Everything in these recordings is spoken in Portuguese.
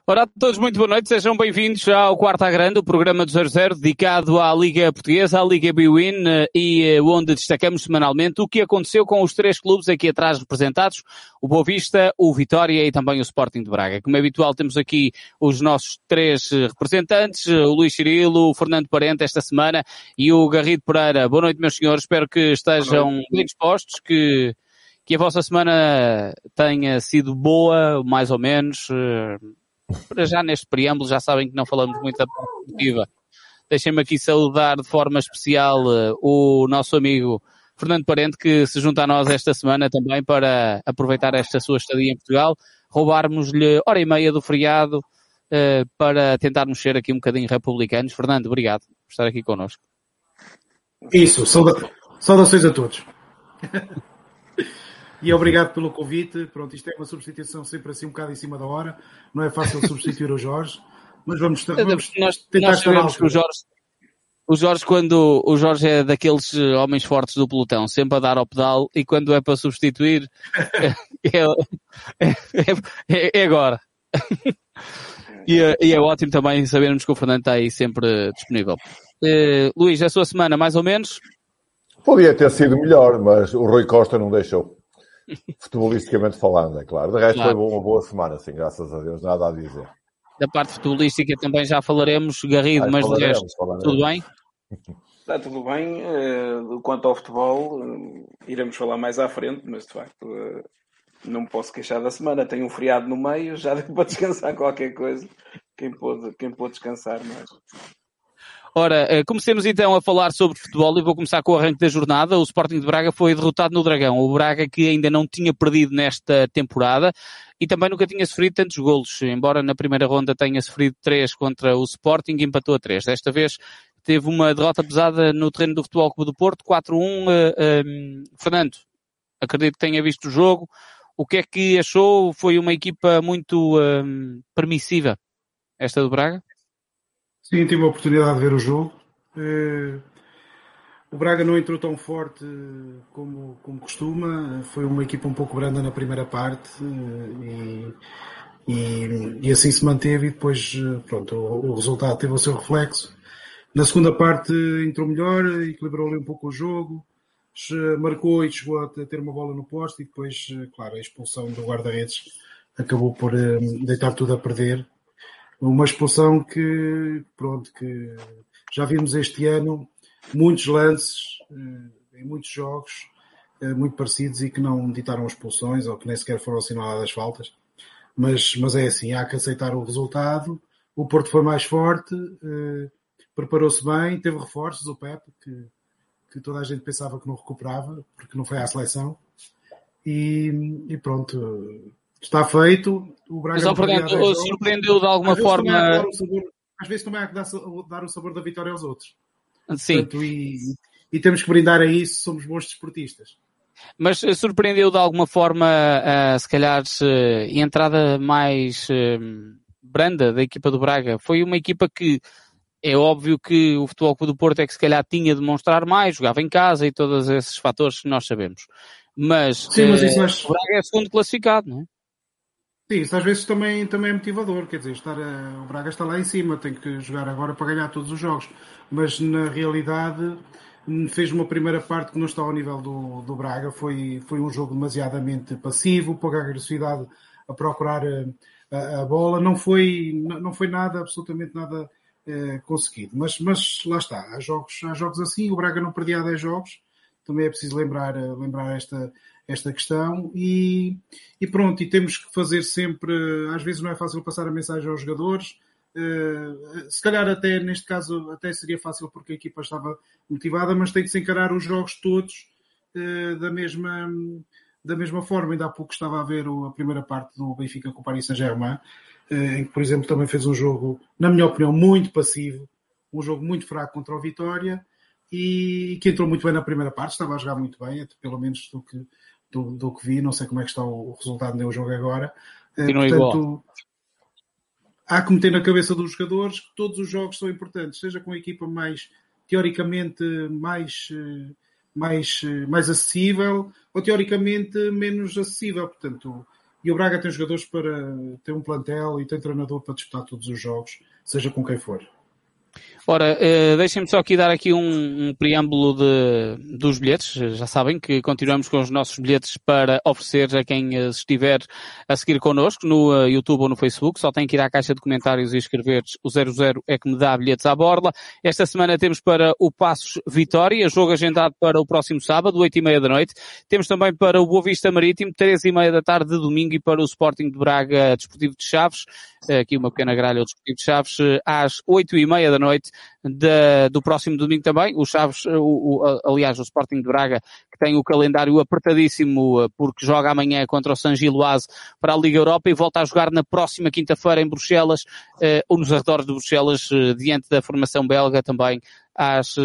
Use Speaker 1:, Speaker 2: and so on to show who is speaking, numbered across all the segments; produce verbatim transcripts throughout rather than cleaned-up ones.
Speaker 1: Ora, a todos muito boa noite, sejam bem-vindos ao Quarto à Grande, o programa do zero zero dedicado à Liga Portuguesa, à Liga Bwin e onde destacamos semanalmente o que aconteceu com os três clubes aqui atrás representados, o Boa Vista, o Vitória e também o Sporting de Braga. Como é habitual, temos aqui os nossos três representantes, o Luís Cirilo, o Fernando Parente esta semana e o Garrido Pereira. Boa noite, meus senhores, espero que estejam bem dispostos, que, que a vossa semana tenha sido boa, mais ou menos. Para já neste preâmbulo já sabem que não falamos muito da parte esportiva. Deixem-me aqui saudar de forma especial uh, o nosso amigo Fernando Parente, que se junta a nós esta semana também para aproveitar esta sua estadia em Portugal, roubarmos-lhe hora e meia do feriado uh, para tentarmos ser aqui um bocadinho republicanos. Fernando, obrigado por estar aqui connosco.
Speaker 2: Isso, sauda- saudações a todos. E obrigado pelo convite. Pronto, isto é uma substituição sempre assim um bocado em cima da hora. Não é fácil substituir o Jorge, mas vamos, vamos
Speaker 1: nós,
Speaker 2: tentar
Speaker 1: nós
Speaker 2: estar
Speaker 1: sabemos que o Jorge, o Jorge, quando o Jorge é daqueles homens fortes do pelotão, sempre a dar ao pedal, e quando é para substituir, é, é, é, é agora. E é, e é ótimo também sabermos que o Fernando está aí sempre disponível. Uh, Luís, a sua semana, mais ou menos?
Speaker 3: Podia ter sido melhor, mas o Rui Costa não deixou. Futebolisticamente falando, é claro. De resto, claro. Foi uma boa semana, sim, graças a Deus, nada a dizer.
Speaker 1: Da parte futebolística também já falaremos, Garrido, Ai, mas de resto, falaremos. Tudo bem?
Speaker 4: Está tudo bem. Uh, quanto ao futebol, uh, iremos falar mais à frente, mas de facto uh, não me posso queixar da semana. Tenho um feriado no meio, já deu para descansar qualquer coisa. Quem pôde, quem pôde descansar, mas...
Speaker 1: Ora, comecemos então a falar sobre futebol e vou começar com o arranque da jornada. O Sporting de Braga foi derrotado no Dragão. O Braga que ainda não tinha perdido nesta temporada e também nunca tinha sofrido tantos golos. Embora na primeira ronda tenha sofrido três contra o Sporting, empatou a três. Desta vez teve uma derrota pesada no terreno do Futebol Clube do Porto, quatro a um. Um, Fernando, acredito que tenha visto o jogo. O que é que achou? Foi uma equipa muito um, permissiva, esta do Braga?
Speaker 2: Sim, tive a oportunidade de ver o jogo. Uh, o Braga não entrou tão forte como, como costuma. Foi uma equipa um pouco branda na primeira parte uh, e, e, e assim se manteve e depois pronto, o, o resultado teve o seu reflexo. Na segunda parte entrou melhor, equilibrou ali um pouco o jogo, marcou e chegou a ter uma bola no poste e depois, claro, a expulsão do guarda-redes acabou por uh, deitar tudo a perder. Uma expulsão que, pronto, que já vimos este ano muitos lances, em muitos jogos, muito parecidos e que não ditaram expulsões ou que nem sequer foram assinaladas faltas. Mas, mas é assim, há que aceitar o resultado. O Porto foi mais forte, preparou-se bem, teve reforços, o Pepe, que, que toda a gente pensava que não recuperava, porque não foi à seleção. E, e pronto... Está feito. O Braga
Speaker 1: Mas, ó, Fernando, surpreendeu de alguma
Speaker 2: às
Speaker 1: forma...
Speaker 2: Vezes sabor, às vezes também há que dar, dar o sabor da vitória aos outros.
Speaker 1: Sim.
Speaker 2: Portanto, e, e temos que brindar a isso, somos bons desportistas.
Speaker 1: Mas surpreendeu de alguma forma, uh, se calhar, uh, a entrada mais uh, branda da equipa do Braga? Foi uma equipa que é óbvio que o Futebol Clube do Porto é que se calhar tinha de mostrar mais, jogava em casa e todos esses fatores que nós sabemos. Mas,
Speaker 2: Sim, mas
Speaker 1: uh,
Speaker 2: isso acho...
Speaker 1: o Braga é segundo classificado, não é?
Speaker 2: Sim, isso às vezes também, também é motivador, quer dizer, estar a, o Braga está lá em cima, tem que jogar agora para ganhar todos os jogos, mas na realidade fez uma primeira parte que não está ao nível do, do Braga, foi, foi um jogo demasiadamente passivo, pouca agressividade a procurar a, a bola, não foi, não foi nada, absolutamente nada eh, conseguido, mas, mas lá está, há jogos, há jogos assim, o Braga não perdia há dez jogos, também é preciso lembrar, lembrar esta... esta questão e, e pronto, e temos que fazer sempre, às vezes não é fácil passar a mensagem aos jogadores, uh, se calhar até neste caso até seria fácil porque a equipa estava motivada, mas tem que se encarar os jogos todos uh, da, mesma, da mesma forma. Ainda há pouco estava a ver a primeira parte do Benfica com o Paris Saint-Germain, uh, em que por exemplo também fez um jogo, na minha opinião, muito passivo, um jogo muito fraco contra o Vitória e que entrou muito bem na primeira parte, estava a jogar muito bem, pelo menos do que Do, do que vi, não sei como é que está o resultado do jogo agora.
Speaker 1: E não
Speaker 2: Portanto,
Speaker 1: igual.
Speaker 2: Há que meter na cabeça dos jogadores que todos os jogos são importantes, seja com a equipa mais, teoricamente, mais, mais, mais acessível ou teoricamente menos acessível. Portanto, e o Braga tem jogadores para ter um plantel e tem treinador para disputar todos os jogos, seja com quem for.
Speaker 1: Ora, uh, deixem-me só aqui dar aqui um, um preâmbulo de, dos bilhetes. Já sabem que continuamos com os nossos bilhetes para oferecer a quem uh, estiver a seguir connosco no uh, YouTube ou no Facebook. Só tem que ir à caixa de comentários e escrever o zero zero é que me dá bilhetes à borla. Esta semana temos para o Passos Vitória, jogo agendado para o próximo sábado, oito e meia da noite. Temos também para o Boa Vista Marítimo, três e meia da tarde de domingo, e para o Sporting de Braga Desportivo de Chaves, aqui uma pequena gralha ao Desportivo de Chaves, às oito e meia da noite de, do próximo domingo também. O Chaves, o, o, aliás, o Sporting de Braga, que tem o calendário apertadíssimo porque joga amanhã contra o San Giloase para a Liga Europa e volta a jogar na próxima quinta-feira em Bruxelas, eh, ou nos arredores de Bruxelas, eh, diante da formação belga também, às, uh,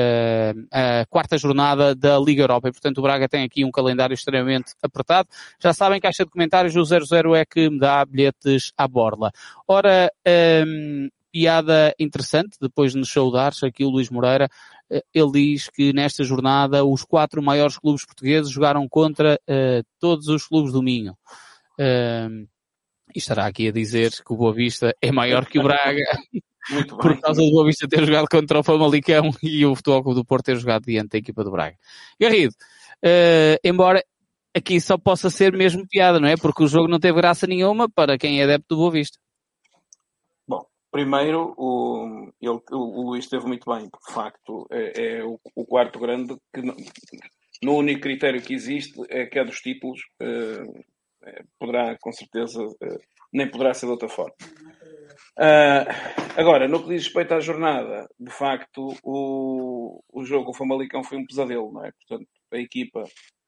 Speaker 1: a quarta jornada da Liga Europa. E, portanto, o Braga tem aqui um calendário extremamente apertado. Já sabem, caixa de comentários, o zero zero é que me dá bilhetes à borla. Ora, um, piada interessante, depois de nos saudar aqui o Luís Moreira, ele diz que nesta jornada os quatro maiores clubes portugueses jogaram contra uh, todos os clubes do Minho. Uh, e estará aqui a dizer que o Boa Vista é maior que o Braga.
Speaker 4: Muito bem.
Speaker 1: Por causa do Boa Vista ter jogado contra o Famalicão e o Futebol Clube do Porto ter jogado diante da equipa do Braga. Garrido, uh, embora aqui só possa ser mesmo piada, não é? Porque o jogo não teve graça nenhuma para quem é adepto do Boa Vista.
Speaker 4: Bom, primeiro, o, ele, o Luís esteve muito bem, porque de facto é, é o, o quarto grande que no, no único critério que existe é que é dos títulos, uh, é, poderá com certeza, uh, nem poderá ser de outra forma. Uh, agora, no que diz respeito à jornada, de facto, o, o jogo, o Famalicão foi um pesadelo, não é? Portanto, a equipa,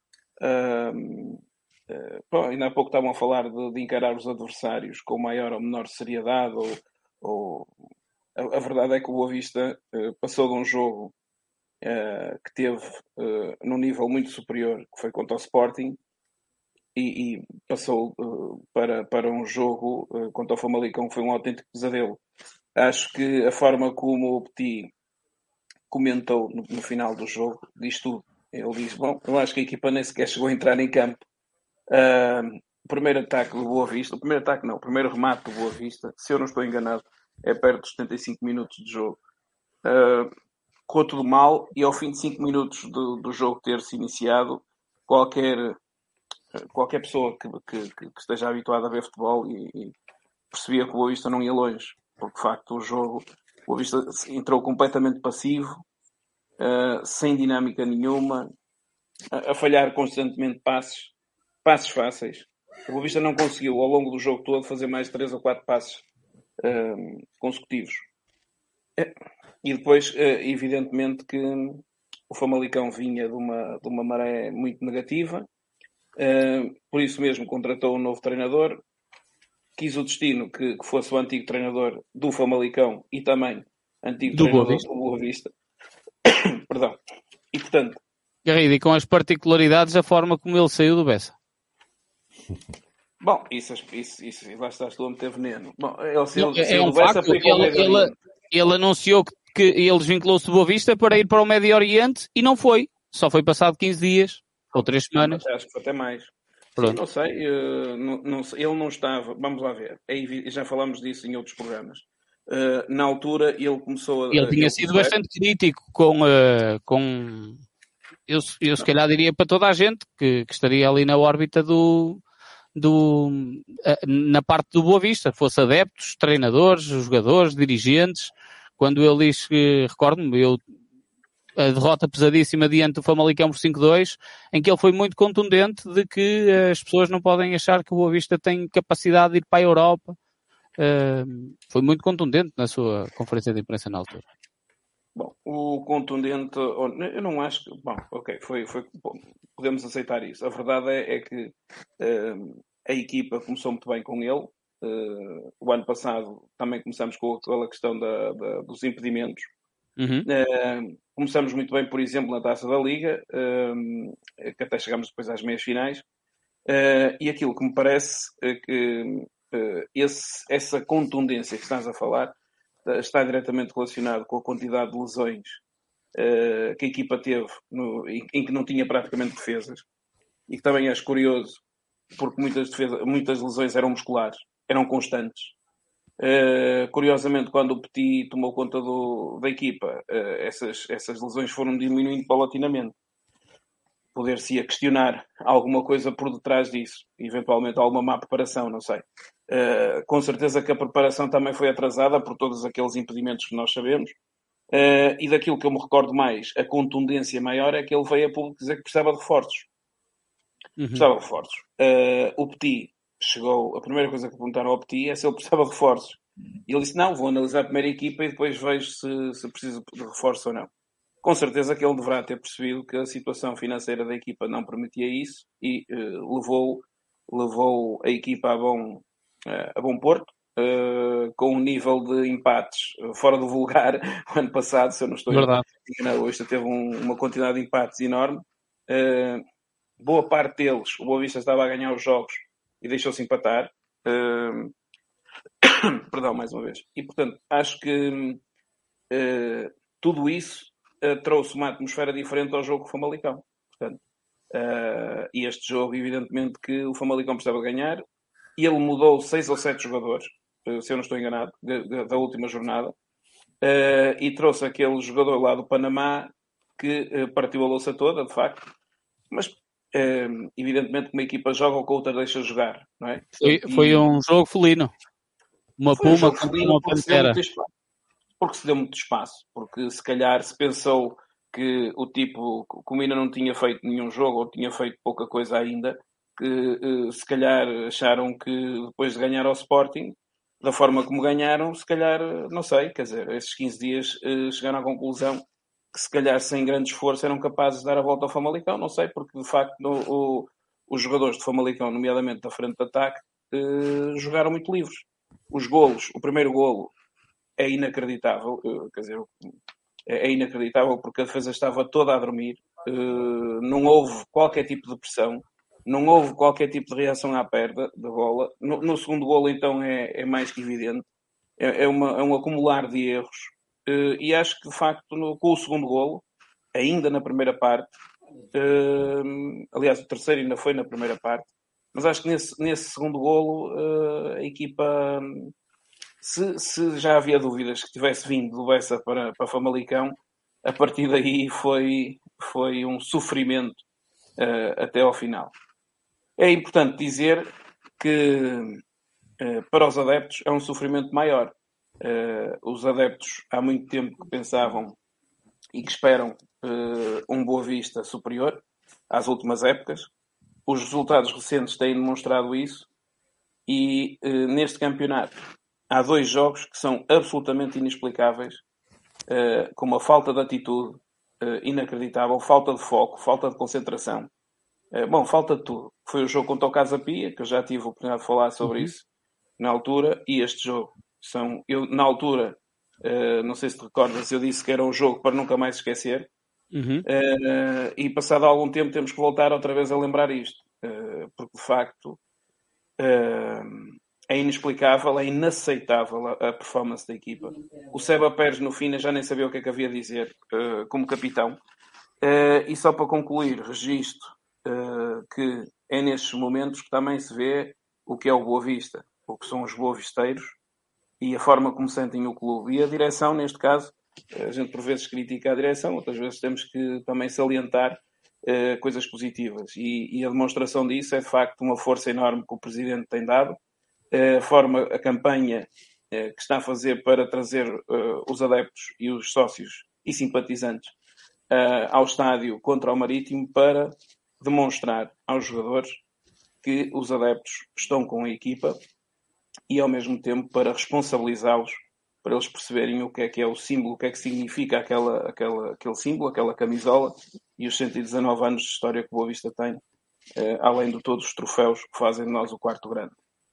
Speaker 4: uh, uh, bom, ainda há pouco estavam a falar de, de encarar os adversários com maior ou menor seriedade, ou, ou a, a verdade é que o Boa Vista uh, passou de um jogo uh, que teve uh, num nível muito superior, que foi contra o Sporting, E, e passou uh, para, para um jogo uh, contra o Famalicão que foi um autêntico pesadelo. Acho que a forma como o Petit comentou no, no final do jogo diz tudo. Ele diz, bom, eu acho que a equipa nem sequer chegou a entrar em campo. Uh, o primeiro ataque do Boa Vista, o primeiro ataque não, o primeiro remate do Boa Vista, se eu não estou enganado, é perto dos setenta e cinco minutos de jogo. Uh, correu tudo mal e ao fim de cinco minutos do, do jogo ter-se iniciado, qualquer... Qualquer pessoa que, que, que esteja habituada a ver futebol e, e percebia que o Boa Vista não ia longe, porque de facto o jogo, o Boa Vista entrou completamente passivo, uh, sem dinâmica nenhuma, a, a falhar constantemente passes, passes fáceis. O Boa Vista não conseguiu ao longo do jogo todo fazer mais de três ou quatro passes uh, consecutivos. E depois, uh, evidentemente, que o Famalicão vinha de uma, de uma maré muito negativa. Uh, por isso mesmo contratou um novo treinador, quis o destino que, que fosse o antigo treinador do Famalicão e também antigo
Speaker 1: do
Speaker 4: treinador
Speaker 1: Boa Vista.
Speaker 4: do Boa Vista. Perdão. E portanto,
Speaker 1: Garrido, e com as particularidades da forma como ele saiu do Bessa.
Speaker 4: Bom, isso, isso, isso lá estás tu a meter veneno. Bom, ele saiu,
Speaker 1: Não, é,
Speaker 4: saiu
Speaker 1: é um
Speaker 4: do Bessa,
Speaker 1: facto,
Speaker 4: foi para o
Speaker 1: ele,
Speaker 4: Médio
Speaker 1: ele,
Speaker 4: Oriente.
Speaker 1: ele anunciou que, que ele desvinculou-se do Boa Vista para ir para o Médio Oriente e não foi, só foi passado quinze dias ou três semanas.
Speaker 4: Acho que foi até mais.
Speaker 1: Pronto.
Speaker 4: Sim, não sei, uh, não, não sei, ele não estava, vamos lá ver, é, já falamos disso em outros programas. Uh, na altura ele começou a...
Speaker 1: Ele tinha
Speaker 4: ele
Speaker 1: sido
Speaker 4: começou
Speaker 1: bastante crítico com, uh, com eu, eu se calhar diria para toda a gente que, que estaria ali na órbita do, do uh, na parte do Boa Vista, fosse adeptos, treinadores, jogadores, dirigentes. Quando ele diz que, recordo-me, eu a derrota pesadíssima diante do Famalicão por cinco dois, em que ele foi muito contundente de que as pessoas não podem achar que o Boa Vista tem capacidade de ir para a Europa. Uh, foi muito contundente na sua conferência de imprensa na altura.
Speaker 4: Bom, o contundente, eu não acho que, bom, ok, foi, foi, bom, podemos aceitar isso. A verdade é, é que uh, a equipa começou muito bem com ele. Uh, o ano passado também começamos com aquela questão da, da, dos impedimentos.
Speaker 1: Uhum.
Speaker 4: Uh, começamos muito bem, por exemplo, na Taça da Liga, uh, que até chegamos depois às meias finais. Uh, e aquilo que me parece é que uh, esse, essa contundência que estás a falar uh, está diretamente relacionado com a quantidade de lesões uh, que a equipa teve, no, em, em que não tinha praticamente defesas. E que também acho curioso porque muitas, defesa, muitas lesões eram musculares, eram constantes. Uh, curiosamente, quando o Petit tomou conta do, da equipa, uh, essas, essas lesões foram diminuindo paulatinamente. Poder-se-ia questionar alguma coisa por detrás disso, eventualmente alguma má preparação, não sei. Uh, com certeza que a preparação também foi atrasada por todos aqueles impedimentos que nós sabemos, uh, e daquilo que eu me recordo mais, a contundência maior é que ele veio a público dizer que precisava de reforços. Uhum. Precisava de reforços. Uh, o Petit chegou, a primeira coisa que perguntaram ao Petit é se ele precisava de reforços. E ele disse, não, vou analisar a primeira equipa e depois vejo se, se preciso de reforço ou não. Com certeza que ele deverá ter percebido que a situação financeira da equipa não permitia isso e uh, levou, levou a equipa a bom, uh, a bom porto, uh, com um nível de empates fora do vulgar o ano passado, se eu não estou enganado. Hoje teve um, uma quantidade de empates enorme. Uh, boa parte deles, o Boa Vista estava a ganhar os jogos e deixou-se empatar. Uh, perdão, mais uma vez. E, portanto, acho que uh, tudo isso Uh, trouxe uma atmosfera diferente ao jogo com o Famalicão. Portanto, uh, e este jogo, evidentemente, que o Famalicão precisava ganhar. E ele mudou seis ou sete jogadores, uh, se eu não estou enganado, de, de, da última jornada. Uh, e trouxe aquele jogador lá do Panamá que uh, partiu a louça toda, de facto. Mas, uh, evidentemente, que uma equipa joga ou que a outra deixa jogar, não é?
Speaker 1: Foi, e... foi um jogo felino. Uma
Speaker 4: foi
Speaker 1: puma
Speaker 4: um
Speaker 1: contra uma pantera.
Speaker 4: Porque se deu muito espaço, porque se calhar se pensou que o tipo, como ainda não tinha feito nenhum jogo, ou tinha feito pouca coisa ainda, que se calhar acharam que depois de ganhar ao Sporting, da forma como ganharam, se calhar, não sei, quer dizer, esses quinze dias chegaram à conclusão que se calhar sem grande esforço eram capazes de dar a volta ao Famalicão, não sei, porque de facto no, o, os jogadores de Famalicão, nomeadamente da frente de ataque, jogaram muito livres. Os golos, o primeiro golo, é inacreditável, quer dizer, é inacreditável porque a defesa estava toda a dormir, não houve qualquer tipo de pressão, não houve qualquer tipo de reação à perda da bola. No, no segundo golo, então, é, é mais que evidente, é, é, uma, é um acumular de erros, e acho que, de facto, no, com o segundo golo, ainda na primeira parte, aliás, o terceiro ainda foi na primeira parte, mas acho que nesse, nesse segundo golo, a equipa... Se, se já havia dúvidas que tivesse vindo do Bessa para, para Famalicão, a partir daí foi, foi um sofrimento uh, até ao final. É importante dizer que uh, para os adeptos é um sofrimento maior. Uh, os adeptos há muito tempo que pensavam e que esperam uh, um Boa Vista superior às últimas épocas. Os resultados recentes têm demonstrado isso e uh, neste campeonato há dois jogos que são absolutamente inexplicáveis, uh, com uma falta de atitude uh, inacreditável, falta de foco, falta de concentração. Uh, bom, falta de tudo. Foi o jogo contra o Casa Pia, que eu já tive a oportunidade de falar sobre uhum. isso na altura, e este jogo. São, eu, na altura, uh, não sei se te recordas, eu disse que era um jogo para nunca mais esquecer. Uhum. Uh, e passado algum tempo temos que voltar outra vez a lembrar isto. Uh, porque, de facto... Uh, é inexplicável, é inaceitável a, a performance da equipa. O Seba Pérez, no fim, já nem sabia o que é que havia a dizer uh, como capitão. Uh, e só para concluir, registro uh, que é nestes momentos que também se vê o que é o Boa Vista, o que são os boavisteiros e a forma como sentem o clube. E a direção, neste caso, a gente por vezes critica a direção, outras vezes temos que também salientar uh, coisas positivas. E, e a demonstração disso é, de facto, uma força enorme que o Presidente tem dado, a forma, a campanha eh, que está a fazer para trazer uh, os adeptos e os sócios e simpatizantes uh, ao estádio contra o Marítimo para demonstrar aos jogadores que os adeptos estão com a equipa e, ao mesmo tempo, para responsabilizá-los, para eles perceberem o que é que é o símbolo, o que é que significa aquela, aquela, aquele símbolo, aquela camisola e os cento e dezanove anos de história que o Boa Vista tem, uh, além de todos os troféus que fazem de nós o quarto grande.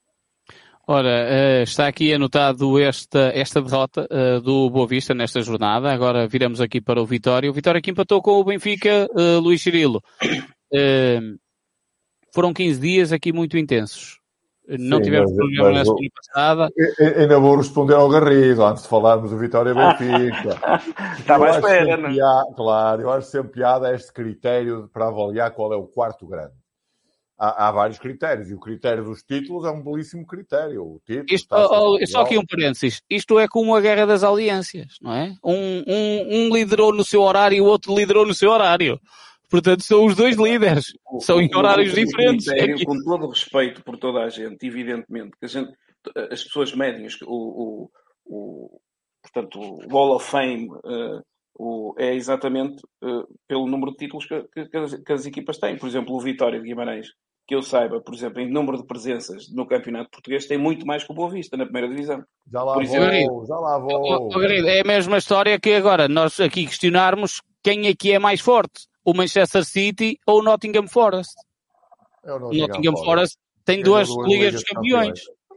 Speaker 1: Ora, está aqui anotado esta, esta derrota uh, do Boa Vista nesta jornada. Agora viramos aqui para o Vitória. O Vitória que empatou com o Benfica, uh, Luís Cirilo. Uh, foram quinze dias aqui muito intensos. Não Sim, tivemos problema na semana passada.
Speaker 3: Ainda vou responder ao Garrido, antes de falarmos do Vitória Benfica.
Speaker 4: Estava à espera, não é?
Speaker 3: Claro, eu acho sempre piada este critério para avaliar qual é o quarto grande. há, há vários critérios, e o critério dos títulos é um belíssimo critério. O título,
Speaker 1: Isto, oh, oh, só aqui um parênteses. Isto é como a guerra das alianças, não é? Um, um, um liderou no seu horário e o outro liderou no seu horário. Portanto, são os dois líderes.
Speaker 4: O,
Speaker 1: são em horários diferentes.
Speaker 4: Critério, é com todo o respeito por toda a gente, evidentemente, que a gente, as pessoas médias, o, o, o, portanto, o Wall of Fame uh, o, é exatamente uh, pelo número de títulos que, que, que, as, que as equipas têm. Por exemplo, o Vitória de Guimarães, que eu saiba, por exemplo, em número de presenças no Campeonato Português, tem muito mais que o Boa Vista na primeira divisão.
Speaker 3: Já lá
Speaker 4: por
Speaker 3: vou,
Speaker 1: exemplo,
Speaker 3: já lá vou.
Speaker 1: Oh, querido, é a mesma história que agora nós aqui questionarmos quem é que é mais forte. O Manchester City ou o Nottingham Forest.
Speaker 3: É o
Speaker 1: Nottingham, Nottingham Forest tem duas, duas ligas dos campeões.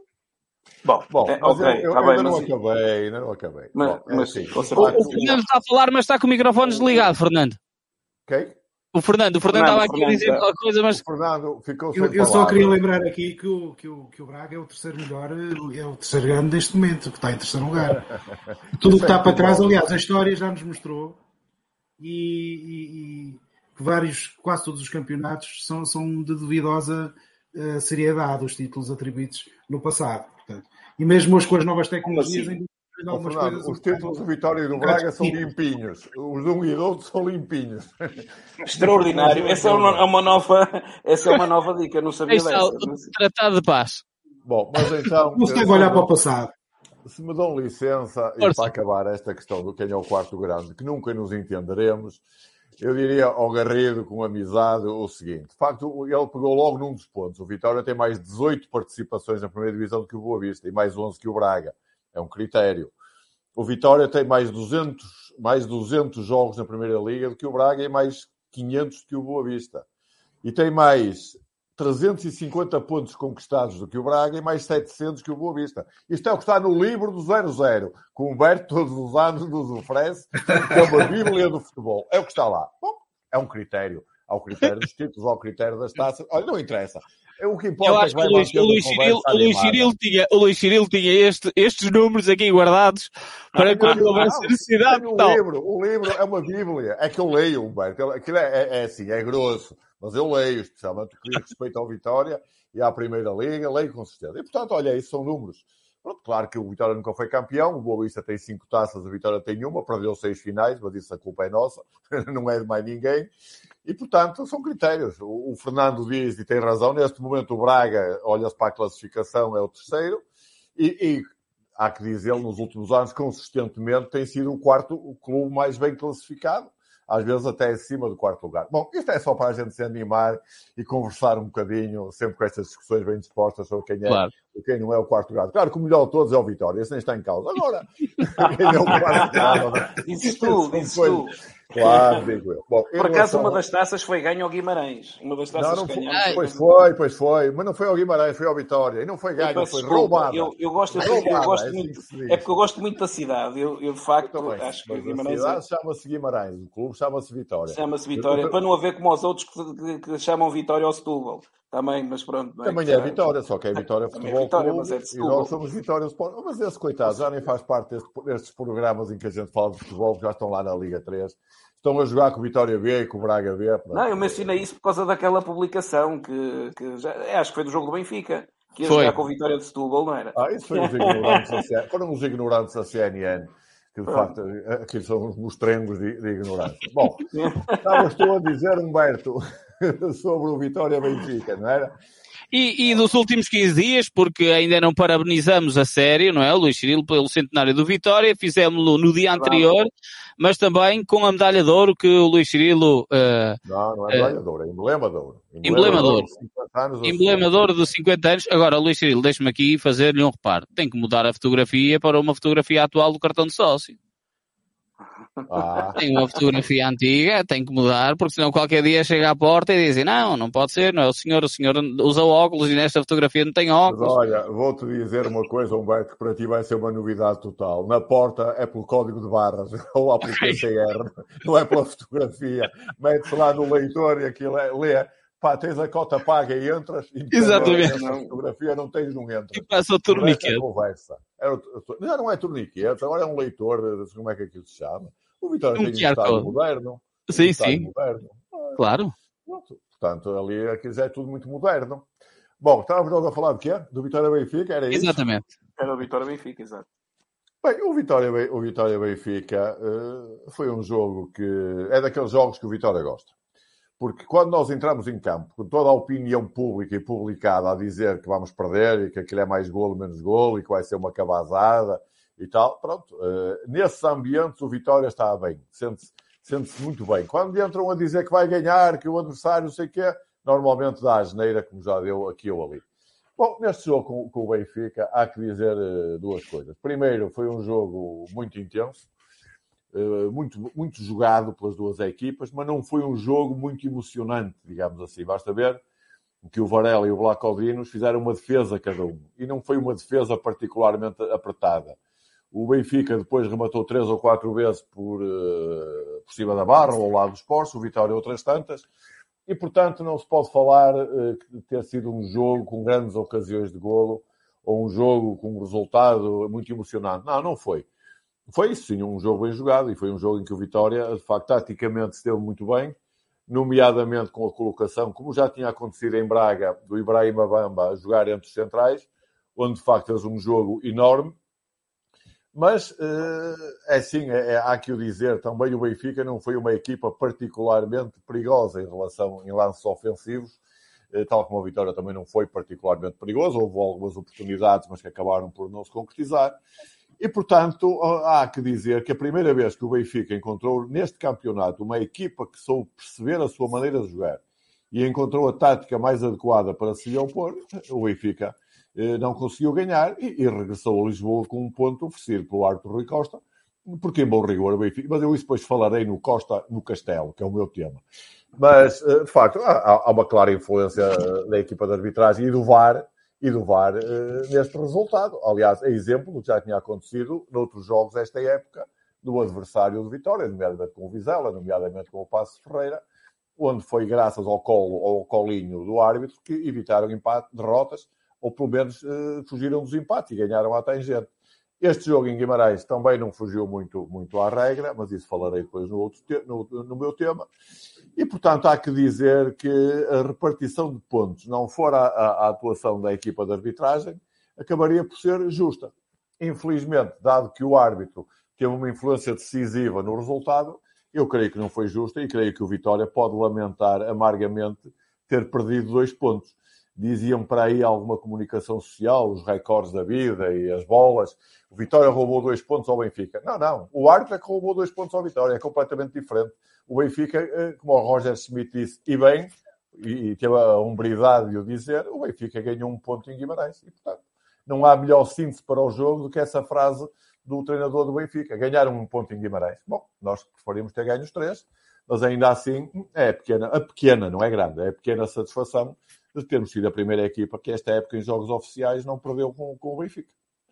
Speaker 3: Bom, Bom é,
Speaker 4: mas
Speaker 3: okay, eu, eu
Speaker 4: tá
Speaker 3: ainda,
Speaker 4: bem,
Speaker 3: não
Speaker 4: mas...
Speaker 3: acabei, ainda não acabei.
Speaker 4: Mas,
Speaker 3: Bom, é
Speaker 4: mas,
Speaker 3: assim,
Speaker 1: o, o Fernando está a falar, mas está com o microfone desligado, Fernando.
Speaker 3: Quem?
Speaker 1: O Fernando, o Fernando, Fernando estava aqui a dizer
Speaker 4: Fernando,
Speaker 1: uma coisa, mas...
Speaker 3: O Fernando ficou sem
Speaker 2: Eu, eu só queria lembrar aqui que o, que, o, que o Braga é o terceiro melhor, é o terceiro grande neste momento, que está em terceiro lugar. Tudo o que está para trás, aliás, a história já nos mostrou e... e, e... vários, quase todos os campeonatos são, são de duvidosa uh, seriedade, os títulos atribuídos no passado. Portanto. E mesmo hoje com as novas tecnologias,
Speaker 3: assim?
Speaker 2: ainda algumas Fernando, coisas...
Speaker 3: Os títulos de Vitória e do Braga são limpinhos. Os de um e do outro são limpinhos.
Speaker 4: Extraordinário. Essa é uma, é uma, nova, essa é uma nova dica, não sabia
Speaker 1: Esse
Speaker 4: dessa.
Speaker 1: É Tratado de paz.
Speaker 3: Bom, mas então...
Speaker 2: Não se deve olhar para o passado.
Speaker 3: Se me dão licença, e para acabar esta questão do quem é o quarto grande, que nunca nos entenderemos... Eu diria ao Garrido, com amizade, o seguinte. De facto, ele pegou logo num dos pontos. O Vitória tem mais dezoito participações na primeira divisão do que o Boa Vista e mais onze que o Braga. É um critério. O Vitória tem mais duzentos, mais duzentos jogos na primeira liga do que o Braga e mais quinhentos do que o Boa Vista. E tem mais trezentos e cinquenta pontos conquistados do que o Braga e mais setecentos que o Boa Vista. Isto é o que está no livro do zero zero, que o Humberto todos os anos nos oferece, que é uma bíblia do futebol. É o que está lá. Bom, é um critério. Há o critério dos títulos, há o critério das taças. Olha, não interessa. O que importa
Speaker 1: Eu acho
Speaker 3: é que vai
Speaker 1: que o Luís, o Luís, Cirilo, o Luís Cirilo tinha, o Luís Cirilo tinha este, estes números aqui guardados para ah, quando houvesse necessidade.
Speaker 3: O livro, o livro é uma bíblia. É que eu leio, Humberto. Aquilo é, é, é assim, é grosso. Mas eu leio, especialmente que respeito ao Vitória e à Primeira Liga, leio com certeza. E, portanto, olha, isso são números. Pronto, claro que o Vitória nunca foi campeão, o Boa Vista tem cinco taças, o Vitória tem uma, perdeu seis finais, mas isso a culpa é nossa, não é de mais ninguém. E, portanto, são critérios. O, o Fernando diz, e tem razão, neste momento o Braga, olha-se para a classificação, é o terceiro, e, e há que dizer, nos últimos anos, consistentemente, tem sido o quarto o clube mais bem classificado. Às vezes até acima do quarto lugar. Bom, isto é só para a gente se animar e conversar um bocadinho, sempre com estas discussões bem dispostas sobre quem é
Speaker 1: claro.
Speaker 3: e quem não é o quarto lugar. Claro que o melhor de todos é o Vitória, esse nem está em causa. Agora, quem é o quarto lugar?
Speaker 4: Dizes tu, dizes tu.
Speaker 3: Claro, digo eu. Bom,
Speaker 4: por acaso, uma das taças foi ganho ao Guimarães. Uma das taças
Speaker 3: não, não
Speaker 4: ganhou.
Speaker 3: Foi, pois foi, pois foi. Mas não foi ao Guimarães, foi ao Vitória. E não foi ganho, foi roubado.
Speaker 4: Eu, eu gosto, eu, eu gosto é, muito, assim é porque eu gosto muito da cidade. Eu, eu de facto, eu acho que o Guimarães...
Speaker 3: A cidade é... chama-se Guimarães, o clube chama-se Vitória.
Speaker 4: Chama-se Vitória, eu... para não haver como os outros que, que, que chamam Vitória ao Setúbal. Também, mas pronto.
Speaker 3: É? Também é Vitória, só que é Vitória Futebol é Vitória, Clube, mas é e nós somos Vitória Sport. Mas esse, coitado, já nem faz parte deste, destes programas em que a gente fala de futebol, que já estão lá na Liga três. Estão a jogar com o Vitória B e com o Braga B. Pronto.
Speaker 4: Não, eu mencionei isso por causa daquela publicação que, que já, acho que foi do jogo do Benfica, que ia
Speaker 1: foi.
Speaker 4: jogar com o Vitória de Setúbal, não era?
Speaker 3: Ah, isso foi os ignorantes da C N N. Foram os ignorantes da C N N. Que de Pronto. facto, aqui são os trengos de, de ignorância. Bom, estavas tu a dizer, Humberto, sobre o Vitória Benfica, não era?
Speaker 1: E, e dos últimos quinze dias, porque ainda não parabenizamos a sério, não é? O Luís Cirilo pelo centenário do Vitória, fizemos-lo no dia anterior, mas também com a medalha de ouro que o Luís Cirilo... Uh,
Speaker 3: não, não é medalha de ouro, é emblema de ouro.
Speaker 1: Emblema de ouro. Emblema de ouro dos cinquenta anos. Agora, Luís Cirilo, deixa-me aqui fazer-lhe um reparo. Tem que mudar a fotografia para uma fotografia atual do cartão de sócio. Ah. Tem uma fotografia antiga, tem que mudar, porque senão qualquer dia chega à porta e dizem, não, não pode ser, não é o senhor, o senhor usa óculos e nesta fotografia não tem óculos.
Speaker 3: Mas olha, vou-te dizer uma coisa, Humberto, que para ti vai ser uma novidade total. Na porta é pelo código de barras, ou lá pelo P C R, não é pela fotografia. Mete-se lá no leitor e aquilo é, lê. Pá, tens a cota paga e entras e
Speaker 1: exatamente.
Speaker 3: A fotografia não tens, não entras.
Speaker 1: E passa o torniquete.
Speaker 3: Conversa. Já não é torniquete, agora é um leitor, como é que aquilo se chama? O Vitória
Speaker 1: um
Speaker 3: tem um estado moderno.
Speaker 1: Sim,
Speaker 3: um
Speaker 1: sim.
Speaker 3: Moderno.
Speaker 1: Claro.
Speaker 3: Portanto, portanto, ali aqui já é tudo muito moderno. Bom, estávamos a falar de quê? Do Vitória Benfica, era isso?
Speaker 1: Exatamente.
Speaker 4: Era o Vitória Benfica, exato.
Speaker 3: Bem, o Vitória, o Vitória Benfica uh, foi um jogo que é daqueles jogos que o Vitória gosta. Porque quando nós entramos em campo, com toda a opinião pública e publicada a dizer que vamos perder e que aquilo é mais golo, menos golo e que vai ser uma cabazada e tal, pronto. Uh, nesses ambientes o Vitória está bem, sente-se, sente-se muito bem. Quando entram a dizer que vai ganhar, que o adversário não sei o quê, normalmente dá a asneira, como já deu aqui ou ali. Bom, neste jogo com, com o Benfica, há que dizer uh, duas coisas. Primeiro, foi um jogo muito intenso, uh, muito, muito jogado pelas duas equipas, mas não foi um jogo muito emocionante, digamos assim. Basta ver que o Varela e o Vlachodimos fizeram uma defesa cada um. E não foi uma defesa particularmente apertada. O Benfica depois rematou três ou quatro vezes por, uh, por cima da barra, ao lado dos postos, o Vitória outras tantas. E, portanto, não se pode falar uh, de ter sido um jogo com grandes ocasiões de golo ou um jogo com um resultado muito emocionante. Não, não foi. Foi isso, sim, um jogo bem jogado e foi um jogo em que o Vitória, de facto, taticamente esteve muito bem, nomeadamente com a colocação, como já tinha acontecido em Braga, do Ibrahima Bamba a jogar entre os centrais, onde, de facto, fez um jogo enorme. Mas, é assim, é, é, há que o dizer, também o Benfica não foi uma equipa particularmente perigosa em relação em lances ofensivos, tal como a Vitória também não foi particularmente perigosa. Houve algumas oportunidades, mas que acabaram por não se concretizar. E, portanto, há que dizer que a primeira vez que o Benfica encontrou neste campeonato uma equipa que soube perceber a sua maneira de jogar e encontrou a tática mais adequada para se lhe opor, o Benfica não conseguiu ganhar e, e regressou a Lisboa com um ponto oferecido pelo árbitro Rui Costa, porque em bom rigor o Benfica, mas eu isso depois falarei no Costa no Castelo, que é o meu tema. Mas, de facto, há, há uma clara influência da equipa de arbitragem e do V A R, e do V A R neste resultado. Aliás, é exemplo do que já tinha acontecido noutros jogos desta época do adversário de Vitória, nomeadamente com o Vizela, nomeadamente com o Passos Ferreira, onde foi graças ao colo, ao colinho do árbitro que evitaram empate, derrotas, ou pelo menos uh, fugiram dos empates e ganharam à tangente. Este jogo em Guimarães também não fugiu muito, muito à regra, mas isso falarei depois no, outro te- no, no meu tema. E, portanto, há que dizer que a repartição de pontos, não fora a, a, a atuação da equipa de arbitragem, acabaria por ser justa. Infelizmente, dado que o árbitro teve uma influência decisiva no resultado, eu creio que não foi justa e creio que o Vitória pode lamentar amargamente ter perdido dois pontos. Diziam para aí alguma comunicação social, os recordes da vida e as bolas. O Vitória roubou dois pontos ao Benfica. Não, não. O árbitro é que roubou dois pontos ao Vitória. É completamente diferente. O Benfica, como o Roger Schmidt disse, e bem, e teve a hombridade de o dizer, o Benfica ganhou um ponto em Guimarães. E, portanto, não há melhor síntese para o jogo do que essa frase do treinador do Benfica. Ganharam um ponto em Guimarães. Bom, nós preferimos ter ganho os três, mas ainda assim é pequena, a pequena, não é grande, é a pequena satisfação de termos sido a primeira equipa que esta época em jogos oficiais não perdeu com, com o Benfica.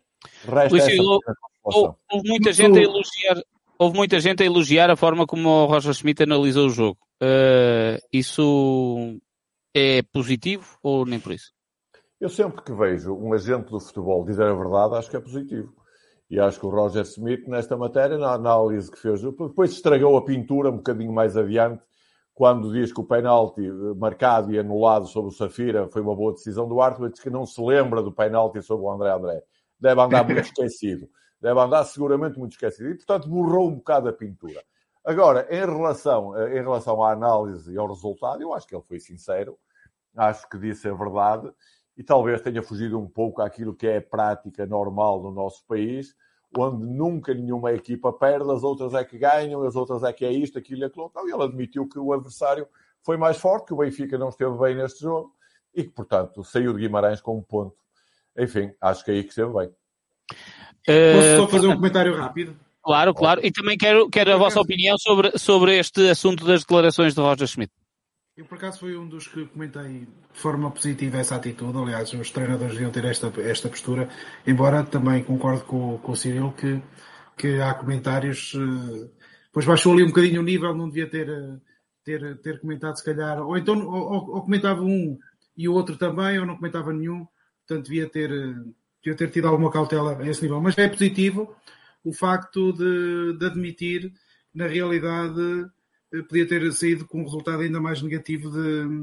Speaker 3: Resta
Speaker 1: Luís,
Speaker 3: essa
Speaker 1: houve, houve muita gente a elogiar, houve muita gente a elogiar a forma como o Roger Schmidt analisou o jogo. Uh, isso é positivo ou nem por isso?
Speaker 3: Eu sempre que vejo um agente do futebol dizer a verdade, acho que é positivo. E acho que o Roger Schmidt, nesta matéria, na análise que fez, depois estragou a pintura um bocadinho mais adiante, quando diz que o penalti marcado e anulado sobre o Safira foi uma boa decisão do árbitro, diz que não se lembra do penalti sobre o André André. Deve andar muito esquecido. Deve andar seguramente muito esquecido. E, portanto, borrou um bocado a pintura. Agora, em relação, em relação à análise e ao resultado, eu acho que ele foi sincero. Acho que disse a verdade. E talvez tenha fugido um pouco àquilo que é a prática normal no nosso país, onde nunca nenhuma equipa perde, as outras é que ganham, as outras é que é isto, aquilo e aquilo. Não, ele admitiu que o adversário foi mais forte, que o Benfica não esteve bem neste jogo e que, portanto, saiu de Guimarães com um ponto. Enfim, acho que é aí que esteve bem.
Speaker 2: Posso só fazer um comentário rápido?
Speaker 1: Claro, claro. E também quero, quero a vossa opinião sobre, sobre este assunto das declarações de Roger Schmidt.
Speaker 2: Eu, por acaso, fui um dos que comentei de forma positiva essa atitude. Aliás, os treinadores deviam ter esta, esta postura, embora também concordo com, com o Cirilo que, que há comentários... Pois baixou ali um bocadinho o nível, não devia ter, ter, ter comentado, se calhar... Ou então ou, ou comentava um e o outro também, ou não comentava nenhum. Portanto, devia ter, devia ter tido alguma cautela a esse nível. Mas é positivo o facto de, de admitir, na realidade... podia ter saído com um resultado ainda mais negativo de,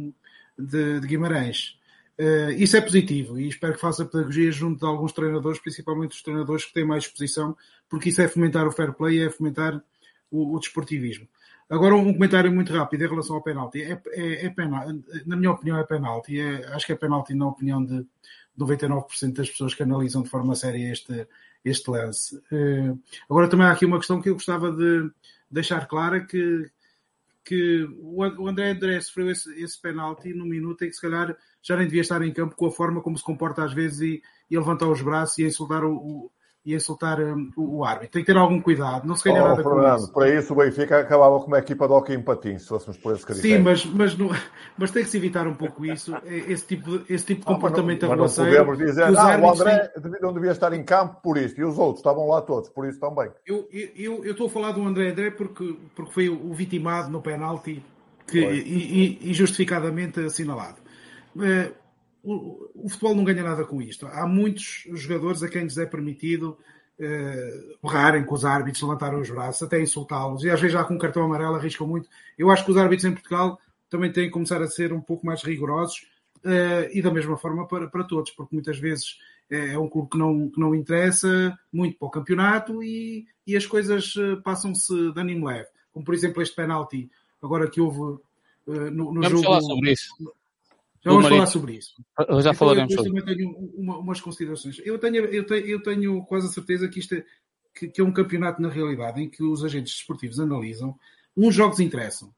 Speaker 2: de, de Guimarães. Uh, isso é positivo e espero que faça pedagogia junto de alguns treinadores, principalmente os treinadores que têm mais exposição, porque isso é fomentar o fair play, é fomentar o, o desportivismo. Agora um comentário muito rápido em relação ao penalti. É, é, é penalti. Na minha opinião é penalti. É, acho que é penalti na opinião de noventa e nove por cento das pessoas que analisam de forma séria este, este lance. Uh, agora também há aqui uma questão que eu gostava de deixar clara, que que o André André sofreu esse, esse penalti num minuto em que se calhar já nem devia estar em campo com a forma como se comporta às vezes e, e levantar os braços e insultar o, o, e insultar um, o, o árbitro. Tem que ter algum cuidado, não se ganha oh, nada Fernando, com isso.
Speaker 3: Para isso o Benfica acabava com uma equipa de hóquei em patins, se fôssemos por esse critério.
Speaker 2: Sim, mas, mas, não, mas tem que se evitar um pouco isso, esse tipo de, esse tipo de comportamento
Speaker 3: ah, mas não, mas não podemos dizer, ah, o André têm... não devia estar em campo por isto, e os outros estavam lá todos, por isso também.
Speaker 2: Eu, eu, eu estou a falar do André André porque, porque foi o vitimado no penalti que, e, e, injustificadamente assinalado. Uh, o, o futebol não ganha nada com isto. Há muitos jogadores a quem lhes é permitido uh, berrarem com os árbitros, levantarem os braços, até insultá-los, e às vezes já com um cartão amarelo arriscam muito. Eu acho que os árbitros em Portugal também têm que começar a ser um pouco mais rigorosos uh, e da mesma forma para, para todos, porque muitas vezes é um clube que não, que não interessa muito para o campeonato e, e as coisas uh, passam-se de ânimo leve. Como por exemplo este penalti agora que houve uh, no, no
Speaker 1: vamos
Speaker 2: jogo...
Speaker 1: Vamos falar sobre isso.
Speaker 2: Já vamos falar sobre isso.
Speaker 1: Eu já falaremos
Speaker 2: então, eu,
Speaker 1: sobre
Speaker 2: isso. Eu também tenho uma, umas considerações. Eu tenho, eu, tenho, eu tenho quase a certeza que isto é, que, que é um campeonato na realidade em que os agentes desportivos analisam. Uns jogos interessam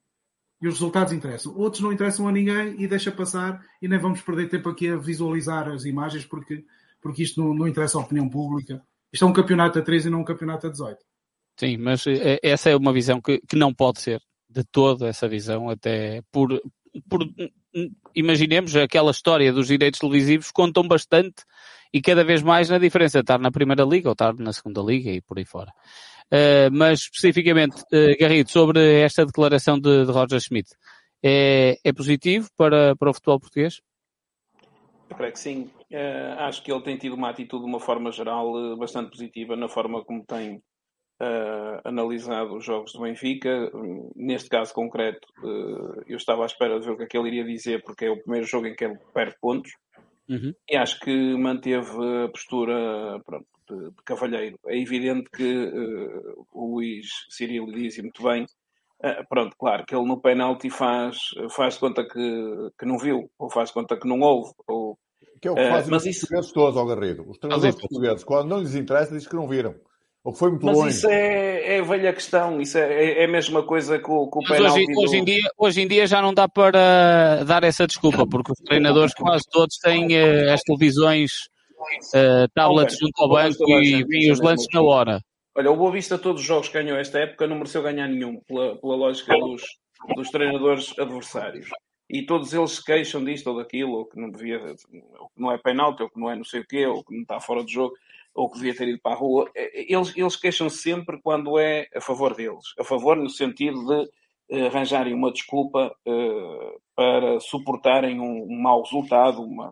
Speaker 2: e os resultados interessam. Outros não interessam a ninguém e deixa passar e nem vamos perder tempo aqui a visualizar as imagens porque, porque isto não, não interessa à opinião pública. Isto é um campeonato a treze e não um campeonato a dezoito.
Speaker 1: Sim, mas essa é uma visão que, que não pode ser de todo essa visão, até por, por imaginemos aquela história dos direitos televisivos contam bastante e cada vez mais na diferença de estar na primeira liga ou estar na segunda liga e por aí fora. Uh, mas especificamente, uh, Garrido, sobre esta declaração de, de Roger Schmidt, é, é positivo para, para o futebol português?
Speaker 4: Eu creio que sim. Uh, acho que ele tem tido uma atitude de uma forma geral uh, bastante positiva na forma como tem Uh, analisado os jogos do Benfica. Neste caso concreto, uh, eu estava à espera de ver o que é que ele iria dizer, porque é o primeiro jogo em que ele perde pontos. Uhum. E acho que manteve a postura pronto, de, de cavalheiro. É evidente que uh, o Luís Cirilo dizia muito bem. Uh, pronto, claro, que ele no penalti faz, faz de conta que, que não viu, ou faz de conta que não ouve. Ou,
Speaker 3: que é o que fazem uh, os isso... portugueses todos, ao Garrido. Os treinadores portugueses, quando não lhes interessa, dizem que não viram. Ou foi muito
Speaker 4: Mas
Speaker 3: longe.
Speaker 4: Isso é, é velha questão, isso é, é a mesma coisa que o, que o penalti.
Speaker 1: Hoje, hoje, em dia, hoje em dia já não dá para dar essa desculpa, porque os treinadores quase todos têm uh, as televisões, uh, tablets okay. junto ao banco e vêm os lances na hora.
Speaker 4: Olha, o Boa Vista, todos os jogos que ganhou esta época, não mereceu ganhar nenhum, pela, pela lógica dos, dos treinadores adversários. E todos eles se queixam disto ou daquilo, ou que não devia, ou que não é penalti, ou que não é não sei o quê, ou que não está fora do jogo, ou que devia ter ido para a rua. Eles, eles queixam sempre quando é a favor deles. A favor no sentido de uh, arranjarem uma desculpa uh, para suportarem um, um mau resultado, uma,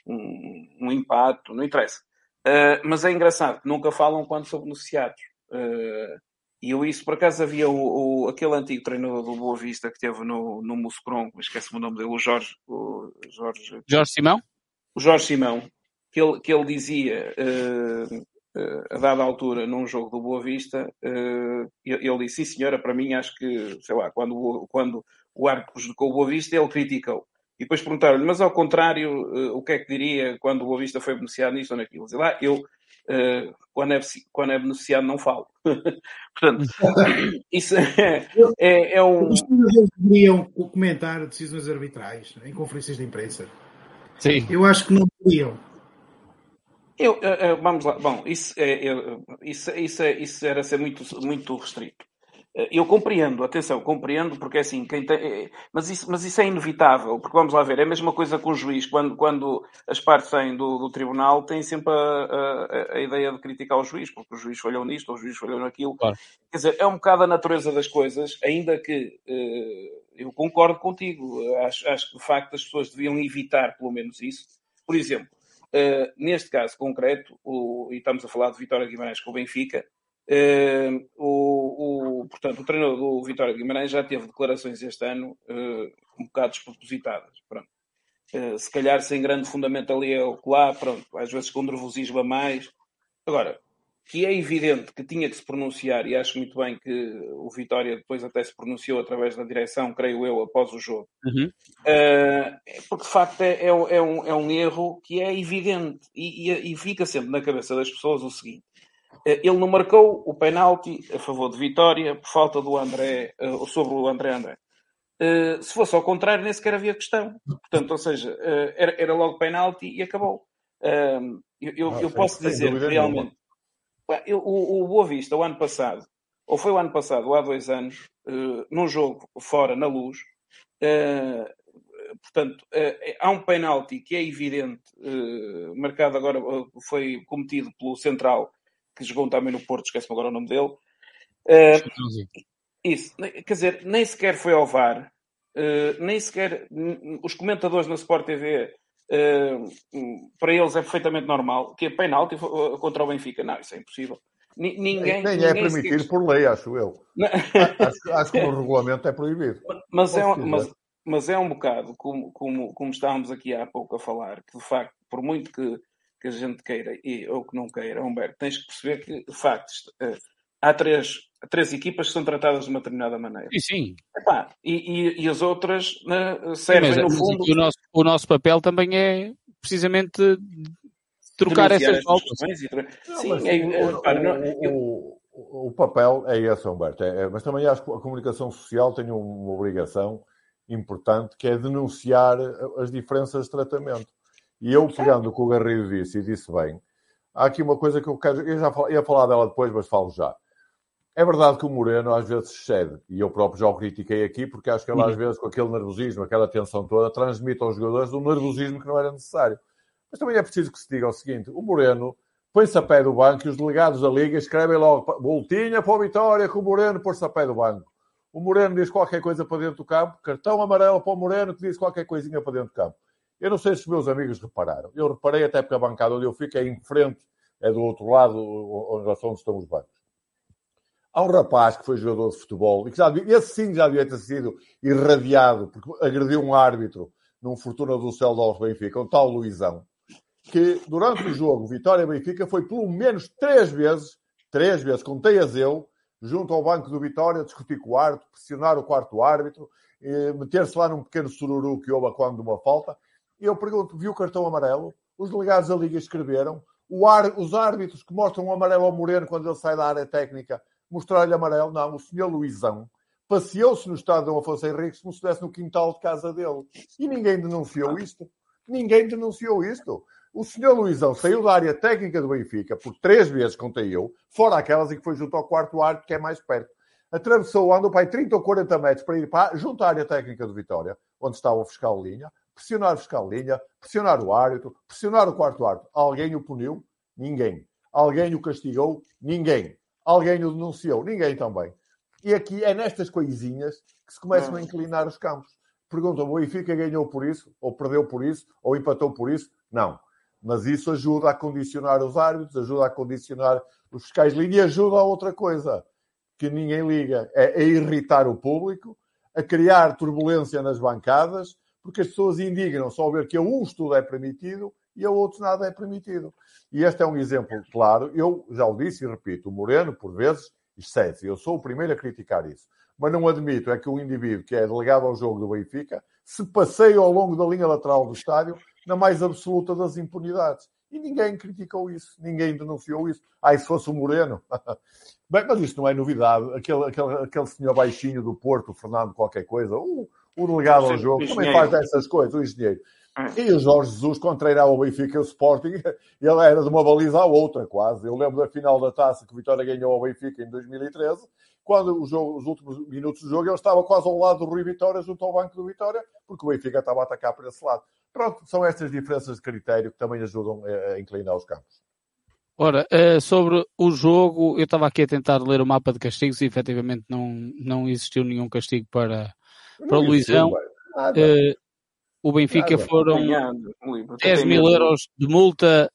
Speaker 4: um, um empate, não interessa. Uh, mas é engraçado que nunca falam quando são beneficiados. Uh, e eu isso, por acaso, havia o, o, aquele antigo treinador do Boa Vista que teve no, no Moscron, esquece-me o nome dele, o Jorge... O Jorge,
Speaker 1: Jorge Simão?
Speaker 4: O Jorge Simão. Que ele, que ele dizia, uh, uh, a dada altura, num jogo do Boa Vista, uh, ele, ele disse, sim senhora, para mim acho que, sei lá, quando, quando o árbitro prejudicou o Boa Vista, ele criticou. E depois perguntaram-lhe, mas ao contrário, uh, o que é que diria quando o Boa Vista foi beneficiado nisto ou naquilo? Diz lá, eu, uh, quando, é, quando é beneficiado, não falo. Portanto, isso é, é, é um...
Speaker 2: Os treinadores deveriam comentar decisões arbitrais em conferências de imprensa.
Speaker 1: Sim.
Speaker 2: Eu acho que não deveriam.
Speaker 4: Eu, uh, vamos lá. Bom, isso, é, é, isso, isso, é, isso era ser muito, muito restrito. Uh, eu compreendo, atenção, compreendo, porque é assim, quem tem, é, mas, isso, mas isso é inevitável, porque vamos lá ver, é a mesma coisa com o juiz, quando, quando as partes saem do, do tribunal, têm sempre a, a, a ideia de criticar o juiz, porque o juiz falhou nisto, ou o juiz falhou naquilo. Claro. Quer dizer, é um bocado a natureza das coisas, ainda que uh, eu concordo contigo, acho, acho que de facto as pessoas deviam evitar pelo menos isso. Por exemplo, Uh, neste caso concreto, o, e estamos a falar de Vitória Guimarães com o Benfica, uh, o, o, portanto, o treinador do Vitória Guimarães já teve declarações este ano uh, um bocado despropositadas. Pronto. Uh, se calhar sem grande fundamento ali é o que lá, pronto, às vezes com nervosismo a mais. Agora, que é evidente que tinha que se pronunciar, e acho muito bem que o Vitória depois até se pronunciou através da direção, creio eu, após o jogo.
Speaker 1: Uhum.
Speaker 4: Uh, porque de facto é, é, é, um, é um erro que é evidente e, e, e fica sempre na cabeça das pessoas o seguinte: uh, ele não marcou o penalti a favor de Vitória por falta do André, uh, sobre o André André. Uh, se fosse ao contrário, nem sequer havia questão. Portanto, ou seja, uh, era, era logo penalti e acabou. Uh, eu eu, ah, eu posso dizer que realmente eu, o, o Boa Vista, o ano passado, ou foi o ano passado, ou há dois anos, uh, num jogo fora, na Luz, uh, portanto, uh, há um penalti que é evidente, uh, marcado agora, uh, foi cometido pelo Central, que jogou também no Porto, esquece-me agora o nome dele. Uh, isso, quer dizer, nem sequer foi ao V A R, uh, nem sequer os comentadores na Sport T V, uh, para eles é perfeitamente normal, que é penalti contra o Benfica. Não, isso é impossível. N- ninguém,
Speaker 3: nem
Speaker 4: ninguém
Speaker 3: é permitido
Speaker 4: sequer...
Speaker 3: por lei, acho eu. acho, acho que no regulamento é proibido.
Speaker 4: Mas é, um, mas, mas é um bocado, como, como, como estávamos aqui há pouco a falar, que de facto, por muito que, que a gente queira, e, ou que não queira, Humberto, tens que perceber que, de facto, uh, há três, três equipas que são tratadas de uma determinada maneira.
Speaker 1: Sim, sim.
Speaker 4: Epá, e, e, e as outras né, servem, sim, mas, no fundo...
Speaker 1: O nosso, o nosso papel também é, precisamente, trocar essas voltas.
Speaker 3: Sim, mas é, o, repara, não, eu... o, o, o papel é esse, Humberto. É, é, mas também acho que a comunicação social tem uma obrigação importante, que é denunciar as diferenças de tratamento. E eu, pegando o que o Garrido disse, e disse bem, há aqui uma coisa que eu quero... Eu já ia falar dela depois, mas falo já. É verdade que o Moreno às vezes excede, e eu próprio já o critiquei aqui, porque acho que ele às vezes, com aquele nervosismo, aquela tensão toda, transmite aos jogadores um nervosismo que não era necessário. Mas também é preciso que se diga o seguinte: o Moreno põe-se a pé do banco e os delegados da Liga escrevem logo boletinha para a Vitória que o Moreno pôs-se a pé do banco. O Moreno diz qualquer coisa para dentro do campo, cartão amarelo para o Moreno que diz qualquer coisinha para dentro do campo. Eu não sei se os meus amigos repararam. Eu reparei até porque a bancada onde eu fico é em frente, é do outro lado, em relação onde estão os bancos. Há um rapaz que foi jogador de futebol, e que já devia, esse sim já devia ter sido irradiado, porque agrediu um árbitro num Fortuna do Düsseldorf Benfica, um tal Luizão, que durante o jogo Vitória-Benfica foi pelo menos três vezes, três vezes, contei-as eu, junto ao banco do Vitória, discutir com o árbitro, pressionar o quarto árbitro, meter-se lá num pequeno sururu que houve quando de uma falta. E eu pergunto, viu o cartão amarelo? Os delegados da Liga escreveram. O ar, os árbitros que mostram o amarelo ao Moreno quando ele sai da área técnica, mostrar-lhe amarelo. Não, o senhor Luizão passeou-se no estádio de Afonso Henriques como se estivesse no quintal de casa dele. E ninguém denunciou isto. Ninguém denunciou isto. O senhor Luizão saiu da área técnica do Benfica por três vezes, contei eu, fora aquelas em que foi junto ao quarto árbitro, que é mais perto. Atravessou, andou para aí trinta ou quarenta metros para ir para, junto à área técnica do Vitória, onde estava o fiscal de linha, pressionar o fiscal de linha, pressionar o árbitro, pressionar o quarto árbitro. Alguém o puniu? Ninguém. Alguém o castigou? Ninguém. Alguém o denunciou? Ninguém também. E aqui é nestas coisinhas que se começam a inclinar os campos. Perguntam, o Benfica ganhou por isso? Ou perdeu por isso? Ou empatou por isso? Não. Mas isso ajuda a condicionar os árbitros, ajuda a condicionar os fiscais de linha e ajuda a outra coisa que ninguém liga. É a irritar o público, a criar turbulência nas bancadas, porque as pessoas indignam-se ao ver que a uns tudo é permitido e a outros nada é permitido. E este é um exemplo claro. Eu já o disse e repito, o Moreno, por vezes, excede-se. Eu sou o primeiro a criticar isso. Mas não admito é que o indivíduo que é delegado ao jogo do Benfica se passeie ao longo da linha lateral do estádio na mais absoluta das impunidades. E ninguém criticou isso. Ninguém denunciou isso. Ah, e se fosse o Moreno? Bem, mas isto não é novidade. Aquele, aquele, aquele senhor baixinho do Porto, o Fernando qualquer coisa, o, o delegado ao jogo, também faz dessas coisas, o engenheiro. E o Jorge Jesus, quando treinava o Benfica e o Sporting, ele era de uma baliza à outra, quase. Eu lembro da final da taça que o Vitória ganhou ao Benfica em dois mil e treze, quando o jogo, os últimos minutos do jogo, ele estava quase ao lado do Rui Vitória, junto ao banco do Vitória, porque o Benfica estava a atacar por esse lado. Pronto, são estas diferenças de critério que também ajudam a inclinar os campos.
Speaker 1: Ora, sobre o jogo, eu estava aqui a tentar ler o mapa de castigos e efetivamente não, não existiu nenhum castigo para, para o Luizão. Uh, o Benfica Nada. foram dez mil euros de multa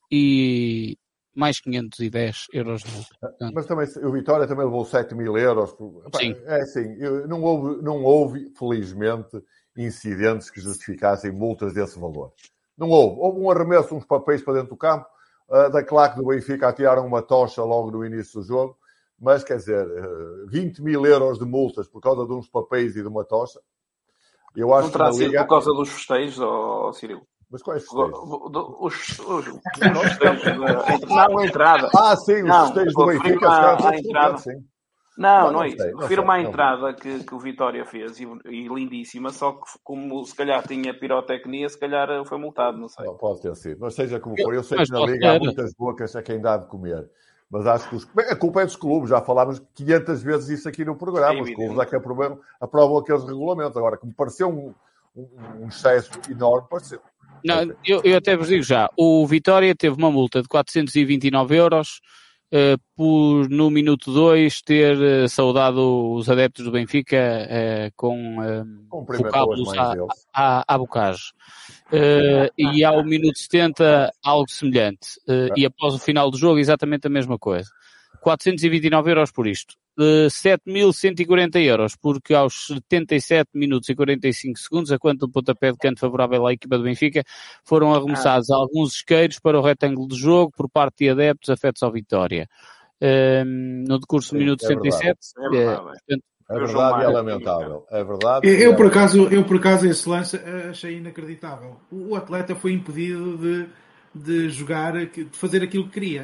Speaker 1: e mais quinhentos e dez euros de multa. Portanto,
Speaker 3: mas também o Vitória também levou sete mil euros.
Speaker 1: Sim.
Speaker 3: É assim, não houve, não houve, felizmente, incidentes que justificassem multas desse valor. Não houve. Houve um arremesso, uns papéis para dentro do campo, uh, da claque do Benfica atiraram uma tocha logo no início do jogo, mas, quer dizer, uh, vinte mil euros de multas por causa de uns papéis e de uma tocha. Eu acho
Speaker 4: não terá
Speaker 3: que
Speaker 4: sido
Speaker 3: Liga...
Speaker 4: por causa dos festejos, oh, Cirilo?
Speaker 3: Mas quais festejos?
Speaker 4: Os, os, os, os festejos da... Não, a entrada.
Speaker 3: Ah, sim, os não, festejos do Benfica.
Speaker 4: A, a entrada.
Speaker 3: Sim.
Speaker 4: Não, não, não é isso. Refiro-me à entrada que, que o Vitória fez, e, e lindíssima, só que como se calhar tinha pirotecnia, se calhar foi multado, não sei.
Speaker 3: Não, pode ter sido. Mas seja como for, eu sei que na Liga há muitas bocas a quem dá de comer. Mas acho que os... a culpa é dos clubes. Já falámos quinhentas vezes isso aqui no programa. É os clubes é que aprovam, aprovam aqueles regulamentos. Agora, que me pareceu um, um, um excesso enorme, pareceu.
Speaker 1: Não, eu, eu até vos digo já, o Vitória teve uma multa de quatrocentos e vinte e nove euros uh, por, no minuto dois, ter uh, saudado os adeptos do Benfica uh, com uh, vocábulos à, à, à bocage. Uh, e ao minuto setenta, algo semelhante. Uh, é. E após o final do jogo, exatamente a mesma coisa. quatrocentos e vinte e nove euros por isto. Uh, sete mil cento e quarenta euros, porque aos setenta e sete minutos e quarenta e cinco segundos, a quanto do pontapé de canto favorável à equipa do Benfica, foram arremessados ah. alguns isqueiros para o retângulo de jogo por parte de adeptos afetos ao Vitória. Uh, no decurso do minuto
Speaker 3: é
Speaker 1: sessenta e sete,
Speaker 3: é verdade, é, portanto, é verdade e é lamentável. É verdade.
Speaker 2: Eu, eu, por acaso, eu, por acaso, esse lance achei inacreditável. O atleta foi impedido de, de jogar, de fazer aquilo que queria.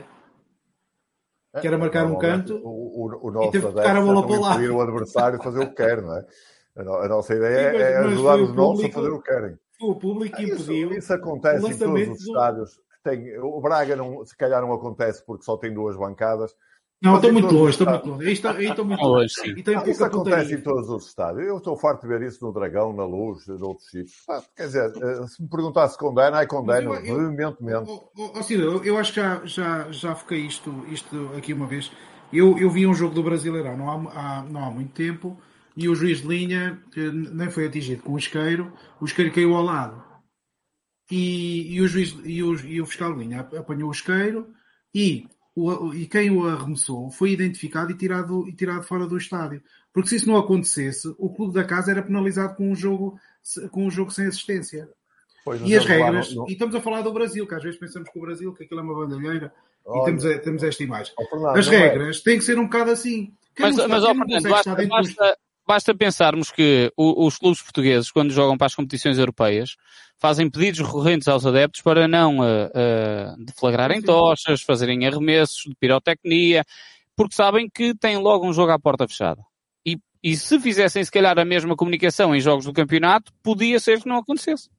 Speaker 2: Que era marcar um canto
Speaker 3: o, o, o nosso
Speaker 2: e teve que tocar a bola para o lado.
Speaker 3: O adversário fazer o que quer, não é? A nossa ideia Sim, mas, é ajudar os nossos a fazer o que querem.
Speaker 2: O público impediu.
Speaker 3: Isso, isso acontece em todos os estádios. Tem, o Braga, não, se calhar, não acontece porque só tem duas bancadas.
Speaker 2: Não, estou muito longe, estou muito longe. Estou muito longe.
Speaker 3: Isso acontece em todos os estádios. Eu estou farto de ver isso no Dragão, na Luz, noutros sítios. Quer dizer, se me perguntasse se condena, aí condeno veementemente.
Speaker 2: Eu, eu acho que já, já, já foquei isto, isto aqui uma vez. Eu, eu vi um jogo do Brasileirão não há, há, não há muito tempo e o juiz de linha nem foi atingido com o isqueiro. O isqueiro caiu ao lado. E, e, o, juiz, e, o, e o fiscal de linha apanhou o isqueiro e... O, e quem o arremessou foi identificado e tirado, e tirado fora do estádio. Porque se isso não acontecesse, o clube da casa era penalizado com um jogo, com um jogo sem assistência. Pois, e as regras, não, não... e estamos a falar do Brasil, que às vezes pensamos que o Brasil, que aquilo é uma bandalheira, Olha, e temos, temos esta imagem. Oh, Fernando, as regras é. têm que ser um bocado assim. Quem
Speaker 1: mas,
Speaker 2: está,
Speaker 1: mas oh, Fernando, basta, basta, basta pensarmos que os clubes portugueses, quando jogam para as competições europeias, fazem pedidos recorrentes aos adeptos para não uh, uh, deflagrarem tochas, fazerem arremessos de pirotecnia, porque sabem que têm logo um jogo à porta fechada. E, e se fizessem, se calhar, a mesma comunicação em jogos do campeonato, podia ser que não acontecesse.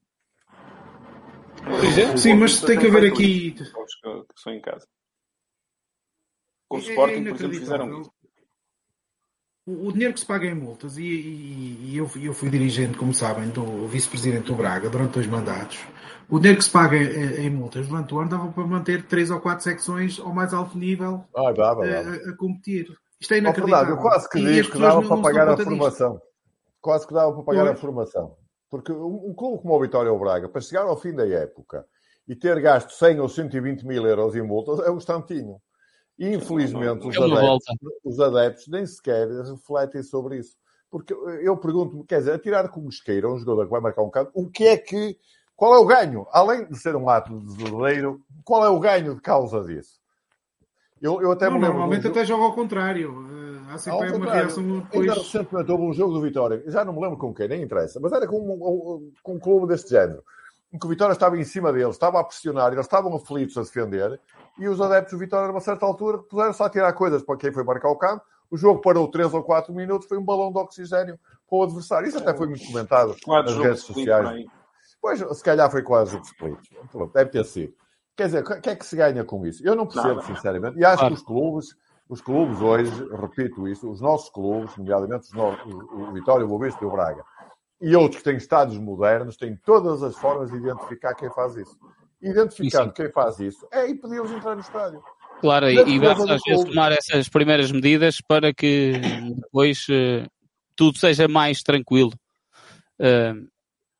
Speaker 2: Sim, mas tem que haver aqui...
Speaker 4: Que são em casa. Com o Sporting, por exemplo, fizeram isso.
Speaker 2: O dinheiro que se paga em multas, e, e, e eu, eu fui dirigente, como sabem, do vice-presidente do Braga durante dois mandatos, o dinheiro que se paga em, em multas durante o ano dava para manter três ou quatro secções ao mais alto nível
Speaker 3: ah, dá, dá, dá.
Speaker 2: A, a competir. Isto é inacreditável.
Speaker 3: Oh, eu quase que digo que dava para pagar a formação. Disto. Quase que dava para pagar pois. a formação. Porque um, um clube como o Vitória ou o Braga, para chegar ao fim da época e ter gasto cem ou cento e vinte mil euros em multas, é um instantinho. E, infelizmente, os adeptos, os adeptos nem sequer refletem sobre isso. Porque eu pergunto-me, quer dizer, atirar com isqueiro a um jogador que vai marcar um canto, o que é que... Qual é o ganho? Além de ser um ato desleiro, qual é o ganho de causa disso? Eu, eu até
Speaker 2: não,
Speaker 3: me lembro...
Speaker 2: Normalmente até joga ao contrário. Há sempre uma reação depois...
Speaker 3: Ainda recentemente houve um jogo do Vitória, já não me lembro com quem, nem interessa, mas era com um, com um clube deste género, em que o Vitória estava em cima deles, estava a pressionar, eles estavam aflitos a defender, e os adeptos do Vitória, a uma certa altura, puseram-se a tirar coisas para quem foi marcar o campo. O jogo parou três ou quatro minutos, foi um balão de oxigênio para o adversário. Isso até foi muito comentado nas redes sociais. Pois, se calhar foi quase o split. Deve ter sido. Quer dizer, o que é que se ganha com isso? Eu não percebo, não, sinceramente. E acho claro. que os clubes, os clubes hoje, repito isso, os nossos clubes, nomeadamente os nossos, o Vitória, o Boa Vista e o Braga, e outros que têm estádios modernos, têm todas as formas de identificar quem faz isso. Identificando quem faz isso, é impedi-los de entrar no estádio.
Speaker 1: Claro, e, e basta às vezes tomar essas primeiras medidas para que depois uh, tudo seja mais tranquilo. Uh,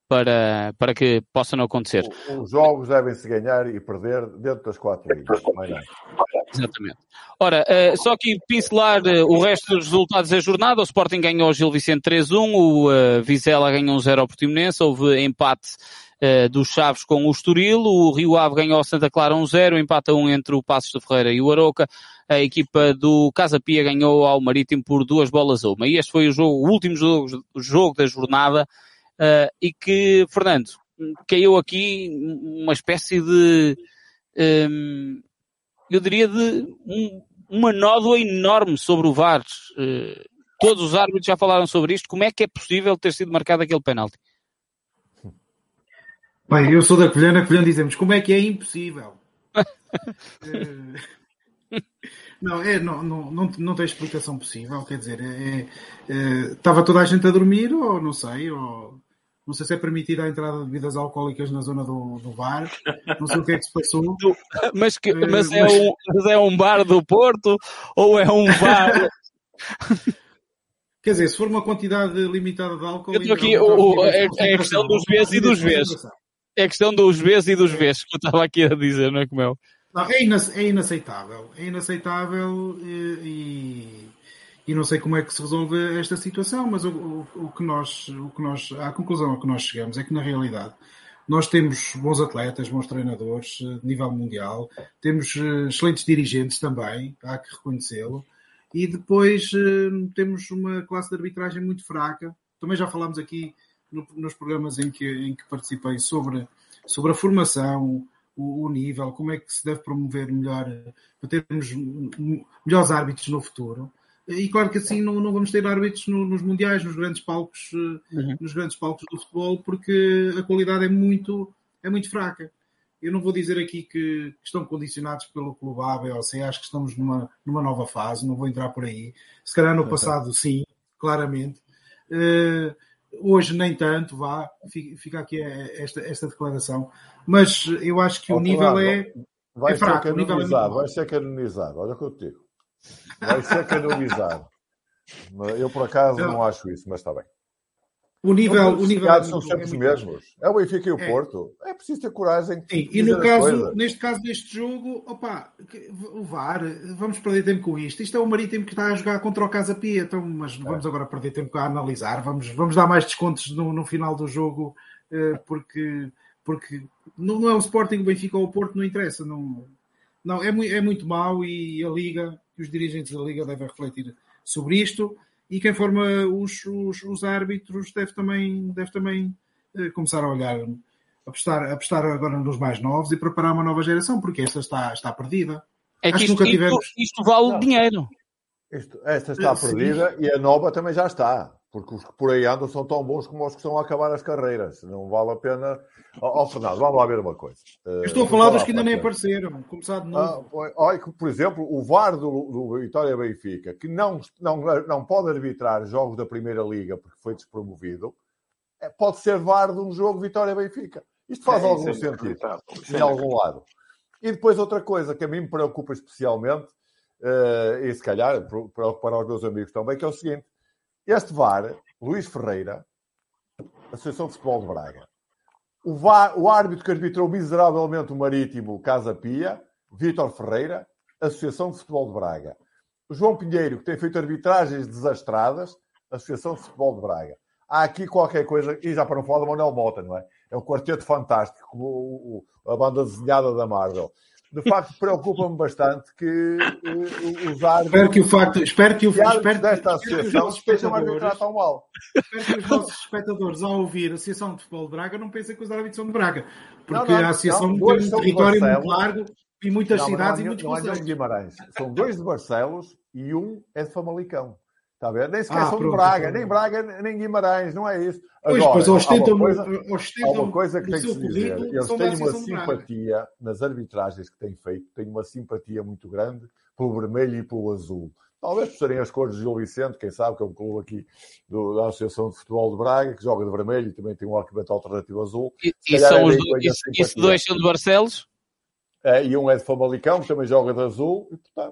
Speaker 1: para, para que possa não acontecer.
Speaker 3: Os jogos devem-se ganhar e perder dentro das quatro linhas.
Speaker 1: Exatamente. Ora, uh, só aqui pincelar uh, o resto dos resultados da jornada. O Sporting ganhou o Gil Vicente três a um, o uh, Vizela ganhou um zero ao Portimonense, houve empate uh, dos Chaves com o Estoril, o Rio Ave ganhou ao Santa Clara um zero, empate a um entre o Passos de Ferreira e o Arouca, a equipa do Casa Pia ganhou ao Marítimo por duas bolas a uma. E este foi o, jogo, o último jogo, o jogo da jornada uh, e que, Fernando, caiu aqui uma espécie de... Um, eu diria de um, uma nódoa enorme sobre o V A R. Uh, todos os árbitros já falaram sobre isto. Como é que é possível ter sido marcado aquele penalti?
Speaker 2: Bem, eu sou da Colhana, a Colhana dizemos, como é que é impossível? uh, não, é, não, não, não, não tem explicação possível, quer dizer, é, é, estava toda a gente a dormir, ou não sei, ou... Não sei se é permitida a entrada de bebidas alcoólicas na zona do, do bar. Não sei o que é que se passou.
Speaker 1: Mas, que, mas, é, mas... Um, mas é um bar do Porto ou é um bar...
Speaker 2: Quer dizer, se for uma quantidade limitada de álcool...
Speaker 1: Eu estou aqui, o, é, é a questão dos Vs e dos Vs. É a questão dos Vs e dos Vs que eu estava aqui a dizer, não é como é?
Speaker 2: Não, é, inace, é inaceitável. É inaceitável e... e... E não sei como é que se resolve esta situação, mas o, o, o, que nós, o que nós, a conclusão a que nós chegamos é que, na realidade, nós temos bons atletas, bons treinadores de nível mundial, temos excelentes dirigentes também, há que reconhecê-lo, e depois temos uma classe de arbitragem muito fraca. Também já falámos aqui no, nos programas em que, em que participei sobre, sobre a formação, o, o nível, como é que se deve promover melhor, para termos melhores árbitros no futuro. E claro que assim não, não vamos ter árbitros no, nos mundiais, nos grandes palcos, uhum. nos grandes palcos do futebol, porque a qualidade é muito, é muito fraca. Eu não vou dizer aqui que estão condicionados pelo Clube A, B ou C, acho que estamos numa, numa nova fase, não vou entrar por aí. Se calhar no passado sim, claramente. Uh, hoje nem tanto, vá, fica aqui esta, esta declaração. Mas eu acho que o nível é,
Speaker 3: vai
Speaker 2: é fraco.
Speaker 3: Ser
Speaker 2: o nível é
Speaker 3: vai ser canonizado, olha o que eu te digo. Vai ser canonizado. Eu, por acaso, não, não acho isso, mas está bem.
Speaker 2: O nível...
Speaker 3: Os
Speaker 2: o nível
Speaker 3: são sempre os mesmos. É o Benfica e o é. Porto. É preciso ter coragem.
Speaker 2: Sim, e no caso, neste caso deste jogo, opa, o V A R, vamos perder tempo com isto. Isto é o Marítimo que está a jogar contra o Casa Pia, então, mas é. vamos agora perder tempo a analisar. Vamos, vamos dar mais descontos no, no final do jogo, porque, porque não, não é o Sporting, o Benfica ou o Porto, não interessa. Não, não, é, muito, é muito mau e a Liga... os dirigentes da Liga devem refletir sobre isto e quem forma os, os, os árbitros deve também, deve também eh, começar a olhar, a apostar, a apostar agora nos mais novos e preparar uma nova geração, porque esta está, está perdida.
Speaker 1: É que Acho isto, que nunca tivemos... isto, isto vale não. dinheiro.
Speaker 3: Isto, esta está Sim. perdida e a nova também já está, porque os que por aí andam são tão bons como os que estão a acabar as carreiras. Não vale a pena... Ó, oh, Fernando, vamos lá ver uma coisa.
Speaker 2: Eu estou a falar dos que ainda nem apareceram. Começar de novo.
Speaker 3: Ah, olha, por exemplo, o V A R do, do Vitória Benfica, que não, não, não pode arbitrar jogos da Primeira Liga porque foi despromovido, pode ser V A R de um jogo Vitória Benfica. Isto faz é, algum sentido, em algum lado. E depois outra coisa que a mim me preocupa especialmente, uh, e se calhar preocupar os meus amigos também, que é o seguinte: este V A R, Luís Ferreira, Associação de Futebol de Braga, O, VAR, o árbitro que arbitrou miseravelmente o Marítimo, Casa Pia, Vítor Ferreira, Associação de Futebol de Braga. O João Pinheiro, que tem feito arbitragens desastradas, Associação de Futebol de Braga. Há aqui qualquer coisa, e já para não falar do Manuel Mota, não é? É um quarteto fantástico, como o, o, a banda desenhada da Marvel. De facto, preocupa-me bastante que uh, os árbitros...
Speaker 2: Espero que o facto... Espero que o
Speaker 3: espero, desta associação estejam a arbitrar tão mal.
Speaker 2: Espero que os nossos espectadores, ao ouvir a Associação de Futebol de Braga, não pensem que os árbitros são de Braga. Porque não, não, a Associação não, tem um território muito largo e muitas não, cidades não, e muitos
Speaker 3: concelhos. Não é de Guimarães. São dois de Barcelos e um é de Famalicão. Está a ver? Nem sequer ah, são pronto, de Braga. Pronto. Nem Braga, nem Guimarães. Não é isso.
Speaker 2: Pois, Agora, pois ostentam,
Speaker 3: há uma coisa,
Speaker 2: ostentam
Speaker 3: há uma coisa que tem que se dizer. Eles têm uma simpatia nas arbitragens que têm feito. Têm uma simpatia muito grande pelo vermelho e pelo azul. Talvez por serem as cores de Gil Vicente, quem sabe, que é um clube aqui do, da Associação de Futebol de Braga, que joga de vermelho e também tem um arquivamento alternativo azul.
Speaker 1: E, e são os dois, isso, isso dois são de Barcelos?
Speaker 3: É, e um é de Famalicão, que também joga de azul. E, portanto,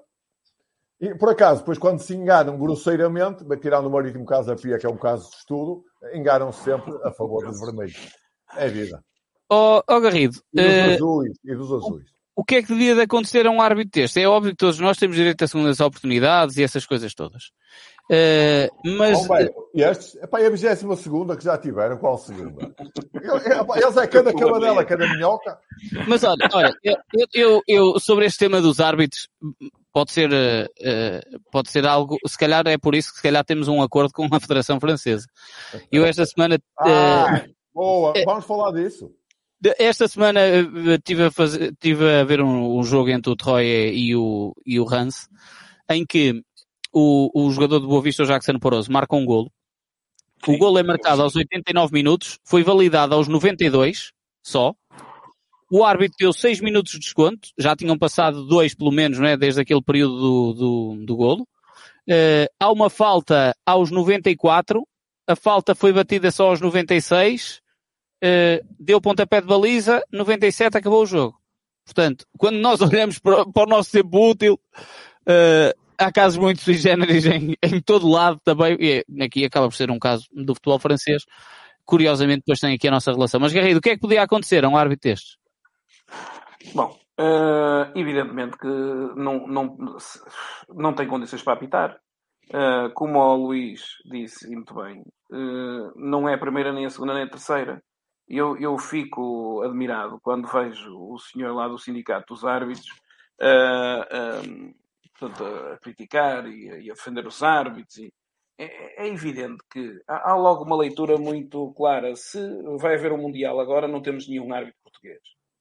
Speaker 3: e por acaso, depois quando se enganam grosseiramente, tirando o Marítimo Casa Pia, que é um caso de estudo, enganam-se sempre a favor do vermelho. É vida.
Speaker 1: Ó oh, oh Garrido.
Speaker 3: E dos
Speaker 1: uh,
Speaker 3: azuis. E dos azuis.
Speaker 1: O, o que é que devia de acontecer a um árbitro deste? É óbvio que todos nós temos direito a segundas oportunidades e essas coisas todas. Uh, mas...
Speaker 3: Oh, bem, estes, epá, é a vigésima segunda que já tiveram, qual segunda? Eles é cada cabanela, cada minhoca.
Speaker 1: Mas olha, olha eu, eu, eu sobre este tema dos árbitros, pode ser, uh, pode ser algo, se calhar é por isso que se calhar temos um acordo com a Federação Francesa. Eu esta semana...
Speaker 3: Ah,
Speaker 1: uh,
Speaker 3: boa, vamos falar disso.
Speaker 1: Esta semana estive a, fazer, tive a ver um, um jogo entre o Troyes e o, e o Reims, em que o, o jogador de Boa Vista, o Jackson Poroso, marca um golo. O sim, golo é marcado aos oitenta e nove minutos, foi validado aos noventa e dois só. O árbitro deu seis minutos de desconto, já tinham passado dois pelo menos, não é, desde aquele período do, do, do golo. Uh, há uma falta aos noventa e quatro, a falta foi batida só aos noventa e seis, uh, deu pontapé de baliza, noventa e sete acabou o jogo. Portanto, quando nós olhamos para, para o nosso tempo útil, uh, há casos muito sui generis em, em todo lado também, e aqui acaba por ser um caso do futebol francês. Curiosamente, depois tem aqui a nossa relação. Mas, Garrido, o que é que podia acontecer a um árbitro destes?
Speaker 4: Bom, uh, evidentemente que não, não, não tem condições para apitar. Uh, como o Luís disse, e muito bem, uh, não é a primeira, nem a segunda, nem a terceira. Eu, eu fico admirado quando vejo o senhor lá do sindicato dos árbitros uh, um, portanto, a criticar e a, e a defender os árbitros. E é, é evidente que há, há logo uma leitura muito clara. Se vai haver um Mundial agora, não temos nenhum árbitro português.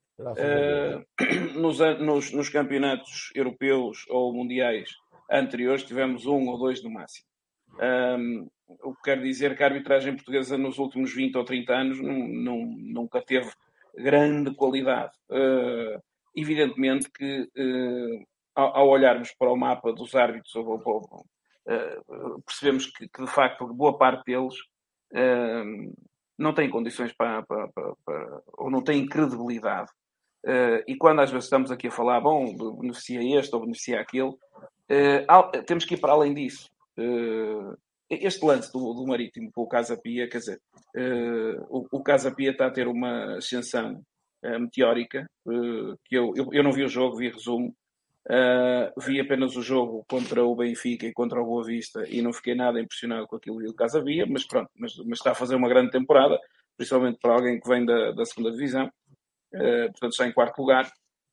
Speaker 4: Uh, nos, nos, nos campeonatos europeus ou mundiais anteriores tivemos um ou dois no máximo. Um, o que quer dizer que a arbitragem portuguesa nos últimos vinte ou trinta anos não, não, nunca teve grande qualidade. Uh, evidentemente que uh, ao, ao olharmos para o mapa dos árbitros, ou, ou, uh, percebemos que, que de facto boa parte deles uh, não têm condições para, para, para, para ou não têm credibilidade. Uh, e quando às vezes estamos aqui a falar, bom, beneficia este ou beneficia aquele, uh, temos que ir para além disso. Uh, este lance do, do Marítimo com o Casa Pia, quer dizer, uh, o, o Casa Pia está a ter uma ascensão uh, meteórica, uh, que eu, eu, eu não vi o jogo, vi resumo, uh, vi apenas o jogo contra o Benfica e contra o Boa Vista e não fiquei nada impressionado com aquilo que o Casa Pia, mas pronto, mas, mas está a fazer uma grande temporada, principalmente para alguém que vem da, da segunda divisão. Uh, portanto está em quarto lugar,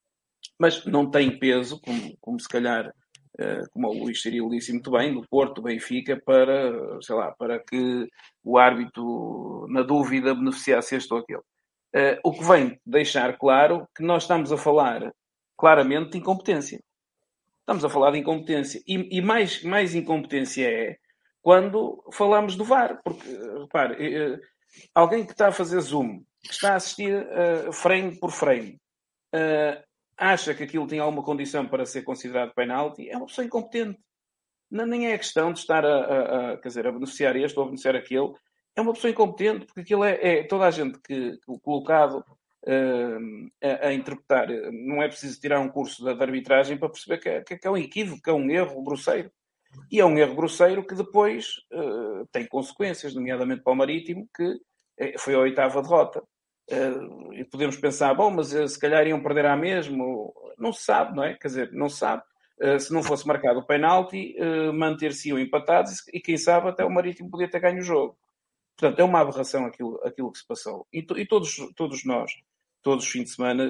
Speaker 4: mas não tem peso, como, como se calhar, uh, como o Luís Cirilo disse muito bem, do Porto, do Benfica, para, sei lá, para que o árbitro, na dúvida, beneficiasse este ou aquele. Uh, o que vem deixar claro que nós estamos a falar claramente de incompetência. Estamos a falar de incompetência. E, e mais, mais incompetência é quando falamos do V A R, porque, repare, uh, alguém que está a fazer zoom, que está a assistir uh, frame por frame, uh, acha que aquilo tem alguma condição para ser considerado penalti, é uma pessoa incompetente. Não, nem é questão de estar a, a, a, quer dizer, a beneficiar este ou a beneficiar aquele. É uma pessoa incompetente, porque aquilo é, é toda a gente que, que colocado uh, a, a interpretar. Não é preciso tirar um curso de, de arbitragem para perceber que é, que é um equívoco, que é um erro grosseiro. E é um erro grosseiro que depois uh, tem consequências, nomeadamente para o Marítimo, que foi a oitava derrota. Uh, e podemos pensar, bom, mas uh, se calhar iam perder à mesma. Não se sabe, não é? Quer dizer, não se sabe. Uh, se não fosse marcado o penalti, uh, manter-se-iam empatados e, quem sabe, até o Marítimo podia ter ganho o jogo. Portanto, é uma aberração aquilo, aquilo que se passou. E, to, e todos, todos nós, todos os fins de semana,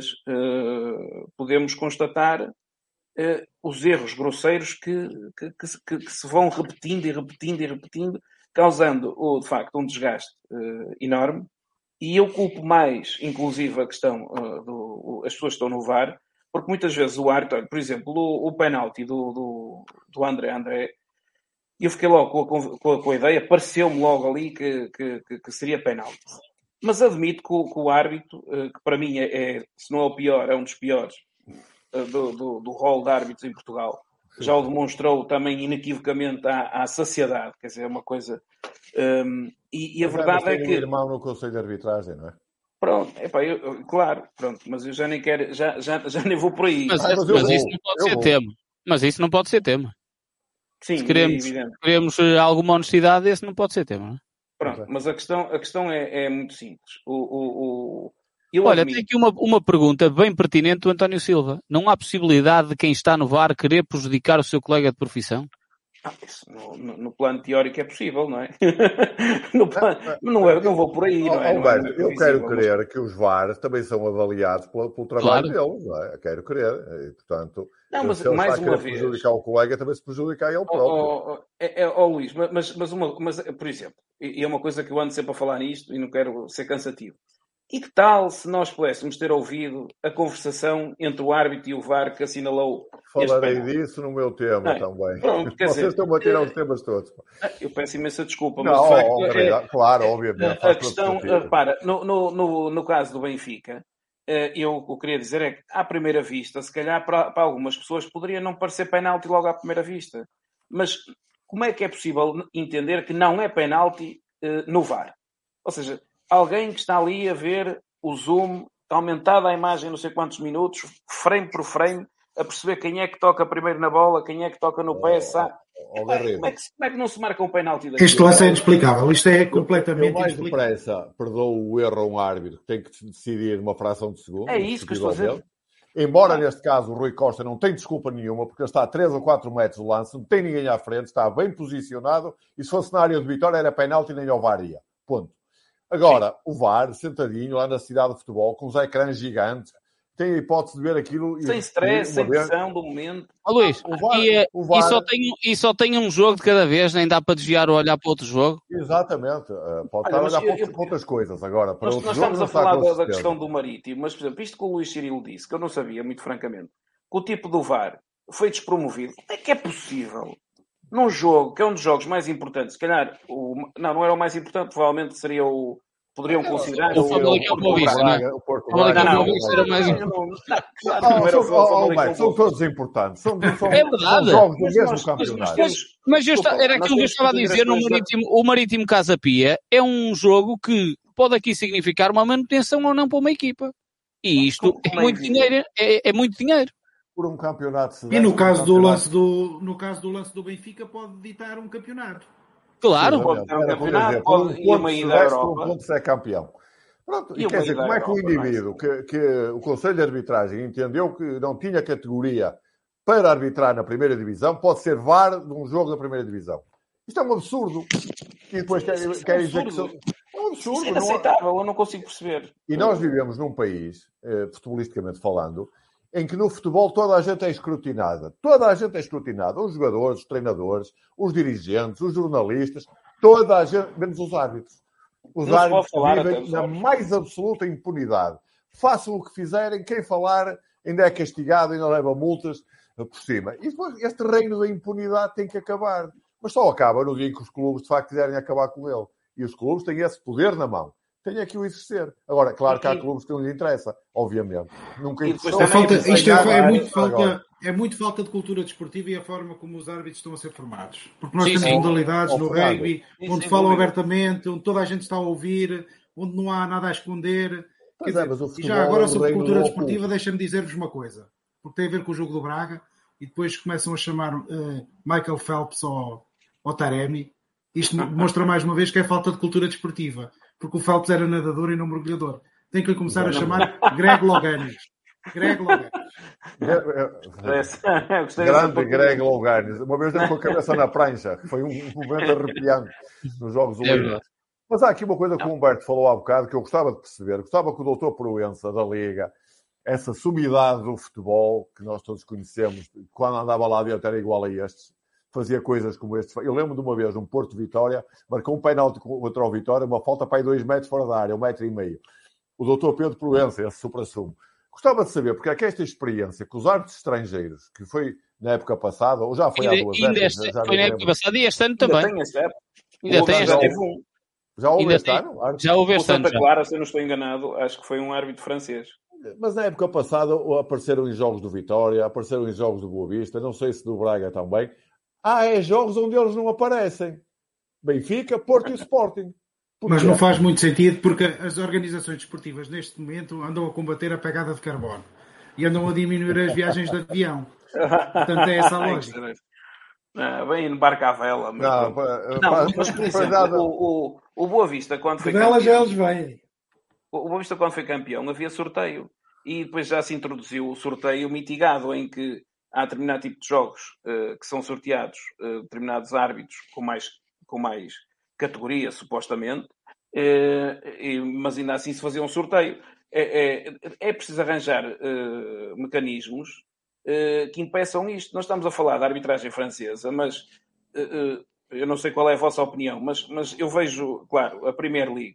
Speaker 4: uh, podemos constatar uh, os erros grosseiros que, que, que, que se vão repetindo e repetindo e repetindo, causando, de facto, um desgaste uh, enorme. E eu culpo mais, inclusive, a questão uh, do... As pessoas estão no V A R, porque muitas vezes o árbitro, por exemplo, o, o penalti do, do, do André André, eu fiquei logo com a, com a, com a ideia, pareceu-me logo ali que, que, que, que seria penalti. Mas admito que o, que o árbitro, uh, que para mim é, é, se não é o pior, é um dos piores uh, do, do, do rol de árbitros em Portugal, já o demonstrou também inequivocamente à, à saciedade, quer dizer, é uma coisa... Um, e, e a verdade é que...
Speaker 3: um irmão no Conselho de Arbitragem, não é?
Speaker 4: Pronto, epá, eu, eu, claro, pronto, mas eu já nem quero, já, já, já nem vou por aí.
Speaker 1: Mas, ah, mas, mas isso não pode ser vou. tema. Mas isso não pode ser tema.
Speaker 4: Sim,
Speaker 1: se queremos,
Speaker 4: é evidente.
Speaker 1: queremos alguma honestidade, esse não pode ser tema, não é?
Speaker 4: Pronto, mas a questão, a questão é, é muito simples. O, o, o... Eu
Speaker 1: Olha,
Speaker 4: admito...
Speaker 1: tem aqui uma, uma pergunta bem pertinente do António Silva. Não há possibilidade de quem está no V A R querer prejudicar o seu colega de profissão?
Speaker 4: Ah, isso no, no, no plano teórico é possível, não é? no plano, não, é não vou por aí, não é?
Speaker 3: Oh,
Speaker 4: não é
Speaker 3: Alberto, eu quero crer
Speaker 4: mas...
Speaker 3: que os V A Rs também são avaliados pelo, pelo trabalho
Speaker 1: Claro.
Speaker 3: deles, não é? Eu quero crer. E, portanto,
Speaker 4: não, mas,
Speaker 3: se ele
Speaker 4: mais
Speaker 3: está a
Speaker 4: uma
Speaker 3: querer
Speaker 4: vez...
Speaker 3: prejudicar o colega, também se prejudica a ele próprio.
Speaker 4: Oh, oh, é, é, oh Luís, mas, mas, uma, mas, por exemplo, e é uma coisa que eu ando sempre a falar nisto e não quero ser cansativo. E que tal se nós pudéssemos ter ouvido a conversação entre o árbitro e o V A R que assinalou
Speaker 3: Falarei
Speaker 4: este
Speaker 3: disso no meu tema
Speaker 4: é?
Speaker 3: também.
Speaker 4: Pronto, quer
Speaker 3: Vocês
Speaker 4: dizer,
Speaker 3: estão a tirar os temas todos.
Speaker 4: Eu peço imensa desculpa,
Speaker 3: não,
Speaker 4: mas de facto...
Speaker 3: oh,
Speaker 4: é,
Speaker 3: claro,
Speaker 4: é,
Speaker 3: obviamente.
Speaker 4: A questão, para, no, no, no, no caso do Benfica, eu o que eu queria dizer é que, à primeira vista, se calhar para, para algumas pessoas poderia não parecer penalti logo à primeira vista. Mas como é que é possível entender que não é penalti uh, no V A R? Ou seja, alguém que está ali a ver o zoom, aumentada a imagem não sei quantos minutos, frame por frame, a perceber quem é que toca primeiro na bola, quem é que toca no pé, sabe?
Speaker 3: Oh, oh,
Speaker 4: Epá, como, é que, como é que não se marca um penalti daqui?
Speaker 2: Este lance é inexplicável. Isto é completamente
Speaker 3: eu, eu mais
Speaker 2: inexplicável.
Speaker 3: depressa perdoo o erro a um árbitro que tem que decidir numa fração de segundo.
Speaker 4: É isso que eu estou a dizer.
Speaker 3: Embora, neste caso, o Rui Costa não tem desculpa nenhuma, porque ele está a três ou quatro metros do lance, não tem ninguém à frente, está bem posicionado, e se fosse na área de Vitória era penalti e nem o V A R ia. Ponto. Agora, sim, o V A R, sentadinho lá na cidade de futebol, com os ecrãs gigantes, tem a hipótese de ver aquilo...
Speaker 4: Sem stress, sem pressão do momento.
Speaker 1: Oh, Luís,
Speaker 3: o V A R,
Speaker 1: e,
Speaker 3: o V A R...
Speaker 1: e, só tem, e só tem um jogo de cada vez, nem dá para desviar ou olhar para outro jogo?
Speaker 3: Exatamente. Pode estar a olhar para, para outras coisas agora. Para
Speaker 4: nós nós
Speaker 3: jogo,
Speaker 4: estamos a falar da, da questão do Marítimo, mas, por exemplo, isto que o Luís Cirilo disse, que eu não sabia, muito francamente, que o tipo do V A R foi despromovido. Como é que é possível? Num jogo, que é um dos jogos mais importantes, se calhar, o, não, não era o mais importante, provavelmente seria o... Poderiam considerar
Speaker 1: o Famalicão Boa Vista, não é?
Speaker 3: O Porto
Speaker 1: Braga
Speaker 3: não,
Speaker 1: era mais
Speaker 3: importante. São todos importantes. São, são,
Speaker 1: é verdade.
Speaker 3: São jogos do mesmo campeonato.
Speaker 1: Mas, mas eu está, era aquilo que eu estava a dizer no Marítimo, o Marítimo Casa Pia é um jogo que pode aqui significar uma manutenção ou não para uma equipa. E isto é muito dinheiro. É, é muito dinheiro.
Speaker 3: Por um campeonato.
Speaker 2: E no caso do lance do, no caso do lance do Benfica pode ditar um campeonato.
Speaker 1: Claro.
Speaker 4: Pode ter um
Speaker 3: Era,
Speaker 4: campeonato,
Speaker 3: dizer,
Speaker 4: pode ir uma ida à Europa.
Speaker 3: Um ponto de ser campeão. Pronto, e,
Speaker 4: e
Speaker 3: quer dizer, como é que o indivíduo,
Speaker 4: Europa,
Speaker 3: que, que o Conselho de Arbitragem entendeu que não tinha categoria para arbitrar na primeira divisão, pode ser V A R de um jogo da primeira divisão? Isto é um absurdo. E depois querem quer
Speaker 4: é
Speaker 3: dizer que são... É um absurdo.
Speaker 4: Isso é inaceitável, eu não consigo perceber.
Speaker 3: E nós vivemos num país, eh, futebolisticamente falando, em que no futebol toda a gente é escrutinada. Toda a gente é escrutinada. Os jogadores, os treinadores, os dirigentes, os jornalistas, toda a gente, menos os árbitros. Os
Speaker 4: não
Speaker 3: árbitros vivem
Speaker 4: até,
Speaker 3: na mais absoluta impunidade. Façam o que fizerem, quem falar ainda é castigado, ainda leva multas por cima. E depois, este reino da impunidade tem que acabar. Mas só acaba no dia em que os clubes, de facto, quiserem acabar com ele. E os clubes têm esse poder na mão. Tem aqui o exercer. Agora, claro que há clubes que não lhes interessa, obviamente. Nunca
Speaker 2: interessou. Falta, isto é, é, muito falta, é muito falta de cultura desportiva e a forma como os árbitros estão a ser formados. Porque nós sim, temos sim. modalidades no rugby, onde falam dúvida. abertamente, onde toda a gente está a ouvir, onde não há nada a esconder. Quer dizer, é, e já agora sobre cultura desportiva, deixa-me dizer-vos uma coisa. Porque tem a ver com o jogo do Braga, e depois começam a chamar uh, Michael Phelps ou, ou Taremi. Isto mostra mais uma vez que é falta de cultura desportiva. Porque o Phelps era nadador e não mergulhador. Tem que lhe começar a chamar Greg Loganis. Greg Loganis.
Speaker 3: Grande Greg Loganis. Uma vez deu com a cabeça na prancha. Foi um momento arrepiante nos Jogos Olímpicos. Mas há aqui uma coisa que o Humberto falou há bocado que eu gostava de perceber. Gostava que o doutor Proença, da Liga, essa sumidade do futebol que nós todos conhecemos, quando andava lá dentro era igual a estes, fazia coisas como este. Eu lembro de uma vez, um Porto Vitória, marcou um penalti contra o Vitória, uma falta para aí dois metros fora da área, um metro e meio. O doutor Pedro Proença, esse supra-sumo. Gostava de saber, porque é que esta experiência com os árbitros estrangeiros, que foi na época passada, ou já foi há duas épocas...
Speaker 1: Este, já foi na época passada e este ano também. Ainda tem este ano.
Speaker 4: Ainda tem este
Speaker 3: ano. Já houve este ano?
Speaker 1: Já houve este ano.
Speaker 4: Santa Clara, se eu não estou enganado, acho que foi um árbitro francês.
Speaker 3: Mas na época passada apareceram em jogos do Vitória, apareceram em jogos do Boa Vista, não sei se do Braga também. Ah, é jogos onde eles não aparecem. Benfica, Porto e Sporting.
Speaker 2: Porque Mas não faz muito sentido porque as organizações desportivas neste momento andam a combater a pegada de carbono e andam a diminuir as viagens de avião. Portanto, é essa a lógica.
Speaker 4: Ah, bem embarca a vela. Mas
Speaker 3: Não,
Speaker 4: não,
Speaker 3: para,
Speaker 4: não
Speaker 3: para,
Speaker 4: mas por
Speaker 3: para
Speaker 4: exemplo,
Speaker 3: nada.
Speaker 4: o, o, o Boa Vista, quando foi
Speaker 2: Vela já
Speaker 4: campeão,
Speaker 2: eles vêm.
Speaker 4: o Boa Vista, quando foi campeão, havia sorteio. E depois já se introduziu o sorteio mitigado, em que há determinado tipo de jogos uh, que são sorteados, uh, determinados árbitros com mais, com mais categoria, supostamente, uh, e, mas ainda assim se fazia um sorteio. É, é, é preciso arranjar uh, mecanismos uh, que impeçam isto. Nós estamos a falar da arbitragem francesa, mas uh, uh, eu não sei qual é a vossa opinião, mas, mas eu vejo, claro, a Premier League,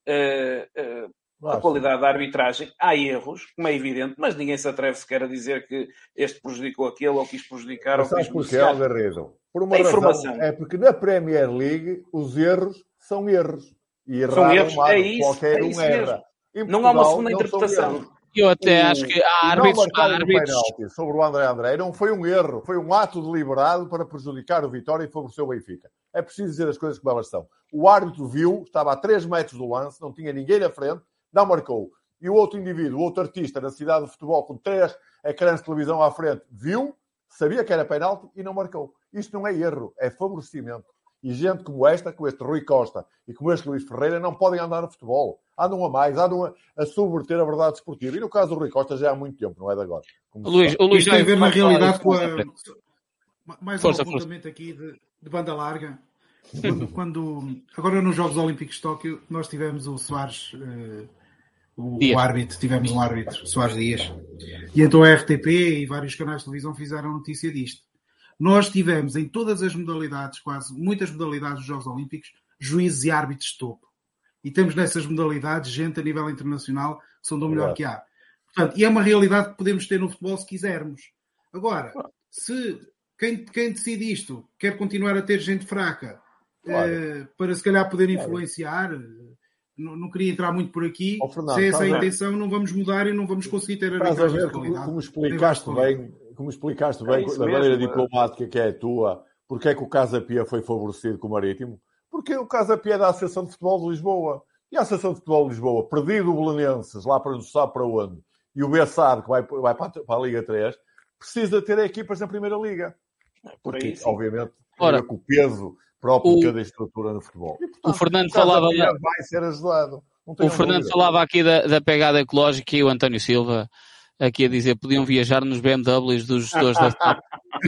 Speaker 4: uh, uh, a qualidade da arbitragem, há erros, como é evidente, mas ninguém se atreve sequer a dizer que este prejudicou aquele ou quis prejudicar
Speaker 3: Mas
Speaker 4: ou quis
Speaker 3: sabes porquê,
Speaker 4: beneficiar.
Speaker 3: Algarredo? Por uma
Speaker 4: A
Speaker 3: razão,
Speaker 4: informação.
Speaker 3: é porque na Premier League os erros são erros. E errar
Speaker 4: São erros,
Speaker 3: humano,
Speaker 4: é isso,
Speaker 3: qualquer
Speaker 4: é
Speaker 3: um
Speaker 4: isso
Speaker 3: erra.
Speaker 4: mesmo.
Speaker 3: Em
Speaker 4: Não há uma
Speaker 3: Portugal,
Speaker 4: segunda
Speaker 3: não são
Speaker 4: interpretação.
Speaker 3: erros.
Speaker 1: Eu até
Speaker 3: O,
Speaker 1: acho que há
Speaker 3: o
Speaker 1: árbitros...
Speaker 3: não marcar
Speaker 1: Há
Speaker 3: o
Speaker 1: árbitros...
Speaker 3: penalti sobre o André André não foi um erro, foi um ato deliberado para prejudicar o Vitória e favorecer o Benfica. É preciso dizer as coisas como elas são. O árbitro viu, estava a três metros do lance, não tinha ninguém na frente, não marcou. E o outro indivíduo, o outro artista na cidade de futebol, com três ecrãs de televisão à frente, viu, sabia que era penalti e não marcou. Isto não é erro, é favorecimento. E gente como esta, como este Rui Costa e como este Luís Ferreira, não podem andar no futebol. Andam a mais, andam a, a subverter a verdade desportiva. E no caso do Rui Costa já há muito tempo, não é de agora.
Speaker 1: O Luís, o Luís
Speaker 2: Isto tem a ver na realidade com a... Mais um
Speaker 1: força,
Speaker 2: apontamento
Speaker 1: força.
Speaker 2: aqui de, de banda larga. Quando, quando, agora nos Jogos Olímpicos de Tóquio, nós tivemos o Soares, uh, o, o árbitro, tivemos um árbitro, Soares Dias. E então a R T P e vários canais de televisão fizeram notícia disto. Nós tivemos em todas as modalidades, quase muitas modalidades dos Jogos Olímpicos, juízes e árbitros de topo. E temos nessas modalidades gente a nível internacional que são do melhor que há. Portanto, e é uma realidade que podemos ter no futebol se quisermos. Agora, se quem, quem decide isto quer continuar a ter gente fraca, claro, eh, para se calhar poder influenciar, claro, não, não queria entrar muito por aqui. Oh, Fernando, se é essa a intenção, não vamos mudar e não vamos conseguir ter arbitragem de qualidade.
Speaker 3: Como explicaste bem, como explicaste bem,
Speaker 4: é
Speaker 3: da maneira diplomática que é a tua, porque é que o Casa Pia foi favorecido com o Marítimo? Porque o Casa Pia é da Associação de Futebol de Lisboa. E a Associação de Futebol de Lisboa, perdido o Belenenses, lá para não se sabe para onde, e o Bessade, que vai, vai para, a, para a Liga três, precisa ter equipas na Primeira Liga. Porque, aí, obviamente, Ora, com o peso próprio o, de cada estrutura no futebol. E, portanto,
Speaker 1: o Fernando o falava...
Speaker 3: Da... vai ser ajudado.
Speaker 1: O Fernando dúvida. falava aqui da, da pegada ecológica e o António Silva aqui a dizer podiam viajar nos B M Ws dos gestores da S A P.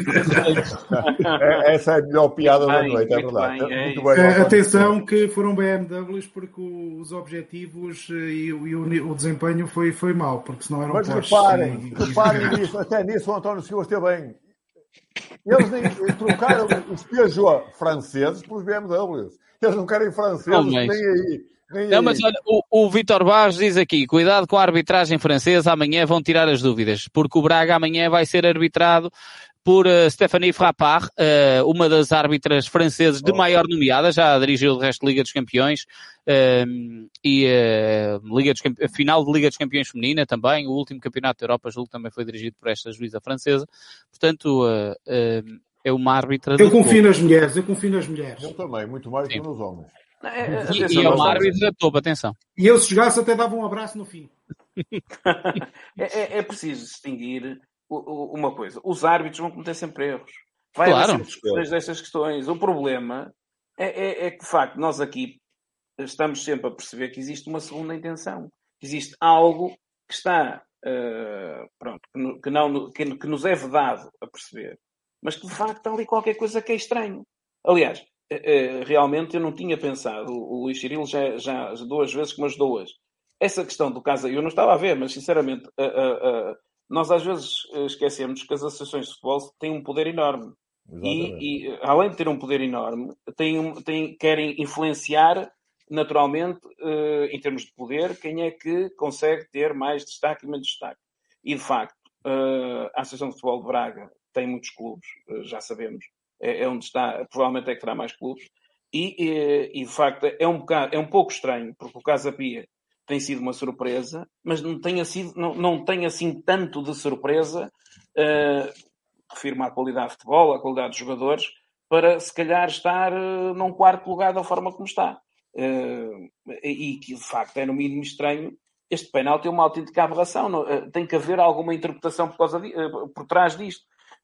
Speaker 3: Essa é a melhor piada da noite, é verdade.
Speaker 2: Bem, é muito bem, é, atenção que foram B M Ws porque os objetivos e, o, e o, o desempenho foi, foi mau, porque senão eram
Speaker 3: Mas
Speaker 2: Porsche.
Speaker 3: reparem,
Speaker 2: E,
Speaker 3: reparem nisso, até nisso o António Silva esteve bem. Eles nem trocaram os Peugeot franceses pelos B M Ws. Eles não querem franceses, oh, nem aí.
Speaker 1: Não, mas olha, o, o Vítor Barros diz aqui, cuidado com a arbitragem francesa, amanhã vão tirar as dúvidas, porque o Braga amanhã vai ser arbitrado por uh, Stéphanie Frappart, uh, uma das árbitras francesas de oh. maior nomeada, já dirigiu o resto da Liga dos Campeões, uh, e uh, Liga dos Campe... final de Liga dos Campeões feminina também, o último campeonato da Europa, julgo, também foi dirigido por esta juíza francesa, portanto, uh, uh, é uma árbitra...
Speaker 2: Eu confio nas mulheres, eu confio nas mulheres.
Speaker 3: Eu também, muito mais do que nos homens.
Speaker 4: É, é,
Speaker 1: e, e é uma árbitra de topo, atenção.
Speaker 2: E eu, se jogasse, até dava um abraço no fim.
Speaker 4: é, é, é preciso distinguir uma coisa. Os árbitros vão cometer sempre erros. Vai
Speaker 1: claro.
Speaker 4: haver discussões destas questões. O problema é, é, é que, de facto, nós aqui estamos sempre a perceber que existe uma segunda intenção. Existe algo que está, uh, pronto, que, não, que, que nos é vedado a perceber. Mas que, de facto, está ali qualquer coisa que é estranho. Aliás, realmente eu não tinha pensado, o Luís Cirilo já, já duas vezes que me ajudou hoje. Essa questão do caso, eu não estava a ver, mas sinceramente, uh, uh, uh, nós às vezes esquecemos que as associações de futebol têm um poder enorme. E, e, além de ter um poder enorme, têm, têm, querem influenciar naturalmente, uh, em termos de poder, quem é que consegue ter mais destaque e menos destaque. E de facto, uh, a Associação de Futebol de Braga tem muitos clubes, uh, já sabemos. É onde está, provavelmente é que terá mais clubes, e, e, e de facto é um, bocado, é um pouco estranho, porque o Casa Pia tem sido uma surpresa, mas não tem, sido, não, não tem assim tanto de surpresa, uh, refiro-me à qualidade de futebol, à qualidade dos jogadores, para se calhar estar uh, num quarto lugar da forma como está. Uh, e que de facto é no mínimo estranho. Este penalti é uma autêntica aberração, não, uh, tem que haver alguma interpretação por, causa de, uh, por trás disto.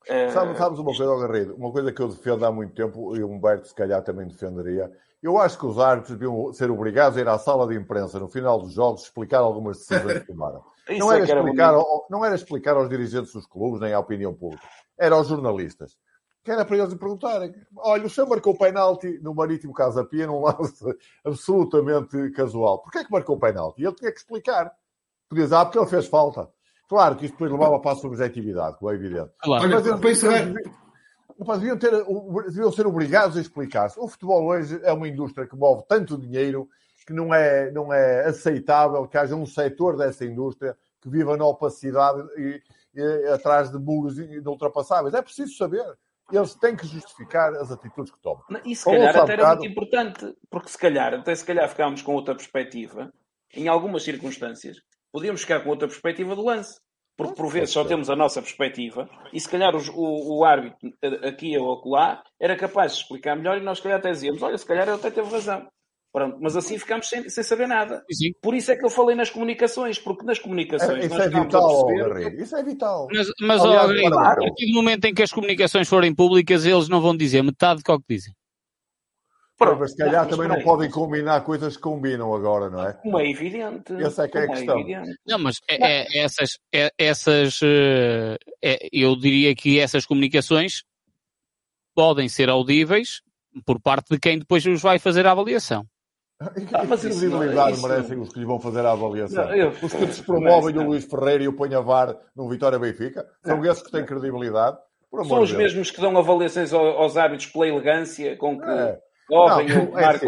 Speaker 3: Uh... Sabe, sabes uma coisa, Garrido? Uma coisa que eu defendo há muito tempo, e o Humberto se calhar também defenderia. Eu acho que os árbitros deviam ser obrigados a ir à sala de imprensa no final dos jogos explicar algumas decisões que tomaram. Não era, é explicar, era não era explicar aos dirigentes dos clubes, nem à opinião pública. Era aos jornalistas. Que era para eles perguntarem. Olha, o senhor marcou penalti no Marítimo Casa Pia num lance absolutamente casual. Porquê é que marcou penalti? E ele tinha que explicar. Podia dizer, ah, porque ele fez falta. Claro que isto depois levava para a subjetividade, como é evidente.
Speaker 2: Claro. Mas eles, eles,
Speaker 3: eles deviam, ter, deviam ser obrigados a explicar-se. O futebol hoje é uma indústria que move tanto dinheiro que não é, não é aceitável que haja um setor dessa indústria que viva na opacidade e, e atrás de muros inultrapassáveis. É preciso saber. Eles têm que justificar as atitudes que tomam.
Speaker 4: E se calhar até era muito importante, porque se calhar, até se calhar ficámos com outra perspectiva, em algumas circunstâncias, podíamos ficar com outra perspectiva do lance. Porque por vezes só temos a nossa perspectiva e se calhar o, o, o árbitro aqui ou acolá era capaz de explicar melhor e nós se calhar até dizíamos, olha, se calhar ele até teve razão. Pronto, mas assim ficamos sem, sem saber nada. Sim. Por isso é que eu falei nas comunicações, porque nas comunicações...
Speaker 3: É, isso, é vital, perceber... isso é vital,
Speaker 1: Mas, mas Aliás, ó, claro. A partir do momento em que as comunicações forem públicas, eles não vão dizer metade do que dizem.
Speaker 3: Pronto, mas se calhar não, também não podem combinar coisas que combinam agora, não é?
Speaker 4: Como é evidente.
Speaker 3: Essa é que é a questão.
Speaker 4: É
Speaker 1: não, mas é, é, essas... É, essas é, eu diria que essas comunicações podem ser audíveis por parte de quem depois os vai fazer a avaliação.
Speaker 3: Ah, mas que credibilidade merecem os que lhe vão fazer a avaliação? Não, eu, os que despromovem o Luís Ferreira e o Ponhavar no Vitória Benfica? São não, esses que têm não. credibilidade?
Speaker 4: São os Deus. mesmos que dão avaliações aos árbitros pela elegância com que é. Ovem ou marcam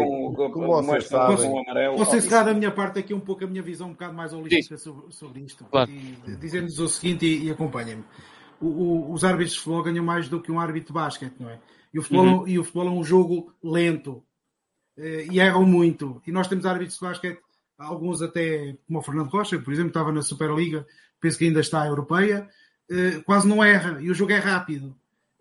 Speaker 2: o amarelo. Posso encerrar da minha parte aqui um pouco a minha visão um bocado mais holística sobre, sobre isto. Claro. E dizer-nos o seguinte e, e acompanhem-me. O, o, os árbitros de futebol ganham mais do que um árbitro de basquete, não é? E o futebol, uhum. e o futebol é um jogo lento. E erram muito. E nós temos árbitros de basquete, alguns até, como o Fernando Rocha, por exemplo, estava na Superliga, penso que ainda está a europeia, quase não erra. E o jogo é rápido.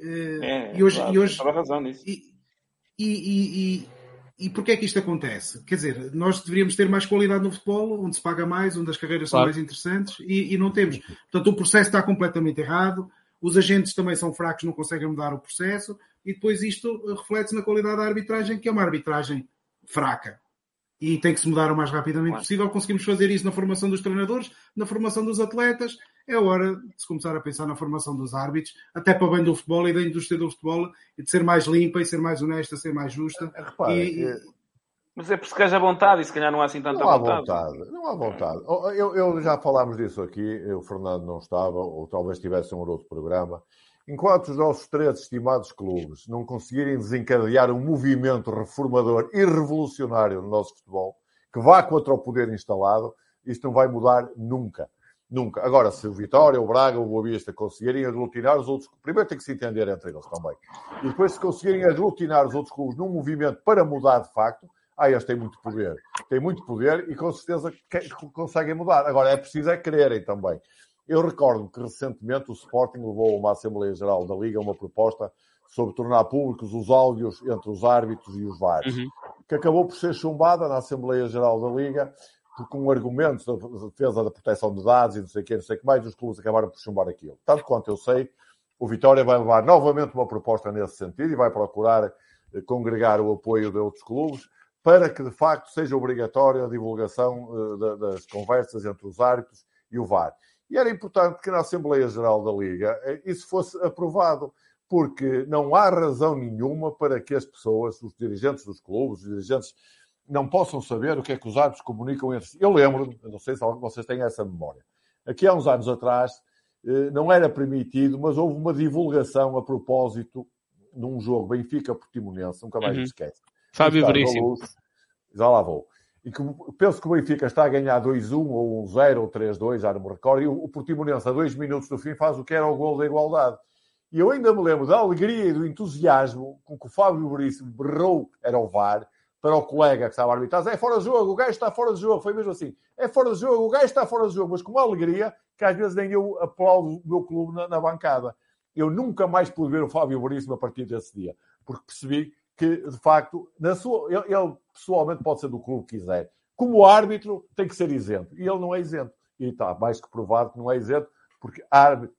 Speaker 4: É,
Speaker 2: e hoje,
Speaker 4: claro,
Speaker 2: e hoje
Speaker 4: tem razão nisso.
Speaker 2: E, e, e, e, e porquê é que isto acontece? Quer dizer, nós deveríamos ter mais qualidade no futebol, onde se paga mais, onde as carreiras claro. são mais interessantes, e, e não temos. Portanto, o processo está completamente errado, os agentes também são fracos, não conseguem mudar o processo, e depois isto reflete-se na qualidade da arbitragem, que é uma arbitragem fraca. E tem que se mudar o mais rapidamente claro. possível. Conseguimos fazer isso na formação dos treinadores, na formação dos atletas. É hora de se começar a pensar na formação dos árbitros, até para o bem do futebol e da indústria do futebol, e de ser mais limpa, e ser mais honesta, ser mais justa.
Speaker 3: É, repara,
Speaker 2: e...
Speaker 3: é...
Speaker 4: Mas é porque se calhar vontade, e se calhar não há assim tanta
Speaker 3: não há
Speaker 4: vontade.
Speaker 3: vontade. Não há vontade. Eu, eu já falámos disso aqui, o Fernando não estava, ou talvez tivesse um outro programa. Enquanto os nossos três estimados clubes não conseguirem desencadear um movimento reformador e revolucionário no nosso futebol, que vá contra o poder instalado, isto não vai mudar nunca. Nunca. Agora, se o Vitória, o Braga, o Boa Vista conseguirem aglutinar os outros... Primeiro tem que se entender entre eles também. E depois, se conseguirem aglutinar os outros clubes num movimento para mudar de facto, ah, eles têm muito poder. Têm muito poder e com certeza que conseguem mudar. Agora, é preciso é quererem também. Eu recordo que recentemente o Sporting levou a uma Assembleia Geral da Liga uma proposta sobre tornar públicos os áudios entre os árbitros e os V A Rs, uhum. que acabou por ser chumbada na Assembleia Geral da Liga, com argumentos da defesa da proteção de dados e não sei o que, não sei o que mais, os clubes acabaram por chumbar aquilo. Tanto quanto eu sei, o Vitória vai levar novamente uma proposta nesse sentido e vai procurar congregar o apoio de outros clubes para que, de facto, seja obrigatória a divulgação uh, das conversas entre os árbitros e o V A R. E era importante que na Assembleia Geral da Liga isso fosse aprovado, porque não há razão nenhuma para que as pessoas, os dirigentes dos clubes, os dirigentes, não possam saber o que é que os árbitros comunicam entre si. Eu lembro, não sei se vocês têm essa memória, aqui há uns anos atrás não era permitido, mas houve uma divulgação a propósito de um jogo Benfica-Portimonense, nunca mais uhum. me esquece.
Speaker 1: Fábio Veríssimo.
Speaker 3: Já lá vou. E que, penso que o Benfica está a ganhar dois a um, ou um zero, ou três a dois, já não me recordo, e o, o Portimonense, a dois minutos do fim, faz o que era o gol da igualdade. E eu ainda me lembro da alegria e do entusiasmo com que o Fábio Veríssimo berrou, era o V A R, para o colega que estava a arbitrar, é fora de jogo, o gajo está fora de jogo, foi mesmo assim, é fora de jogo, o gajo está fora de jogo, mas com uma alegria que às vezes nem eu aplaudo o meu clube na, na bancada. Eu nunca mais pude ver o Fábio Veríssimo a partir desse dia, porque percebi que, de facto, na sua, ele, ele pessoalmente pode ser do clube que quiser. Como árbitro, tem que ser isento. E ele não é isento. E está mais que provado que não é isento, porque árbitro,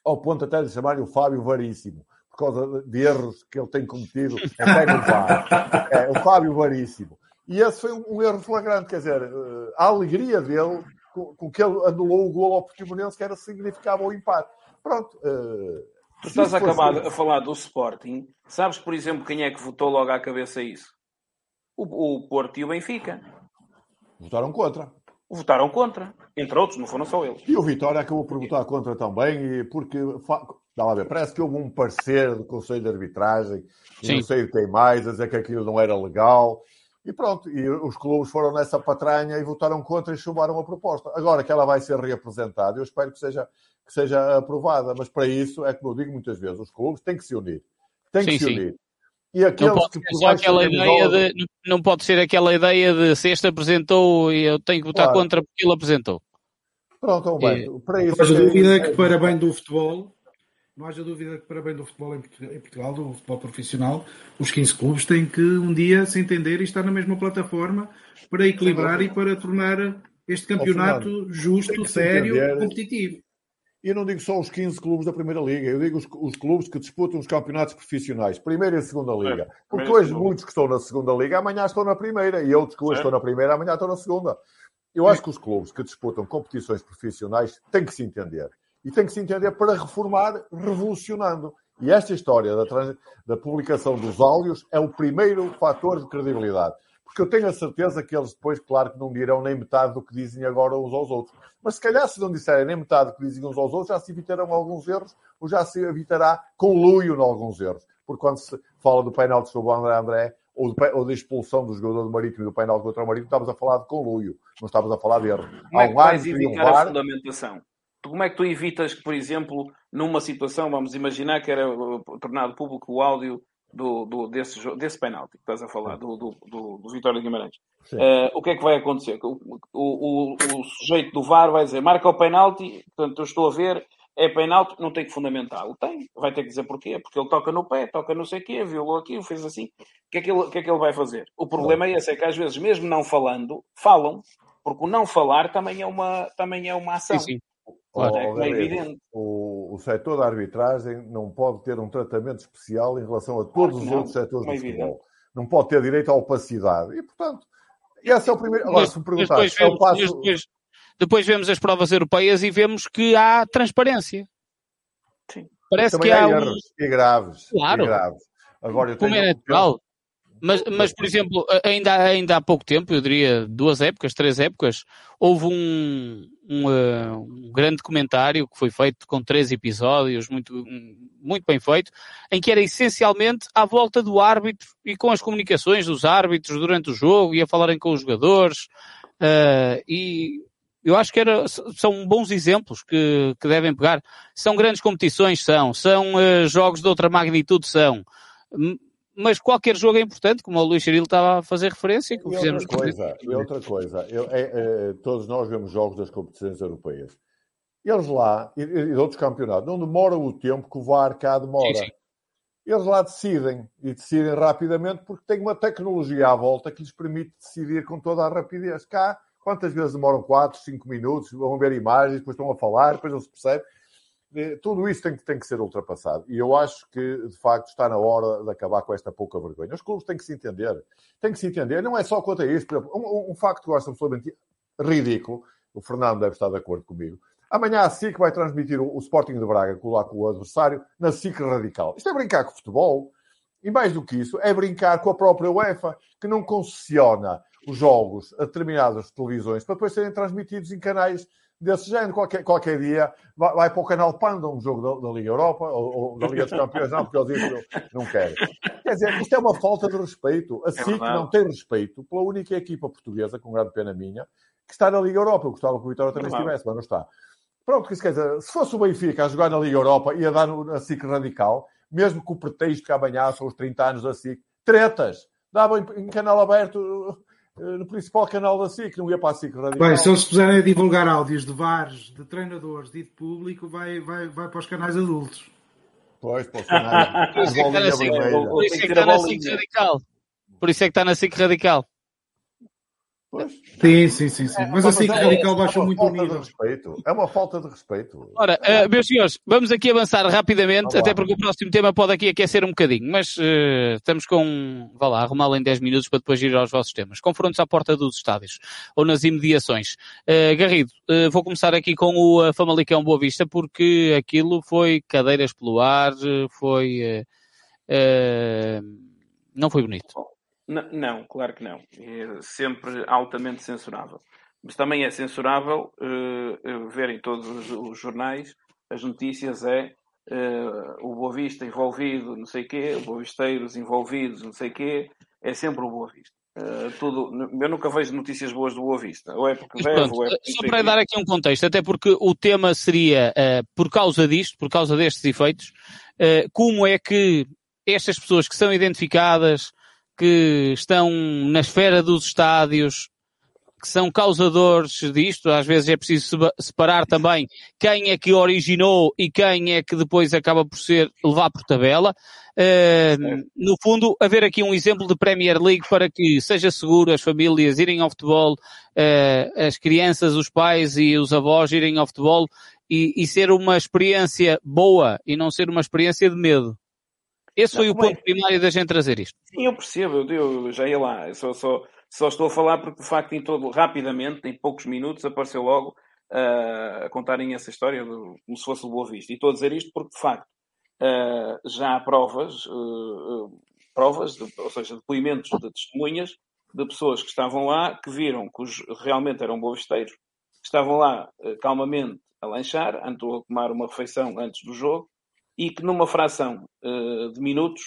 Speaker 3: ao ponto até de chamarem o Fábio Varíssimo, por causa de erros que ele tem cometido até no V A R. É, o Fábio Varíssimo. E esse foi um, um erro flagrante, quer dizer, a alegria dele com, com que ele anulou o golo ao Portimonense, que era significava o empate. Pronto. Uh,
Speaker 4: tu estás a acabar a falar do Sporting. Sabes, por exemplo, quem é que votou logo à cabeça isso? O, o Porto e o Benfica.
Speaker 3: Votaram contra.
Speaker 4: Votaram contra. Entre outros, não foram só eles.
Speaker 3: E o Vitória acabou por votar contra também, e porque, dá lá a ver, parece que houve um parecer do Conselho de Arbitragem, e não sei o que mais, a dizer que aquilo não era legal. E pronto, e os clubes foram nessa patranha e votaram contra e chumaram a proposta. Agora que ela vai ser reapresentada, eu espero que seja, que seja aprovada, mas para isso, é como eu digo muitas vezes, os clubes têm que se unir. Têm que sim, se unir. Sim. E aqueles
Speaker 1: não pode
Speaker 3: que,
Speaker 1: ser só aquela ideia de, não pode ser aquela ideia de se este apresentou e eu tenho que votar claro. contra porque ele apresentou.
Speaker 3: Pronto, bem, e, para isso...
Speaker 2: Não haja dúvida que para bem do futebol, não haja dúvida que para bem do futebol em Portugal, do futebol profissional, os quinze clubes têm que um dia se entender e estar na mesma plataforma para equilibrar sim, e para tornar este campeonato Fernando, justo, sério e competitivo.
Speaker 3: E eu não digo só os quinze clubes da Primeira Liga, eu digo os, os clubes que disputam os campeonatos profissionais, Primeira e Segunda Liga. Porque hoje segunda. muitos que estão na Segunda Liga, amanhã estão na Primeira, e outros que hoje é. estão na Primeira, amanhã estão na Segunda. Eu acho que os clubes que disputam competições profissionais têm que se entender. E têm que se entender para reformar, revolucionando. E esta história da, trans... da publicação dos áudios é o primeiro fator de credibilidade. Porque eu tenho a certeza que eles depois, claro que não dirão nem metade do que dizem agora uns aos outros. Mas se calhar se não disserem nem metade do que dizem uns aos outros, já se evitarão alguns erros, ou já se evitará conluio em alguns erros. Porque quando se fala do penalti sobre o André André, ou, de, ou da expulsão do jogador do Marítimo e do penalti contra o Marítimo, estamos a falar de conluio, não estamos a falar de erro.
Speaker 4: Como é que vais evitar a fundamentação? Como é que tu evitas que, por exemplo, numa situação, vamos imaginar que era tornado público o áudio do, do, desse, desse penalti que estás a falar, do, do, do, do Vitória de Guimarães. Uh, o que é que vai acontecer? O, o, o, o sujeito do V A R vai dizer, marca o penalti, portanto eu estou a ver, é penalti, não tem que fundamentá-lo. Tem, vai ter que dizer porquê, porque ele toca no pé, toca não sei o quê, violou aquilo, fez assim. O que é que ele, o que é que ele vai fazer? O problema é esse, é que às vezes, mesmo não falando, falam, porque o não falar também é uma, também é uma ação.
Speaker 1: Sim, sim.
Speaker 3: Claro, é, é evidente. O, o setor da arbitragem não pode ter um tratamento especial em relação a todos claro os não, outros setores do futebol. Evidente. Não pode ter direito à opacidade. E, portanto, esse é o primeiro... Agora, se me perguntar...
Speaker 1: Depois vemos, passo... depois, depois vemos as provas europeias e vemos que há transparência.
Speaker 4: Sim.
Speaker 1: Parece
Speaker 3: Também
Speaker 1: que
Speaker 3: há
Speaker 1: há
Speaker 3: erros um... e graves.
Speaker 1: Claro.
Speaker 3: E graves. Agora, eu
Speaker 1: Como
Speaker 3: tenho...
Speaker 1: é natural. Mas, mas, por exemplo, ainda, ainda há pouco tempo, eu diria duas épocas, três épocas, houve um, um, uh, um grande documentário que foi feito com três episódios, muito, um, muito bem feito, em que era essencialmente à volta do árbitro e com as comunicações dos árbitros durante o jogo e a falarem com os jogadores. Uh, e eu acho que era, são bons exemplos que, que devem pegar. São grandes competições, são. São uh, jogos de outra magnitude, são. Mas qualquer jogo é importante, como o Luís Cirilo estava a fazer referência. Que
Speaker 3: e,
Speaker 1: fizemos
Speaker 3: outra coisa, e outra coisa, eu, é, é, todos nós vemos jogos das competições europeias. Eles lá, e, e de outros campeonatos, não demoram o tempo que o V A R cá demora. Sim, sim. Eles lá decidem, e decidem rapidamente, porque têm uma tecnologia à volta que lhes permite decidir com toda a rapidez. Cá, quantas vezes demoram quatro, cinco minutos, vão ver imagens, depois estão a falar, depois não se percebe. Tudo isso tem que, tem que ser ultrapassado. E eu acho que, de facto, está na hora de acabar com esta pouca vergonha. Os clubes têm que se entender. Têm que se entender. Não é só quanto a isso. Por exemplo, um, um facto que eu acho absolutamente ridículo, o Fernando deve estar de acordo comigo. Amanhã a S I C vai transmitir o, o Sporting de Braga, lá com o adversário, na S I C Radical. Isto é brincar com o futebol. E mais do que isso, é brincar com a própria UEFA, que não concessiona os jogos a determinadas televisões para depois serem transmitidos em canais desse género. Qualquer, qualquer dia vai, vai para o canal Panda, um jogo da, da Liga Europa ou, ou da Liga dos Campeões, não, porque eles dizem que não querem. Quer dizer, isto é uma falta de respeito. A S I C é não tem respeito pela única equipa portuguesa, com grande pena minha, que está na Liga Europa. Eu gostava que o Vitória também é estivesse, mas não está. Pronto, que isso quer dizer, se fosse o Benfica a jogar na Liga Europa, ia dar no, na S I C Radical, mesmo com o pretexto que amanhã são os trinta anos da S I C, tretas, dava em, em canal aberto, no principal canal da S I C, não ia para a S I C Radical.
Speaker 2: Bem, se eles puserem a divulgar áudios de V A Rs, de treinadores e de público, vai, vai, vai para os canais adultos.
Speaker 3: Pois, para os canais.
Speaker 1: Por isso é que está na S I C Radical. Por isso é que está na S I C Radical.
Speaker 2: Sim, sim, sim, sim. Mas assim que o Radical baixou muito o nível.
Speaker 3: Respeito. É uma falta de respeito.
Speaker 1: Ora, uh, meus senhores, vamos aqui avançar rapidamente, até porque o próximo tema pode aqui aquecer um bocadinho, mas uh, estamos com, vá lá, arrumá-lo em dez minutos para depois ir aos vossos temas. Confrontos à porta dos estádios, ou nas imediações. Uh, Garrido, uh, vou começar aqui com o uh, Famalicão Boa Vista, porque aquilo foi cadeiras pelo ar, foi... Uh, uh, não foi bonito.
Speaker 4: Não, não, claro que não. É sempre altamente censurável. Mas também é censurável uh, uh, ver em todos os, os jornais as notícias é uh, o Boa Vista envolvido, não sei o quê, o Boavisteiros envolvidos, não sei o quê. É sempre o Boa Vista. Uh, tudo, eu nunca vejo notícias boas do Boa Vista. Ou é porque deve, ou é porque...
Speaker 1: Só para dar aqui um contexto, até porque o tema seria, uh, por causa disto, por causa destes efeitos, uh, como é que estas pessoas que são identificadas, que estão na esfera dos estádios, que são causadores disto, às vezes é preciso separar também quem é que originou e quem é que depois acaba por ser levar por tabela. Uh, no fundo, haver aqui um exemplo de Premier League para que seja seguro as famílias irem ao futebol, uh, as crianças, os pais e os avós irem ao futebol e, e ser uma experiência boa e não ser uma experiência de medo. Esse foi não, o ponto é... primário da gente trazer isto.
Speaker 4: Sim, eu percebo, eu, eu já ia lá, eu só, só, só estou a falar porque de facto em todo, rapidamente, em poucos minutos, apareceu logo uh, a contarem essa história do, como se fosse o Boa Vista. E estou a dizer isto porque de facto uh, já há provas, uh, uh, provas, de, ou seja, depoimentos de testemunhas de pessoas que estavam lá, que viram que os, realmente eram boavisteiros, que estavam lá uh, calmamente a lanchar, antes a tomar uma refeição antes do jogo, e que numa fração uh, de minutos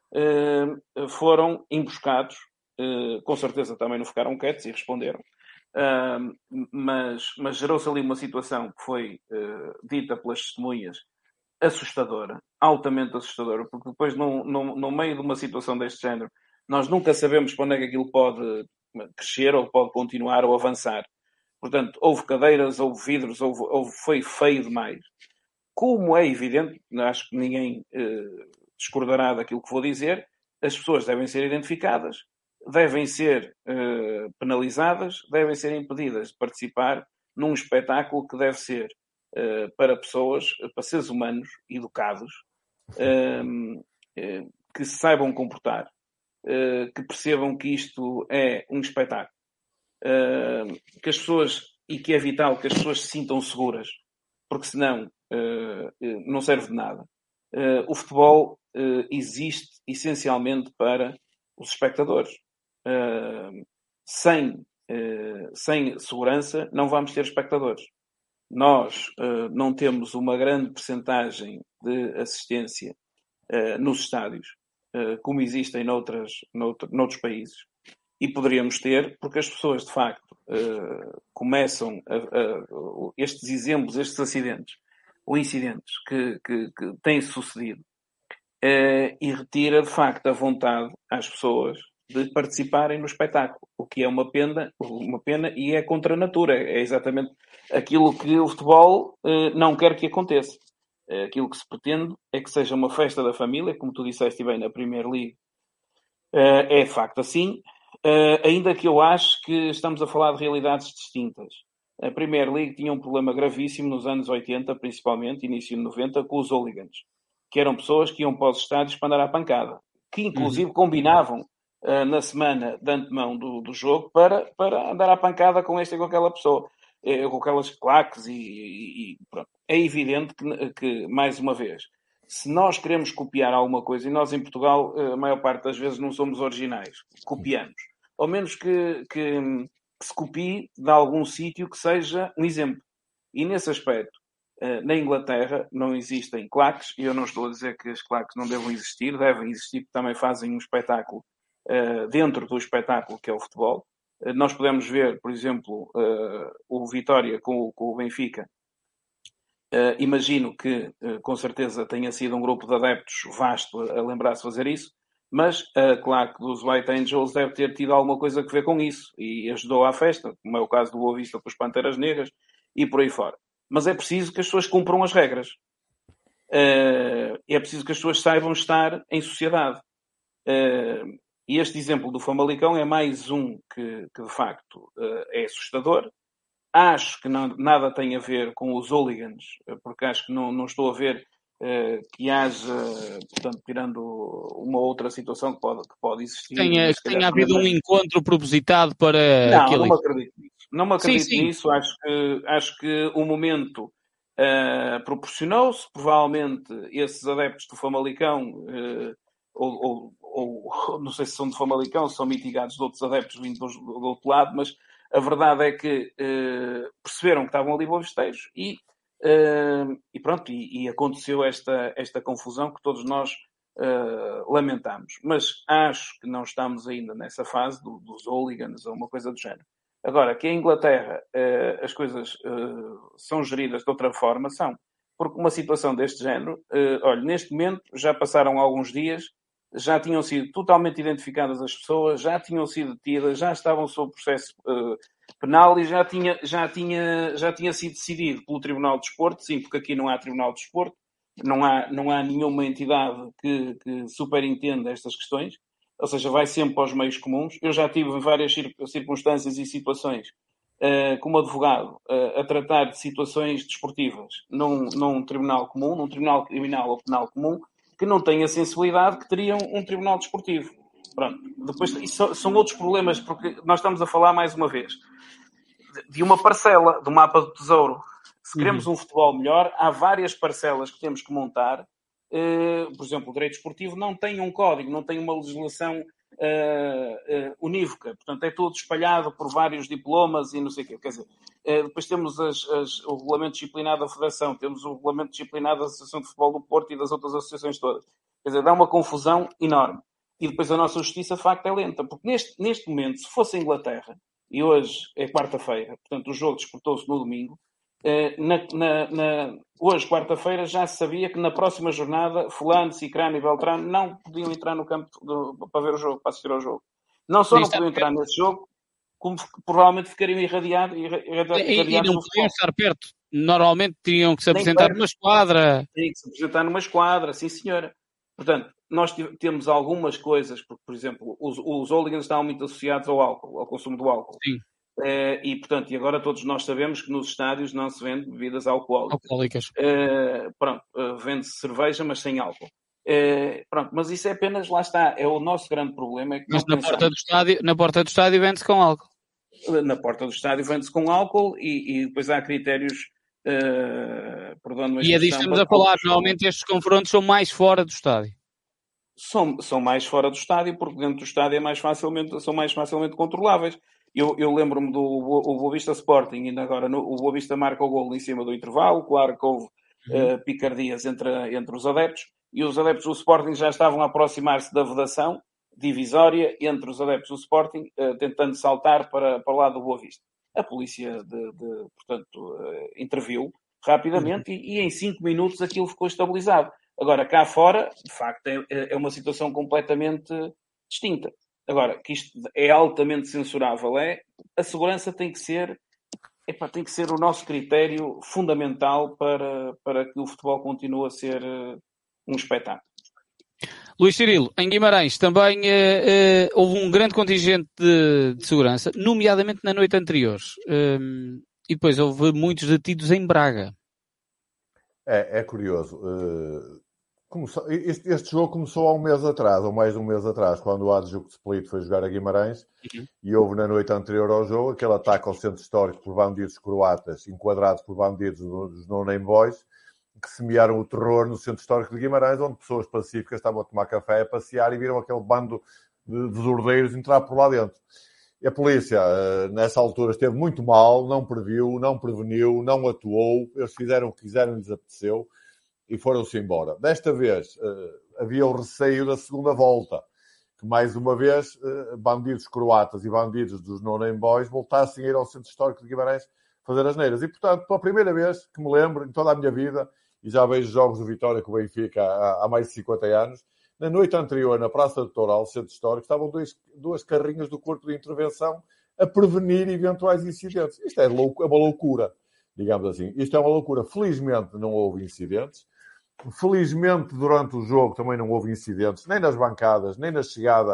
Speaker 4: uh, foram emboscados, uh, com certeza também não ficaram quietos e responderam, uh, mas, mas gerou-se ali uma situação que foi uh, dita pelas testemunhas assustadora, altamente assustadora, porque depois no, no, no meio de uma situação deste género nós nunca sabemos para onde é que aquilo pode crescer ou pode continuar ou avançar. Portanto, houve cadeiras, houve vidros, houve, houve, foi feio demais. Como é evidente, acho que ninguém eh, discordará daquilo que vou dizer, as pessoas devem ser identificadas, devem ser eh, penalizadas, devem ser impedidas de participar num espetáculo que deve ser eh, para pessoas, para seres humanos, educados, eh, eh, que se saibam comportar, eh, que percebam que isto é um espetáculo, eh, que as pessoas, e que é vital que as pessoas se sintam seguras, porque senão Uh, uh, não serve de nada. Uh, o futebol uh, existe essencialmente para os espectadores. Uh, sem, uh, sem segurança não vamos ter espectadores. Nós uh, não temos uma grande percentagem de assistência uh, nos estádios, uh, como existem noutras, noutro, noutros países. E poderíamos ter, porque as pessoas, de facto, uh, começam a, a, estes exemplos, estes acidentes, ou incidentes que, que, que têm sucedido, uh, e retira, de facto, a vontade às pessoas de participarem no espetáculo, o que é uma pena, uma pena e é contra a natura. É exatamente aquilo que o futebol uh, não quer que aconteça. Uh, aquilo que se pretende é que seja uma festa da família, como tu disseste bem na Premier League, uh, é de facto assim, uh, ainda que eu acho que estamos a falar de realidades distintas. A Premier League tinha um problema gravíssimo nos anos oitenta, principalmente, início de noventa, com os hooligans, que eram pessoas que iam para os estádios para andar à pancada, que inclusive uhum. combinavam uh, na semana de antemão do, do jogo para, para andar à pancada com esta e com aquela pessoa, eh, com aquelas claques e, e, e pronto. É evidente que, que, mais uma vez, se nós queremos copiar alguma coisa, e nós em Portugal, a maior parte das vezes não somos originais, copiamos. Ao menos que... que que se copie de algum sítio que seja um exemplo. E nesse aspecto, na Inglaterra não existem claques, e eu não estou a dizer que as claques não devam existir, devem existir, porque também fazem um espetáculo dentro do espetáculo que é o futebol. Nós podemos ver, por exemplo, o Vitória com o Benfica. Imagino que, com certeza, tenha sido um grupo de adeptos vasto a lembrar-se de fazer isso, mas a claque dos White Angels deve ter tido alguma coisa a ver com isso e ajudou à festa, como é o caso do Boa Vista com os Panteras Negras e por aí fora. Mas é preciso que as pessoas cumpram as regras. Uh, é preciso que as pessoas saibam estar em sociedade. Uh, E este exemplo do Famalicão é mais um que, que de facto, é assustador. Acho que não, nada tem a ver com os hooligans, porque acho que não, não estou a ver uh, que haja, portanto, tirando uma outra situação que pode, que pode existir.
Speaker 1: Tenha, que tenha havido um encontro propositado para
Speaker 4: não,
Speaker 1: aquele...
Speaker 4: Não, me acredito nisso. Não me acredito
Speaker 1: sim, sim.
Speaker 4: nisso. Acho que, acho que o momento uh, proporcionou-se. Provavelmente esses adeptos do Famalicão, uh, ou, ou, ou não sei se são de Famalicão, se são mitigados de outros adeptos vindo do, do outro lado, mas a verdade é que uh, perceberam que estavam ali bons festejos e, uh, e pronto, e, e aconteceu esta, esta confusão que todos nós uh, lamentamos. Mas acho que não estamos ainda nessa fase do, dos hooligans ou uma coisa do género. Agora, que em Inglaterra uh, as coisas uh, são geridas de outra forma, são. Porque uma situação deste género, uh, olha, neste momento já passaram alguns dias, já tinham sido totalmente identificadas as pessoas, já tinham sido detidas, já estavam sob processo uh, penal e já tinha, já, tinha, já tinha sido decidido pelo Tribunal de Desporto, sim, porque aqui não há Tribunal de Desporto, não há, não há nenhuma entidade que, que superintenda estas questões, ou seja, vai sempre para os meios comuns. Eu já tive em várias circunstâncias e situações uh, como advogado uh, a tratar de situações desportivas num, num tribunal comum, num tribunal criminal ou penal comum, que não têm a sensibilidade que teriam um tribunal desportivo. Pronto. Depois, isso são outros problemas, porque nós estamos a falar, mais uma vez, de uma parcela do mapa do tesouro. Se queremos uhum. um futebol melhor, há várias parcelas que temos que montar. Uh, por exemplo, o direito esportivo não tem um código, não tem uma legislação uh, uh, unívoca. Portanto, é tudo espalhado por vários diplomas e não sei o quê. Quer dizer, uh, depois temos as, as, o regulamento disciplinar da Federação, temos o regulamento disciplinar da Associação de Futebol do Porto e das outras associações todas. Quer dizer, dá uma confusão enorme. E depois a nossa justiça, de facto, é lenta. Porque neste, neste momento, se fosse a Inglaterra, e hoje é quarta-feira, portanto o jogo disputou-se no domingo, Na, na, na, hoje, quarta-feira, já se sabia que na próxima jornada Fulano, Cicrano e Beltrano não podiam entrar no campo de, para ver o jogo, para assistir ao jogo. Não só não podiam entrar nesse jogo, como provavelmente ficariam irradiados. irradiados
Speaker 1: e, e não podiam estar perto. Normalmente tinham que se apresentar numa esquadra.
Speaker 4: Tinham que se apresentar numa esquadra, sim senhora. Portanto, nós temos algumas coisas, porque, por exemplo, os, os hooligans estavam muito associados ao álcool, ao consumo do álcool.
Speaker 1: Sim.
Speaker 4: Uh, e, portanto, e agora todos nós sabemos que nos estádios não se vende bebidas alcoólicas.
Speaker 1: Alcoólicas.
Speaker 4: Uh, pronto, uh, vende-se cerveja, mas sem álcool. Uh, pronto, mas isso é apenas, lá está, é o nosso grande problema. É que
Speaker 1: mas na porta, do estádio, na porta do estádio vende-se com álcool.
Speaker 4: Na porta do estádio vende-se com álcool e, e depois há critérios... Uh, perdão,
Speaker 1: e é disso que estamos a falar. Normalmente estes confrontos são mais fora do estádio.
Speaker 4: São, são mais fora do estádio, porque dentro do estádio é mais facilmente, são mais facilmente controláveis. Eu, eu lembro-me do o Boa Vista Sporting, ainda agora no, o Boa Vista marca o golo em cima do intervalo, claro que houve uhum. uh, picardias entre, entre os adeptos, e os adeptos do Sporting já estavam a aproximar-se da vedação divisória entre os adeptos do Sporting, uh, tentando saltar para, para o lado do Boa Vista. A polícia, de, de, portanto, uh, interviu rapidamente uhum. e, e em cinco minutos aquilo ficou estabilizado. Agora, cá fora, de facto, é, é uma situação completamente distinta. Agora, que isto é altamente censurável, é, a segurança tem que ser, epá, tem que ser o nosso critério fundamental para, para que o futebol continue a ser uh, um espetáculo.
Speaker 1: Luís Cirilo, em Guimarães também uh, uh, houve um grande contingente de, de segurança, nomeadamente na noite anterior. Um, e depois houve muitos detidos em Braga.
Speaker 3: É, é curioso. Uh... Começou, este, este jogo começou há um mês atrás, ou mais de um mês atrás, quando o Adjunct Split foi jogar a Guimarães, uhum. e houve na noite anterior ao jogo aquele ataque ao centro histórico por bandidos croatas, enquadrados por bandidos dos No-Name Boys, que semearam o terror no centro histórico de Guimarães, onde pessoas pacíficas estavam a tomar café, a passear, e viram aquele bando de desordeiros entrar por lá dentro. E a polícia, nessa altura, esteve muito mal, não previu, não preveniu, não atuou, eles fizeram o que quiseram e lhes apeteceu, e foram-se embora. Desta vez, uh, havia o receio da segunda volta, que mais uma vez, uh, bandidos croatas e bandidos dos No-Name Boys voltassem a ir ao centro histórico de Guimarães fazer as neiras. E, portanto, pela primeira vez que me lembro, em toda a minha vida, e já vejo jogos do Vitória com o Benfica há, há mais de cinquenta anos, na noite anterior, na Praça do Toural, centro histórico, estavam dois, duas carrinhas do Corpo de Intervenção a prevenir eventuais incidentes. Isto é, louco, é uma loucura, digamos assim. Isto é uma loucura. Felizmente não houve incidentes. Felizmente, durante o jogo também não houve incidentes, nem nas bancadas, nem na chegada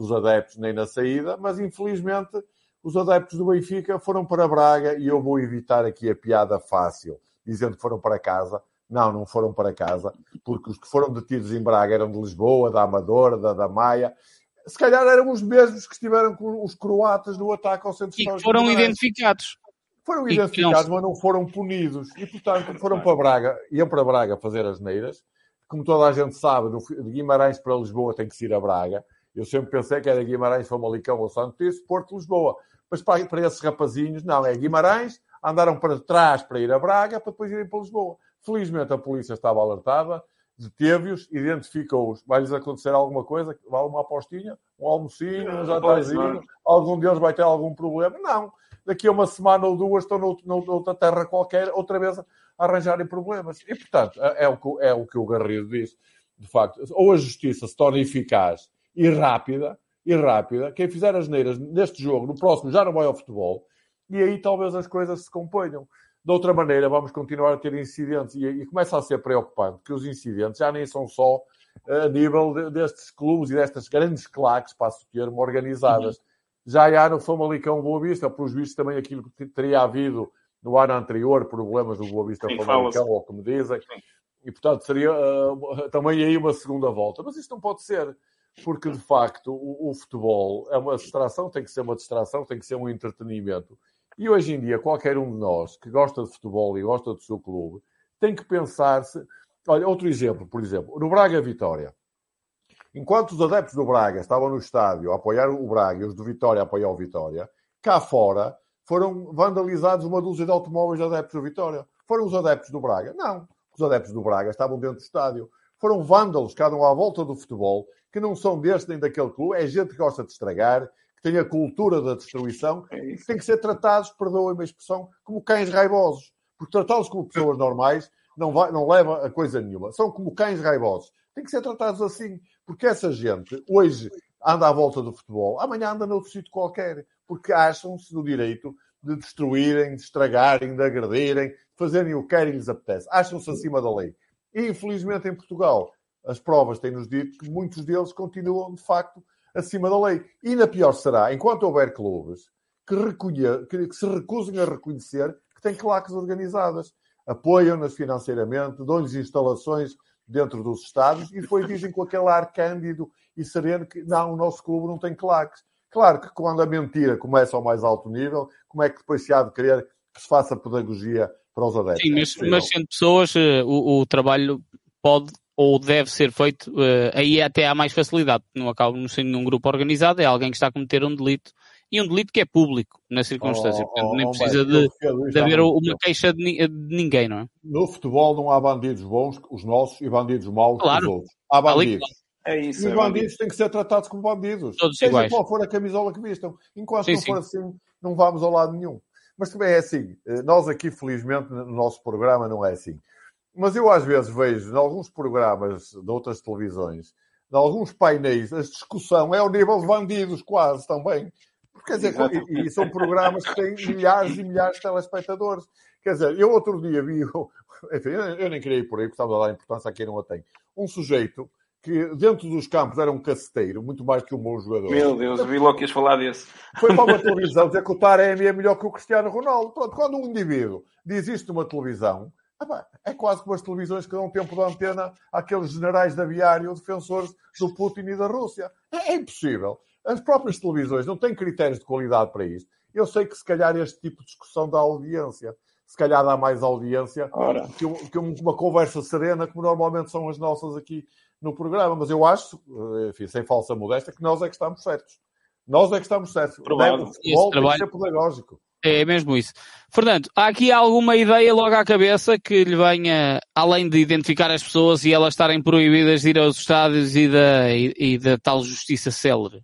Speaker 3: dos adeptos nem na saída, mas infelizmente os adeptos do Benfica foram para Braga e eu vou evitar aqui a piada fácil, dizendo que foram para casa. Não, não foram para casa, porque os que foram detidos em Braga eram de Lisboa, da Amadora, da, da Maia. Se calhar eram os mesmos que estiveram com os croatas no ataque ao centro histórico.
Speaker 1: E foram identificados.
Speaker 3: Foram identificados, mas não foram punidos. E, portanto, foram para Braga, iam para Braga fazer as neiras. Como toda a gente sabe, de Guimarães para Lisboa tem que se ir a Braga. Eu sempre pensei que era Guimarães, Famalicão ou Santo Tirso, Porto, Lisboa. Mas para, para esses rapazinhos, não, é Guimarães, andaram para trás para ir a Braga, para depois irem para Lisboa. Felizmente a polícia estava alertada, deteve-os, identificou-os. Vai-lhes acontecer alguma coisa? Vai uma apostinha? Um almocinho? Um jantarzinho? Algum deles vai ter algum problema? Não. Daqui a uma semana ou duas estão noutra terra qualquer, outra vez a arranjarem problemas. E, portanto, é o que, é o, que o Garrido diz. De facto, ou a justiça se torna eficaz e rápida, e rápida, quem fizer as neiras neste jogo, no próximo, já não vai ao futebol, e aí talvez as coisas se componham. De outra maneira, vamos continuar a ter incidentes e, e começa a ser preocupante que os incidentes já nem são só a nível de, destes clubes e destas grandes claques, passo o termo, organizadas. Uhum. Já há no Famalicão Boa Vista, pelos vistos também aquilo que teria havido no ano anterior, problemas do Boa Vista Famalicão, ou como dizem, Sim. e portanto seria uh, também aí uma segunda volta. Mas isto não pode ser, porque de facto o, o futebol é uma distração, tem que ser uma distração, tem que ser um entretenimento. E hoje em dia, qualquer um de nós que gosta de futebol e gosta do seu clube, tem que pensar-se... Olha, outro exemplo, por exemplo, no Braga Vitória. Enquanto os adeptos do Braga estavam no estádio a apoiar o Braga e os do Vitória a apoiar o Vitória, cá fora foram vandalizados uma dúzia de automóveis de adeptos do Vitória. Foram os adeptos do Braga? Não. Os adeptos do Braga estavam dentro do estádio. Foram vândalos que andam à volta do futebol, que não são deste nem daquele clube. É gente que gosta de estragar, tem a cultura da destruição, e que tem que ser tratados, perdoem-me a expressão, como cães raivosos. Porque tratá-los como pessoas normais não, vai, não leva a coisa nenhuma. São como cães raivosos. Tem que ser tratados assim. Porque essa gente, hoje, anda à volta do futebol, amanhã anda noutro sítio qualquer. Porque acham-se no direito de destruírem, de estragarem, de agredirem, de fazerem o que querem e lhes apetece. Acham-se acima da lei. E, infelizmente, em Portugal, as provas têm-nos dito que muitos deles continuam, de facto, acima da lei. E ainda pior será, enquanto houver clubes que, recolher, que, que se recusem a reconhecer que têm claques organizadas, apoiam-nas financeiramente, dão-lhes instalações dentro dos estádios e depois dizem com aquele ar cândido e sereno que não, o nosso clube não tem claques. Claro que quando a mentira começa ao mais alto nível, como é que depois se há de querer que se faça pedagogia para os adeptos?
Speaker 1: Sim, mas, mas sendo pessoas, o, o trabalho pode ou deve ser feito, uh, aí até há mais facilidade, não acaba não sendo um grupo organizado, é alguém que está a cometer um delito, e um delito que é público, na circunstância, oh, portanto oh, nem oh, precisa bem, de, de haver uma queixa de, de ninguém, não é?
Speaker 3: No futebol não há bandidos bons, os nossos, e bandidos maus,
Speaker 1: claro.
Speaker 3: Os outros. Há bandidos.
Speaker 4: É isso,
Speaker 3: e os
Speaker 4: é
Speaker 3: bandidos
Speaker 4: bandido.
Speaker 3: têm que ser tratados como bandidos.
Speaker 1: Todos
Speaker 3: seja
Speaker 1: iguais.
Speaker 3: Qual for a camisola que vistam. Enquanto
Speaker 1: sim,
Speaker 3: não
Speaker 1: sim.
Speaker 3: for assim, não vamos ao lado nenhum. Mas também é assim, nós aqui, felizmente, no nosso programa não é assim. Mas eu às vezes vejo, em alguns programas de outras televisões, em alguns painéis, a discussão é ao nível de bandidos quase também. Quer dizer, e, e são programas que têm milhares e milhares de telespectadores. Quer dizer, eu outro dia vi, enfim, eu nem queria ir por aí, porque estava a dar importância a quem não a tem. Um sujeito que dentro dos campos era um caceteiro, muito mais que um bom jogador.
Speaker 4: Meu Deus, vi logo que ias falar desse.
Speaker 3: Foi para uma televisão dizer que o Taremi é melhor que o Cristiano Ronaldo. Pronto, quando um indivíduo diz isto numa televisão, é quase como as televisões que dão tempo de antena àqueles generais de aviário ou defensores do Putin e da Rússia. É, é impossível. As próprias televisões não têm critérios de qualidade para isto. Eu sei que se calhar este tipo de discussão dá audiência. Se calhar dá mais audiência Ora. que, um, que uma conversa serena, como normalmente são as nossas aqui no programa. Mas eu acho, enfim, sem falsa modéstia, que nós é que estamos certos. Nós é que estamos certos. O futebol tem que ser pedagógico.
Speaker 1: É mesmo isso. Fernando, há aqui alguma ideia logo à cabeça que lhe venha, além de identificar as pessoas e elas estarem proibidas de ir aos estádios e da, e, e da tal justiça célere?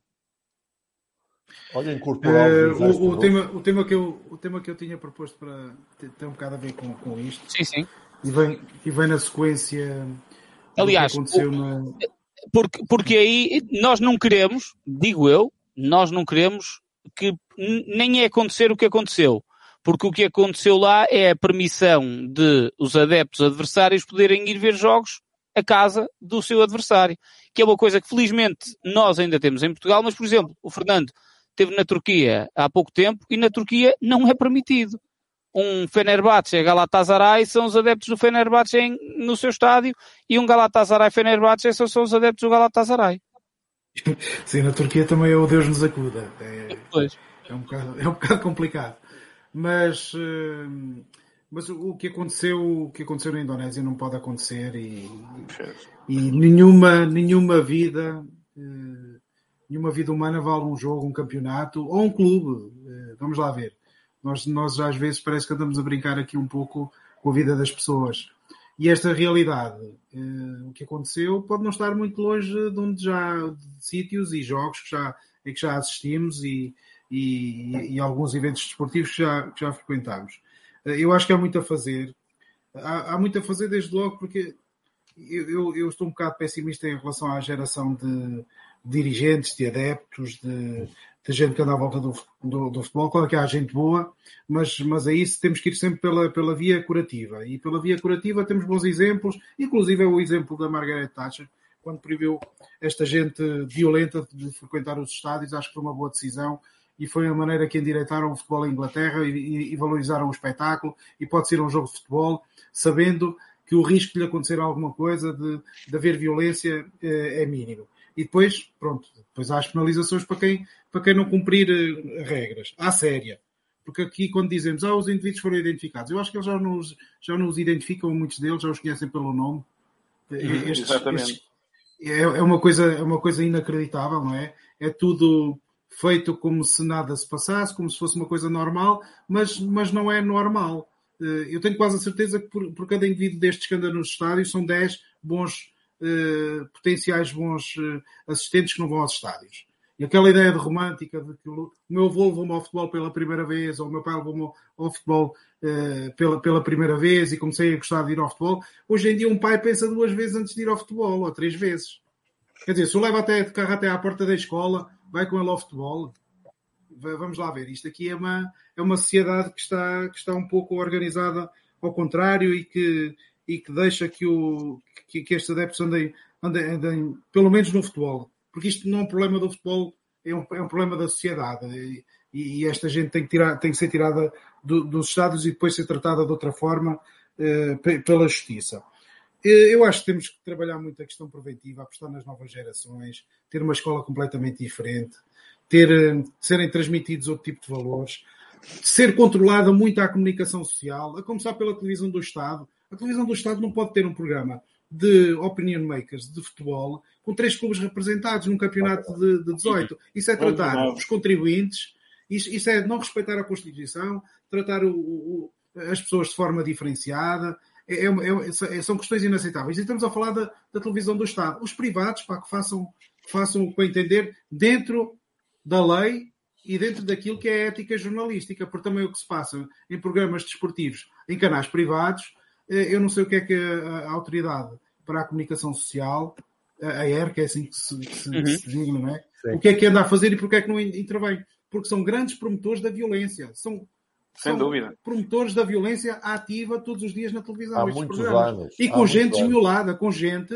Speaker 3: Olha, incorporar
Speaker 2: uh, o, o, tema, o, tema que eu, o tema que eu tinha proposto para tem um bocado a ver com, com isto.
Speaker 1: Sim, sim.
Speaker 2: E vem, e vem na sequência.
Speaker 1: Aliás,
Speaker 2: do que aconteceu
Speaker 1: o,
Speaker 2: na...
Speaker 1: porque, porque aí nós não queremos, digo eu, nós não queremos que nem é acontecer o que aconteceu. Porque o que aconteceu lá é a permissão de os adeptos adversários poderem ir ver jogos a casa do seu adversário. que é uma coisa que felizmente nós ainda temos em Portugal, mas, por exemplo, o Fernando esteve na Turquia há pouco tempo e na Turquia não é permitido. Um Fenerbahçe Galatasaray são os adeptos do Fenerbahçe em, no seu estádio e um Galatasaray Fenerbahçe são, são os adeptos do Galatasaray.
Speaker 2: Sim, na Turquia também é o Deus nos acuda. É, é, um, bocado, é um bocado complicado. Mas, mas o, que aconteceu, o que aconteceu na Indonésia não pode acontecer e, e nenhuma, nenhuma vida... Nenhuma vida humana vale um jogo, um campeonato ou um clube. Vamos lá ver. Nós, nós às vezes parece que andamos a brincar aqui um pouco com a vida das pessoas. E esta realidade, o que aconteceu, pode não estar muito longe de onde já de sítios e jogos que já, em que já assistimos e, e, e alguns eventos desportivos que já, que já frequentámos. Eu acho que há muito a fazer. Há, há muito a fazer desde logo porque eu, eu, eu estou um bocado pessimista em relação à geração de dirigentes, de adeptos, de, de gente que anda à volta do, do, do futebol. Claro que há gente boa, mas, mas a isso temos que ir sempre pela, pela via curativa. E pela via curativa temos bons exemplos, inclusive é o exemplo da Margaret Thatcher, quando proibiu esta gente violenta de frequentar os estádios. Acho que foi uma boa decisão e foi a maneira que endireitaram o futebol em Inglaterra e, e, e valorizaram o espetáculo. E pode ser um jogo de futebol, sabendo que o risco de lhe acontecer alguma coisa, de, de haver violência, é, é mínimo. E depois, pronto, depois há as penalizações para quem, para quem não cumprir uh, regras. À séria. Porque aqui, quando dizemos, ah, os indivíduos foram identificados, eu acho que eles já nos, já nos identificam, muitos deles já os conhecem pelo nome.
Speaker 4: Uhum,
Speaker 2: estes,
Speaker 4: exatamente.
Speaker 2: Estes, é, é, uma coisa, é uma coisa inacreditável, não é? É tudo feito como se nada se passasse, como se fosse uma coisa normal, mas, mas não é normal. Uh, eu tenho quase a certeza que por, por cada indivíduo destes que anda nos estádios são dez bons Uh, potenciais bons uh, assistentes que não vão aos estádios. E aquela ideia de romântica de que o meu avô levou-me ao futebol pela primeira vez, ou o meu pai levou-me ao futebol uh, pela, pela primeira vez e comecei a gostar de ir ao futebol. Hoje em dia um pai pensa duas vezes antes de ir ao futebol, ou três vezes. Quer dizer, se o leva até de carro até à porta da escola, vai com ele ao futebol. Vamos lá ver. Isto aqui é uma, é uma sociedade que está, que está um pouco organizada ao contrário e que e que deixa que, o, que, que estes adeptos andem, andem, andem, pelo menos no futebol. Porque isto não é um problema do futebol, é um, é um problema da sociedade. E, e esta gente tem que, tirar, tem que ser tirada do, dos estádios e depois ser tratada de outra forma eh, pela justiça. Eu acho que temos que trabalhar muito a questão preventiva, apostar nas novas gerações, ter uma escola completamente diferente, ter, serem transmitidos outro tipo de valores, ser controlada muito a comunicação social, a começar pela televisão do Estado. A televisão do Estado não pode ter um programa de opinion makers de futebol com três clubes representados num campeonato de, de dezoito. Isso é tratar os contribuintes, isso, isso é não respeitar a Constituição, tratar o, o, as pessoas de forma diferenciada. É, é, é, são questões inaceitáveis. E estamos a falar da, da televisão do Estado. Os privados, pá, que façam, que façam para entender dentro da lei e dentro daquilo que é a ética jornalística, porque também o que se passa em programas desportivos, em canais privados, eu não sei o que é que a, a autoridade para a comunicação social, a E R, que é assim que se, que se, uhum. que se diga, não é? Sim. O que é que anda a fazer e porque é que não intervém? Porque são grandes promotores da violência. São,
Speaker 4: Sem
Speaker 2: são
Speaker 4: dúvida.
Speaker 2: promotores da violência ativa todos os dias na televisão.
Speaker 3: Há
Speaker 2: estes
Speaker 3: muitos
Speaker 2: programas.
Speaker 3: anos.
Speaker 2: E com
Speaker 3: Há
Speaker 2: gente
Speaker 3: muitos
Speaker 2: desmiolada, com gente...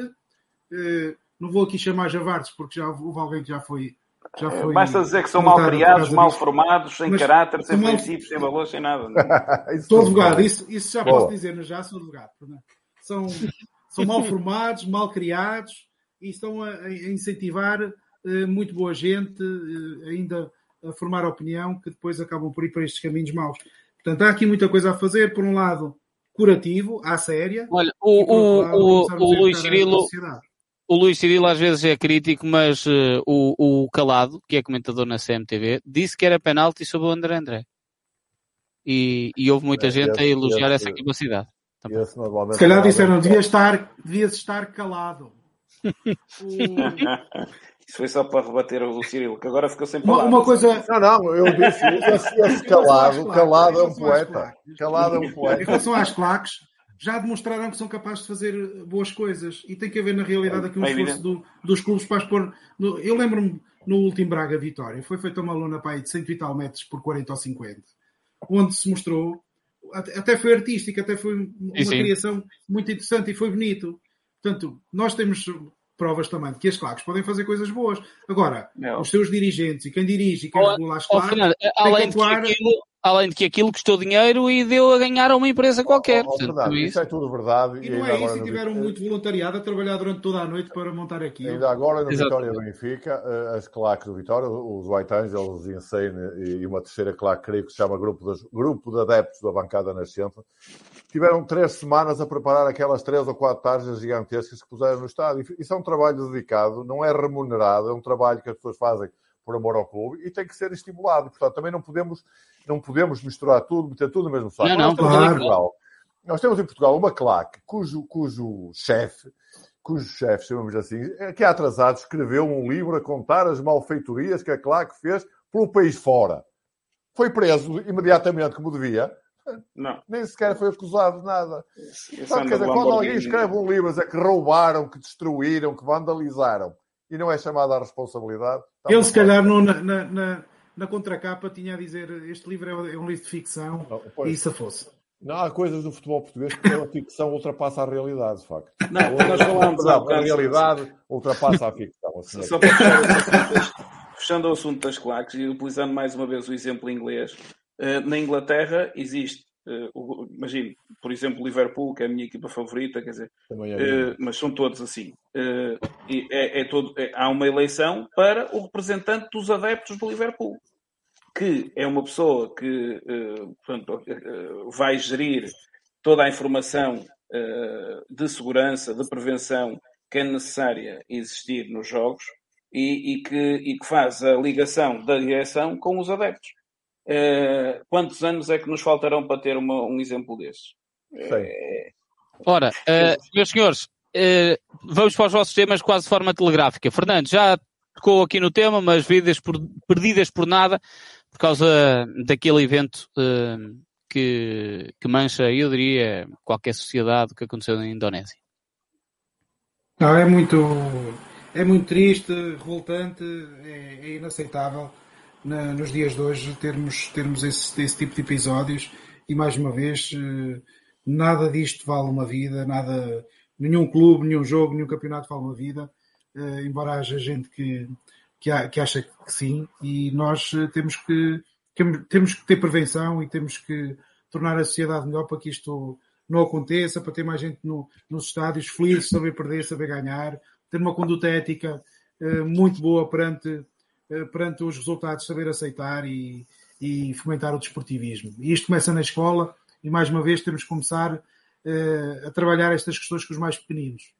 Speaker 2: Eh, não vou aqui chamar javardes, porque já houve alguém que já foi... Já foi
Speaker 4: Basta dizer que são mal criados, mal disso. formados, sem Mas, caráter, sem mal... princípios, sem valores, sem nada.
Speaker 2: Sou advogado, isso, isso já Boa. posso dizer, mas já sou advogado. São, são mal formados, mal criados e estão a, a incentivar uh, muito boa gente, uh, ainda a formar opinião, que depois acabam por ir para estes caminhos maus. Portanto, há aqui muita coisa a fazer. Por um lado, curativo, à séria.
Speaker 1: Olha, o, o, lado, o, o Luís Cirilo... O Luís Cirilo às vezes é crítico, mas uh, o, o Calado, que é comentador na C M T V, disse que era penalti sobre o André André. E, e houve muita é, gente esse, a elogiar esse, essa capacidade.
Speaker 2: Esse, Se calhar disseram, devia estar, devias estar calado.
Speaker 4: o... Isso foi só para rebater o Cirilo, que agora ficou sem palavras.
Speaker 2: Uma, uma coisa...
Speaker 3: Não, não, eu disse, esse, esse calado, calado é um poeta. Calado é um poeta.
Speaker 2: Em relação às claques, já demonstraram que são capazes de fazer boas coisas e tem que haver na realidade aqui um é esforço do, dos clubes para expor. No, eu lembro-me no último Braga Vitória, foi feita uma lona para aí de cento e tal metros por quarenta ou cinquenta, onde se mostrou, até foi artística, até foi uma sim, sim. criação muito interessante e foi bonito. Portanto, nós temos, provas também de que as claques podem fazer coisas boas. Agora,
Speaker 4: Não.
Speaker 2: os seus dirigentes e quem dirige e quem
Speaker 1: Oh,
Speaker 2: regula as
Speaker 1: oh,
Speaker 2: claques...
Speaker 1: Fernando,
Speaker 2: tem
Speaker 1: além,
Speaker 2: que
Speaker 1: de que
Speaker 2: atuar...
Speaker 1: aquilo, além de que aquilo custou dinheiro e deu a ganhar a uma empresa qualquer.
Speaker 3: Oh, oh,
Speaker 1: Portanto,
Speaker 3: Fernando,
Speaker 1: isso.
Speaker 3: isso é tudo verdade.
Speaker 2: E
Speaker 3: E
Speaker 2: não
Speaker 3: ainda
Speaker 2: é
Speaker 3: agora
Speaker 2: isso, e
Speaker 3: no
Speaker 2: tiveram
Speaker 3: Vitória-
Speaker 2: muito voluntariado a trabalhar durante toda a noite para montar aquilo.
Speaker 3: Ainda agora no
Speaker 1: Exatamente.
Speaker 3: Vitória Benfica, eh, as claques do Vitória, os White Angels, os Insane e uma terceira claque, creio que se chama Grupo, das, Grupo de Adeptos da Bancada Nascente, tiveram três semanas a preparar aquelas três ou quatro tarjas gigantescas que puseram no estádio. Isso é um trabalho dedicado, não é remunerado, é um trabalho que as pessoas fazem por amor ao clube e tem que ser estimulado. Portanto, também não podemos, não podemos misturar tudo, meter tudo no mesmo saco.
Speaker 1: Não, não,
Speaker 3: nós, temos
Speaker 2: claro.
Speaker 3: em Portugal, nós temos em Portugal uma claque cujo, cujo chefe, cujo chefe, chamamos assim, que há atrasado, escreveu um livro a contar as malfeitorias que a claque fez pelo país fora. Foi preso imediatamente, como devia.
Speaker 4: Não.
Speaker 3: Nem sequer foi acusado de nada.
Speaker 4: Esse
Speaker 3: Sabe, quer
Speaker 4: anda
Speaker 3: dizer,
Speaker 4: de
Speaker 3: quando alguém
Speaker 4: Lamborghini.
Speaker 3: escreve um livro a dizer que roubaram, que destruíram, que vandalizaram e não é chamado à responsabilidade...
Speaker 2: Ele, se calhar, no, na, na, na, na contracapa tinha a dizer este livro é um livro de ficção
Speaker 3: Não, pois.
Speaker 2: e isso fosse.
Speaker 3: Não, há coisas do futebol português que a ficção ultrapassa a realidade, de facto.
Speaker 4: Não, nós falámos há
Speaker 3: Não, a
Speaker 4: bocado.
Speaker 3: realidade ultrapassa a ficção. Assim é.
Speaker 4: Só para fechar o assunto das- fechando o assunto das claques e utilizando mais uma vez o exemplo inglês, eh, na Inglaterra existe, eh, o- imagino, por exemplo, o Liverpool, que é a minha equipa favorita, quer dizer,
Speaker 3: Também é
Speaker 4: eh, mas são todos assim. Eh, e é, é todo, é- há uma eleição para o representante dos adeptos do Liverpool, que é uma pessoa que eh, portanto, eh, vai gerir toda a informação eh, de segurança, de prevenção que é necessária existir nos jogos e, e que, e que faz a ligação da direção com os adeptos. Eh, quantos anos é que nos faltarão para ter uma- um exemplo desses?
Speaker 3: Sei.
Speaker 1: Ora, eh, meus senhores, eh, vamos para os vossos temas quase de forma telegráfica. Fernando, já tocou aqui no tema, mas vidas por, perdidas por nada, por causa daquele evento eh, que, que mancha, eu diria, qualquer sociedade que aconteceu na Indonésia.
Speaker 2: Não, é muito, é muito triste, revoltante, é, é inaceitável na- nos dias de hoje termos, termos esse, esse tipo de episódios e mais uma vez eh, nada disto vale uma vida, nada, nenhum clube, nenhum jogo, nenhum campeonato vale uma vida, eh, embora haja gente que, que, a- que acha que sim, e nós eh, temos que, que- temos que ter prevenção e temos que tornar a sociedade melhor para que isto não aconteça, para ter mais gente no, nos estádios, feliz, saber perder, saber ganhar, ter uma conduta ética eh, muito boa perante, eh, perante os resultados, saber aceitar e, e fomentar o desportivismo. E isto começa na escola e, mais uma vez, temos que começar eh, a trabalhar estas questões com os mais pequeninos.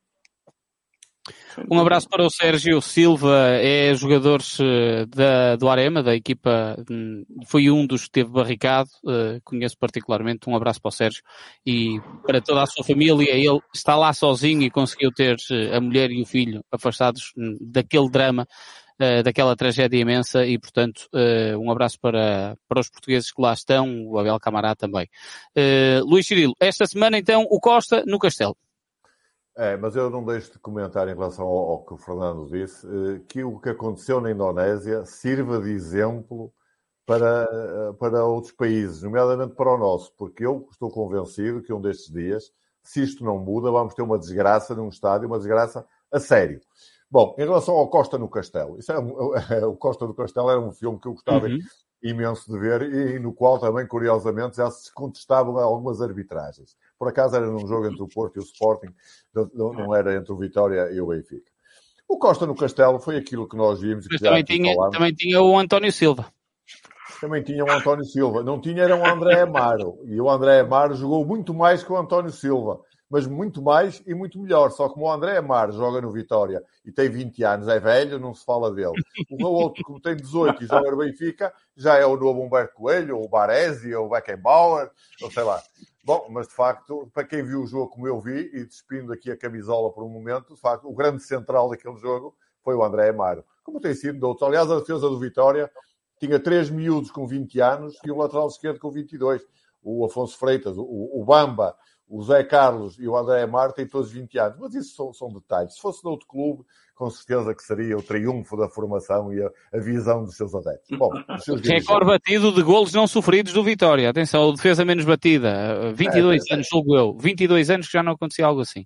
Speaker 1: Um abraço para o Sérgio Silva, é jogador eh, da, do Arema, da equipa, hum, foi um dos que teve barricado, eh, conheço particularmente, um abraço para o Sérgio e para toda a sua família. Ele está lá sozinho e conseguiu ter eh, a mulher e o filho afastados hum, daquele drama, eh, daquela tragédia imensa e, portanto, eh, um abraço para, para os portugueses que lá estão, o Abel Camará também. Eh, Luís Cirilo, esta semana então o Costa no Castelo.
Speaker 3: É, mas eu não deixo de comentar em relação ao, ao que o Fernando disse, eh, que o que aconteceu na Indonésia sirva de exemplo para, eh, para outros países, nomeadamente para o nosso, porque eu estou convencido que um destes dias, se isto não muda, vamos ter uma desgraça num estádio, uma desgraça a sério. Bom, em relação ao Costa no Castelo, isso é, um- o Costa do Castelo era um filme que eu gostava
Speaker 1: Uhum.
Speaker 3: imenso de ver e no qual também, curiosamente, já se contestavam algumas arbitragens. Por acaso era num jogo entre o Porto e o Sporting, não, não era entre o Vitória e o Benfica. O Costa no Castelo foi aquilo que nós vimos.
Speaker 1: Mas
Speaker 3: que já
Speaker 1: também
Speaker 3: aqui
Speaker 1: tinha,
Speaker 3: falámos.
Speaker 1: também tinha o António Silva.
Speaker 3: Também tinha o António Silva. Não tinha, era o André Amaro. E o André Amaro jogou muito mais que o António Silva. Mas muito mais e muito melhor. Só como o André Amaro joga no Vitória e tem vinte anos, é velho, não se fala dele. O outro que tem dezoito e joga no Benfica já é o novo Humberto Coelho, ou o Baresi, ou o Beckenbauer, ou sei lá. Bom, mas de facto, para quem viu o jogo como eu vi, e despindo aqui a camisola por um momento, de facto, o grande central daquele jogo foi o André Amaro. Como tem sido de outros. Aliás, a defesa do Vitória tinha três miúdos com vinte anos e um lateral esquerdo com vinte e dois. O Afonso Freitas, o, o Bamba, o Zé Carlos e o André Amaro têm todos vinte anos. Mas isso são, são detalhes. Se fosse de outro clube, com certeza que seria o triunfo da formação e a, a visão dos seus adeptos. Bom, os seus
Speaker 1: Recorde batido de golos não sofridos do Vitória. Atenção, defesa menos batida. vinte e dois
Speaker 3: É, é,
Speaker 1: anos, julgo eu. vinte e dois anos que já não acontecia algo assim.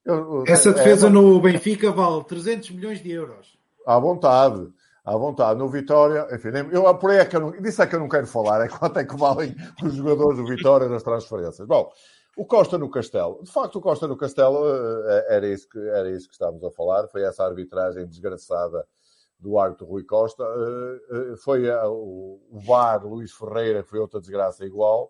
Speaker 2: Eu, Essa defesa é, no Benfica vale trezentos milhões de euros.
Speaker 3: À vontade. À vontade. No Vitória, enfim, eu, por aí é que eu não, disso é que eu não quero falar, é quanto é que valem os jogadores do Vitória nas transferências. Bom, o Costa no Castelo. De facto, o Costa no Castelo era isso que, era isso que estávamos a falar. Foi essa arbitragem desgraçada do árbitro Rui Costa. Foi o V A R, Luís Ferreira, que foi outra desgraça igual.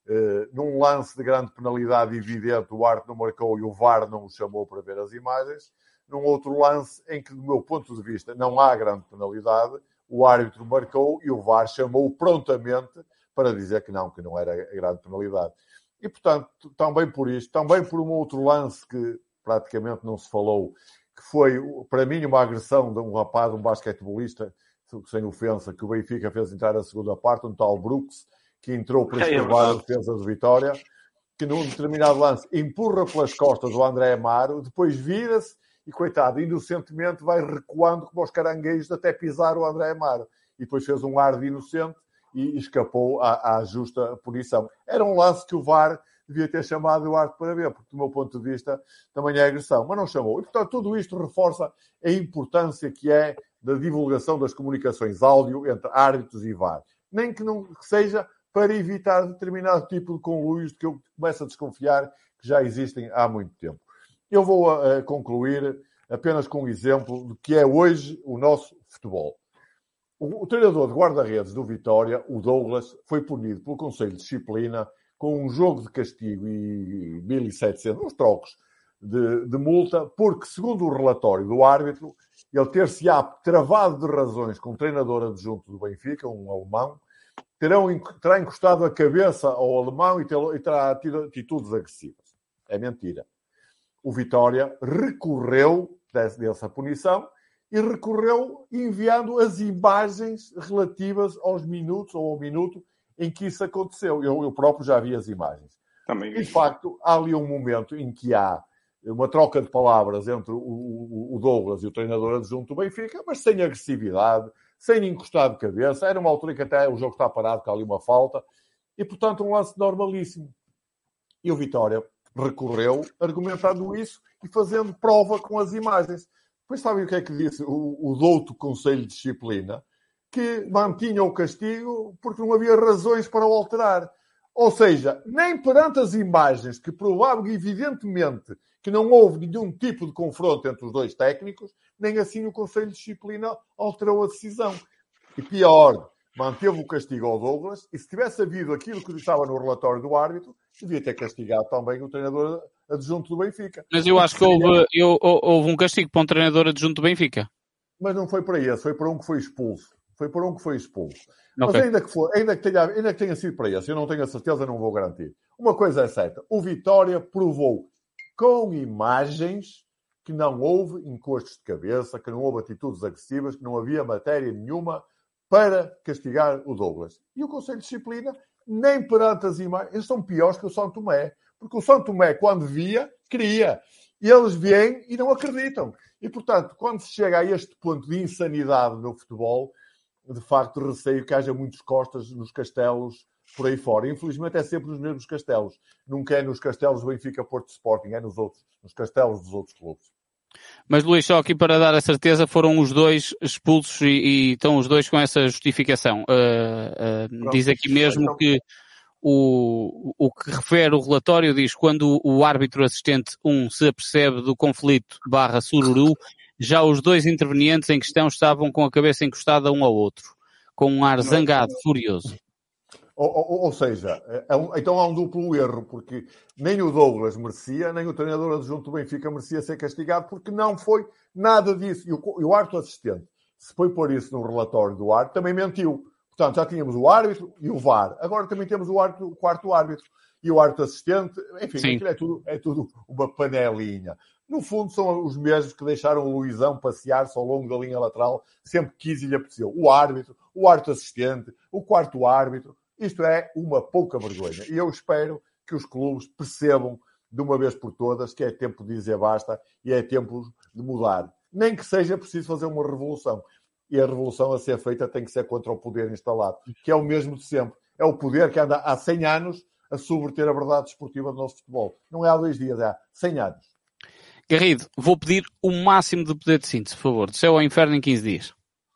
Speaker 3: Num lance de grande penalidade evidente, o árbitro não marcou e o V A R não o chamou para ver as imagens. Num outro lance em que, do meu ponto de vista, não há grande penalidade, o árbitro marcou e o V A R chamou prontamente para dizer que não, que não era grande penalidade. E, portanto, também por isto, também por um outro lance que praticamente não se falou, que foi, para mim, uma agressão de um rapaz, um basquetebolista, sem ofensa, que o Benfica fez entrar na segunda parte, um tal Brooks, que entrou para esquivar a defesa de Vitória, que num determinado lance empurra pelas costas o André Amaro, depois vira-se e, coitado, inocentemente vai recuando como aos caranguejos até pisar o André Amaro. E depois fez um ar de inocente e escapou à, à justa punição. Era um lance que o V A R devia ter chamado o árbitro para ver, porque, do meu ponto de vista, também é agressão. Mas não chamou. E, portanto, tudo isto reforça a importância que é da divulgação das comunicações áudio entre árbitros e V A R. Nem que não seja para evitar determinado tipo de conluios de que eu começo a desconfiar que já existem há muito tempo. Eu vou uh, concluir apenas com um exemplo do que é hoje o nosso futebol. O, o treinador de guarda-redes do Vitória, o Douglas, foi punido pelo Conselho de Disciplina com um jogo de castigo e mil e setecentos, uns trocos de, de multa, porque, segundo o relatório do árbitro, ele ter-se-á travado de razões com o treinador adjunto do Benfica, um alemão, terão, terá encostado a cabeça ao alemão e, ter, e terá tido atitudes agressivas. É mentira. O Vitória recorreu dessa punição e recorreu enviando as imagens relativas aos minutos ou ao minuto em que isso aconteceu. Eu, eu próprio já vi as imagens. Também vi. E, de facto, há ali um momento em que há uma troca de palavras entre o, o Douglas e o treinador adjunto do Benfica, mas sem agressividade, sem encostar de cabeça. Era uma altura em que até o jogo está parado, que há ali uma falta. E, portanto, um lance normalíssimo. E o Vitória recorreu argumentando isso e fazendo prova com as imagens. Depois sabem o que é que disse o, o douto Conselho de Disciplina? Que mantinha o castigo porque não havia razões para o alterar. Ou seja, nem perante as imagens que provavam evidentemente que não houve nenhum tipo de confronto entre os dois técnicos, nem assim o Conselho de Disciplina alterou a decisão. E pior, manteve o castigo ao Douglas e se tivesse havido aquilo que estava no relatório do árbitro, devia ter castigado também o treinador adjunto do Benfica.
Speaker 1: Mas eu acho que houve, eu, houve um castigo para um treinador adjunto do Benfica.
Speaker 3: Mas não foi para esse, foi para um que foi expulso. Foi para um que foi expulso. Okay. Mas ainda que, for, ainda, que tenha, ainda que tenha sido para esse, eu não tenho a certeza, não vou garantir. Uma coisa é certa, o Vitória provou com imagens que não houve encostos de cabeça, que não houve atitudes agressivas, que não havia matéria nenhuma para castigar o Douglas. E o Conselho de Disciplina, nem perante as imagens, eles são piores que o São Tomé. Porque o São Tomé, quando via, queria. E eles vêm e não acreditam. E, portanto, quando se chega a este ponto de insanidade no futebol, de facto, receio que haja muitos Costas nos castelos por aí fora. Infelizmente, é sempre nos mesmos castelos. Nunca é nos castelos do Benfica, Porto Sporting, é nos outros, nos castelos dos outros clubes.
Speaker 1: Mas, Luís, só aqui para dar a certeza, foram os dois expulsos e, e estão os dois com essa justificação. Uh, uh, diz aqui mesmo então, que o, o que refere o relatório diz quando o árbitro assistente um se apercebe do conflito barra sururu, já os dois intervenientes em questão estavam com a cabeça encostada um ao outro, com um ar zangado, furioso.
Speaker 3: Ou, ou, ou seja, é um, então há um duplo erro, porque nem o Douglas merecia, nem o treinador adjunto do Benfica merecia ser castigado, porque não foi nada disso. E o, e o árbitro assistente, se foi pôr isso no relatório do árbitro, também mentiu. Portanto, já tínhamos o árbitro e o V A R. Agora também temos o, árbitro, o quarto árbitro e o árbitro assistente. Enfim, aquilo é tudo, é tudo uma panelinha. No fundo, são os mesmos que deixaram o Luizão passear-se ao longo da linha lateral, sempre que quis e lhe apeteceu. O árbitro, o árbitro assistente, o quarto árbitro. Isto é uma pouca vergonha. E eu espero que os clubes percebam de uma vez por todas que é tempo de dizer basta e é tempo de mudar. Nem que seja preciso fazer uma revolução. E a revolução a ser feita tem que ser contra o poder instalado, que é o mesmo de sempre. É o poder que anda há cem anos a subverter a verdade desportiva do nosso futebol. Não é há dois dias, é há cem anos.
Speaker 1: Garrido, vou pedir o máximo de poder de síntese, por favor. Do céu ao inferno em quinze dias.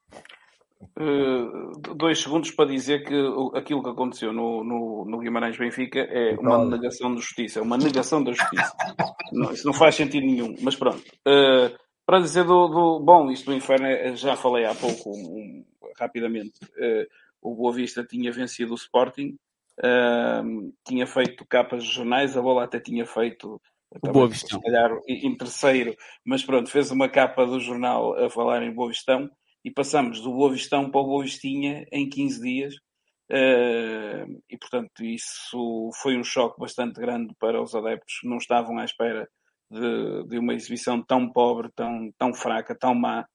Speaker 4: Uh, dois segundos para dizer que aquilo que aconteceu no, no, no Guimarães-Benfica é uma
Speaker 3: Então,
Speaker 4: negação de justiça. É uma negação da justiça. Não, isso não faz sentido nenhum. Mas pronto. Uh, para dizer do, do... Bom, isto do inferno, já falei há pouco, um, rapidamente. Uh, o Boa Vista tinha vencido o Sporting. Uh, tinha feito capas de jornais. A bola até tinha feito...
Speaker 1: O Boa Vistão.
Speaker 4: Se calhar em terceiro. Mas pronto, fez uma capa do jornal a falar em Boa Vistão. E passamos do Boa Vistão para o Boa Vistinha em quinze dias. Uh, e, portanto, isso foi um choque bastante grande para os adeptos. Não estavam à espera de, de uma exibição tão pobre, tão, tão fraca, tão má.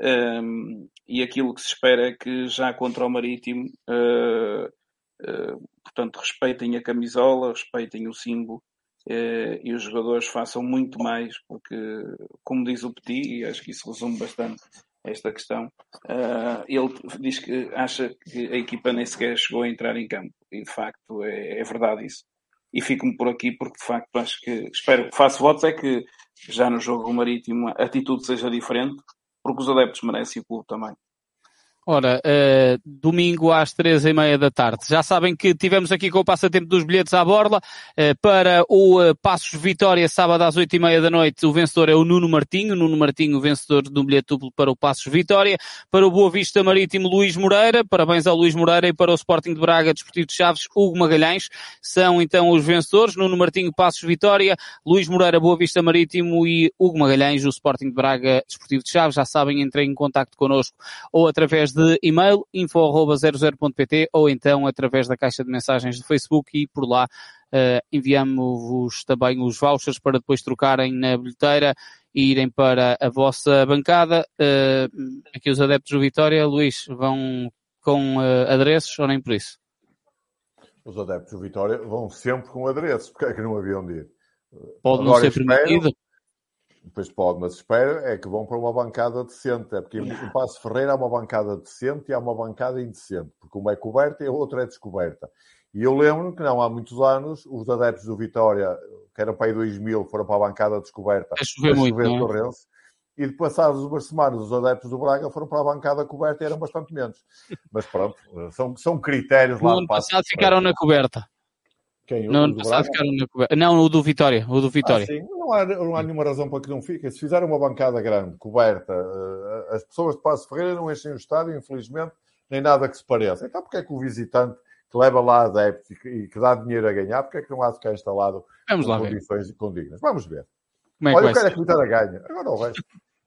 Speaker 4: Uh, e aquilo que se espera é que já contra o Marítimo, uh, uh, portanto, respeitem a camisola, respeitem o símbolo. Uh, e os jogadores façam muito mais, porque, como diz o Petit, e acho que isso resume bastante esta questão, uh, ele diz que acha que a equipa nem sequer chegou a entrar em campo, e de facto é, é verdade isso. E fico-me por aqui porque de facto acho que, espero, faço votos é que já no jogo marítimo a atitude seja diferente, porque os adeptos merecem o clube também.
Speaker 1: Ora, uh, domingo às três e meia da tarde. Já sabem que tivemos aqui com o passatempo dos bilhetes à borla. Uh, para o uh, Passos Vitória, sábado às oito e meia da noite, o vencedor é o Nuno Martinho. Nuno Martinho, vencedor de um bilhete duplo para o Passos Vitória. Para o Boa Vista Marítimo, Luís Moreira. Parabéns ao Luís Moreira. E para o Sporting de Braga, Desportivo de Chaves, Hugo Magalhães. São então os vencedores. Nuno Martinho, Passos Vitória. Luís Moreira, Boa Vista Marítimo e Hugo Magalhães, o Sporting de Braga, Desportivo de Chaves. Já sabem, entrem em contacto connosco ou através de de e-mail info arroba zero zero ponto pt ou então através da caixa de mensagens do Facebook e por lá uh, enviamos-vos também os vouchers para depois trocarem na bilheteira e irem para a vossa bancada. Uh, aqui os adeptos do Vitória, Luís, vão com uh, adereços ou nem por isso?
Speaker 3: Os adeptos do Vitória vão sempre com adereços, porque é que não haviam de ir?
Speaker 1: Pode não ser permitido?
Speaker 3: Depois pode, mas espero é que vão para uma bancada decente. É porque em Passo Ferreira há uma bancada decente e há uma bancada indecente. Porque uma é coberta e a outra é descoberta. E eu lembro que não há muitos anos, os adeptos do Vitória, que eram para aí dois mil, foram para a bancada descoberta.
Speaker 1: É chover muito, não é?
Speaker 3: Torrense. E depois, passados umas semanas, os adeptos do Braga foram para a bancada coberta e eram bastante menos. Mas pronto, são, são critérios lá.
Speaker 1: No ano passado ficaram na coberta.
Speaker 3: Quem?
Speaker 1: No ano passado ficaram na coberta. Não, o do Vitória. O do Vitória.
Speaker 3: Ah, sim. Não há, não há nenhuma razão para que não fique. Se fizerem uma bancada grande, coberta, as pessoas de Passo Ferreira não enchem o estádio, infelizmente, nem nada que se pareça. Então, porque é que o visitante que leva lá adeptos e que dá dinheiro a ganhar, porque é que não há de ficar instalado
Speaker 1: Vamos
Speaker 3: em
Speaker 1: lá
Speaker 3: condições
Speaker 1: ver.
Speaker 3: condignas? Vamos ver.
Speaker 1: Como é
Speaker 3: Olha,
Speaker 1: que
Speaker 3: eu quero é que o Vitória ganhe. Agora o resto.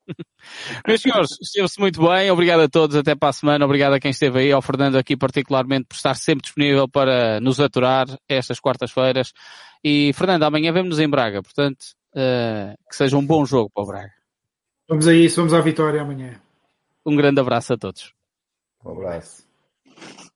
Speaker 1: Meus senhores, esteve-se muito bem, obrigado a todos, até para a semana, obrigado a quem esteve aí, ao Fernando aqui particularmente por estar sempre disponível para nos aturar estas quartas-feiras. E Fernando, amanhã vemo-nos em Braga, portanto, uh, que seja um bom jogo para o Braga.
Speaker 2: Vamos a isso, vamos à vitória amanhã.
Speaker 1: Um grande abraço a todos.
Speaker 3: Um abraço.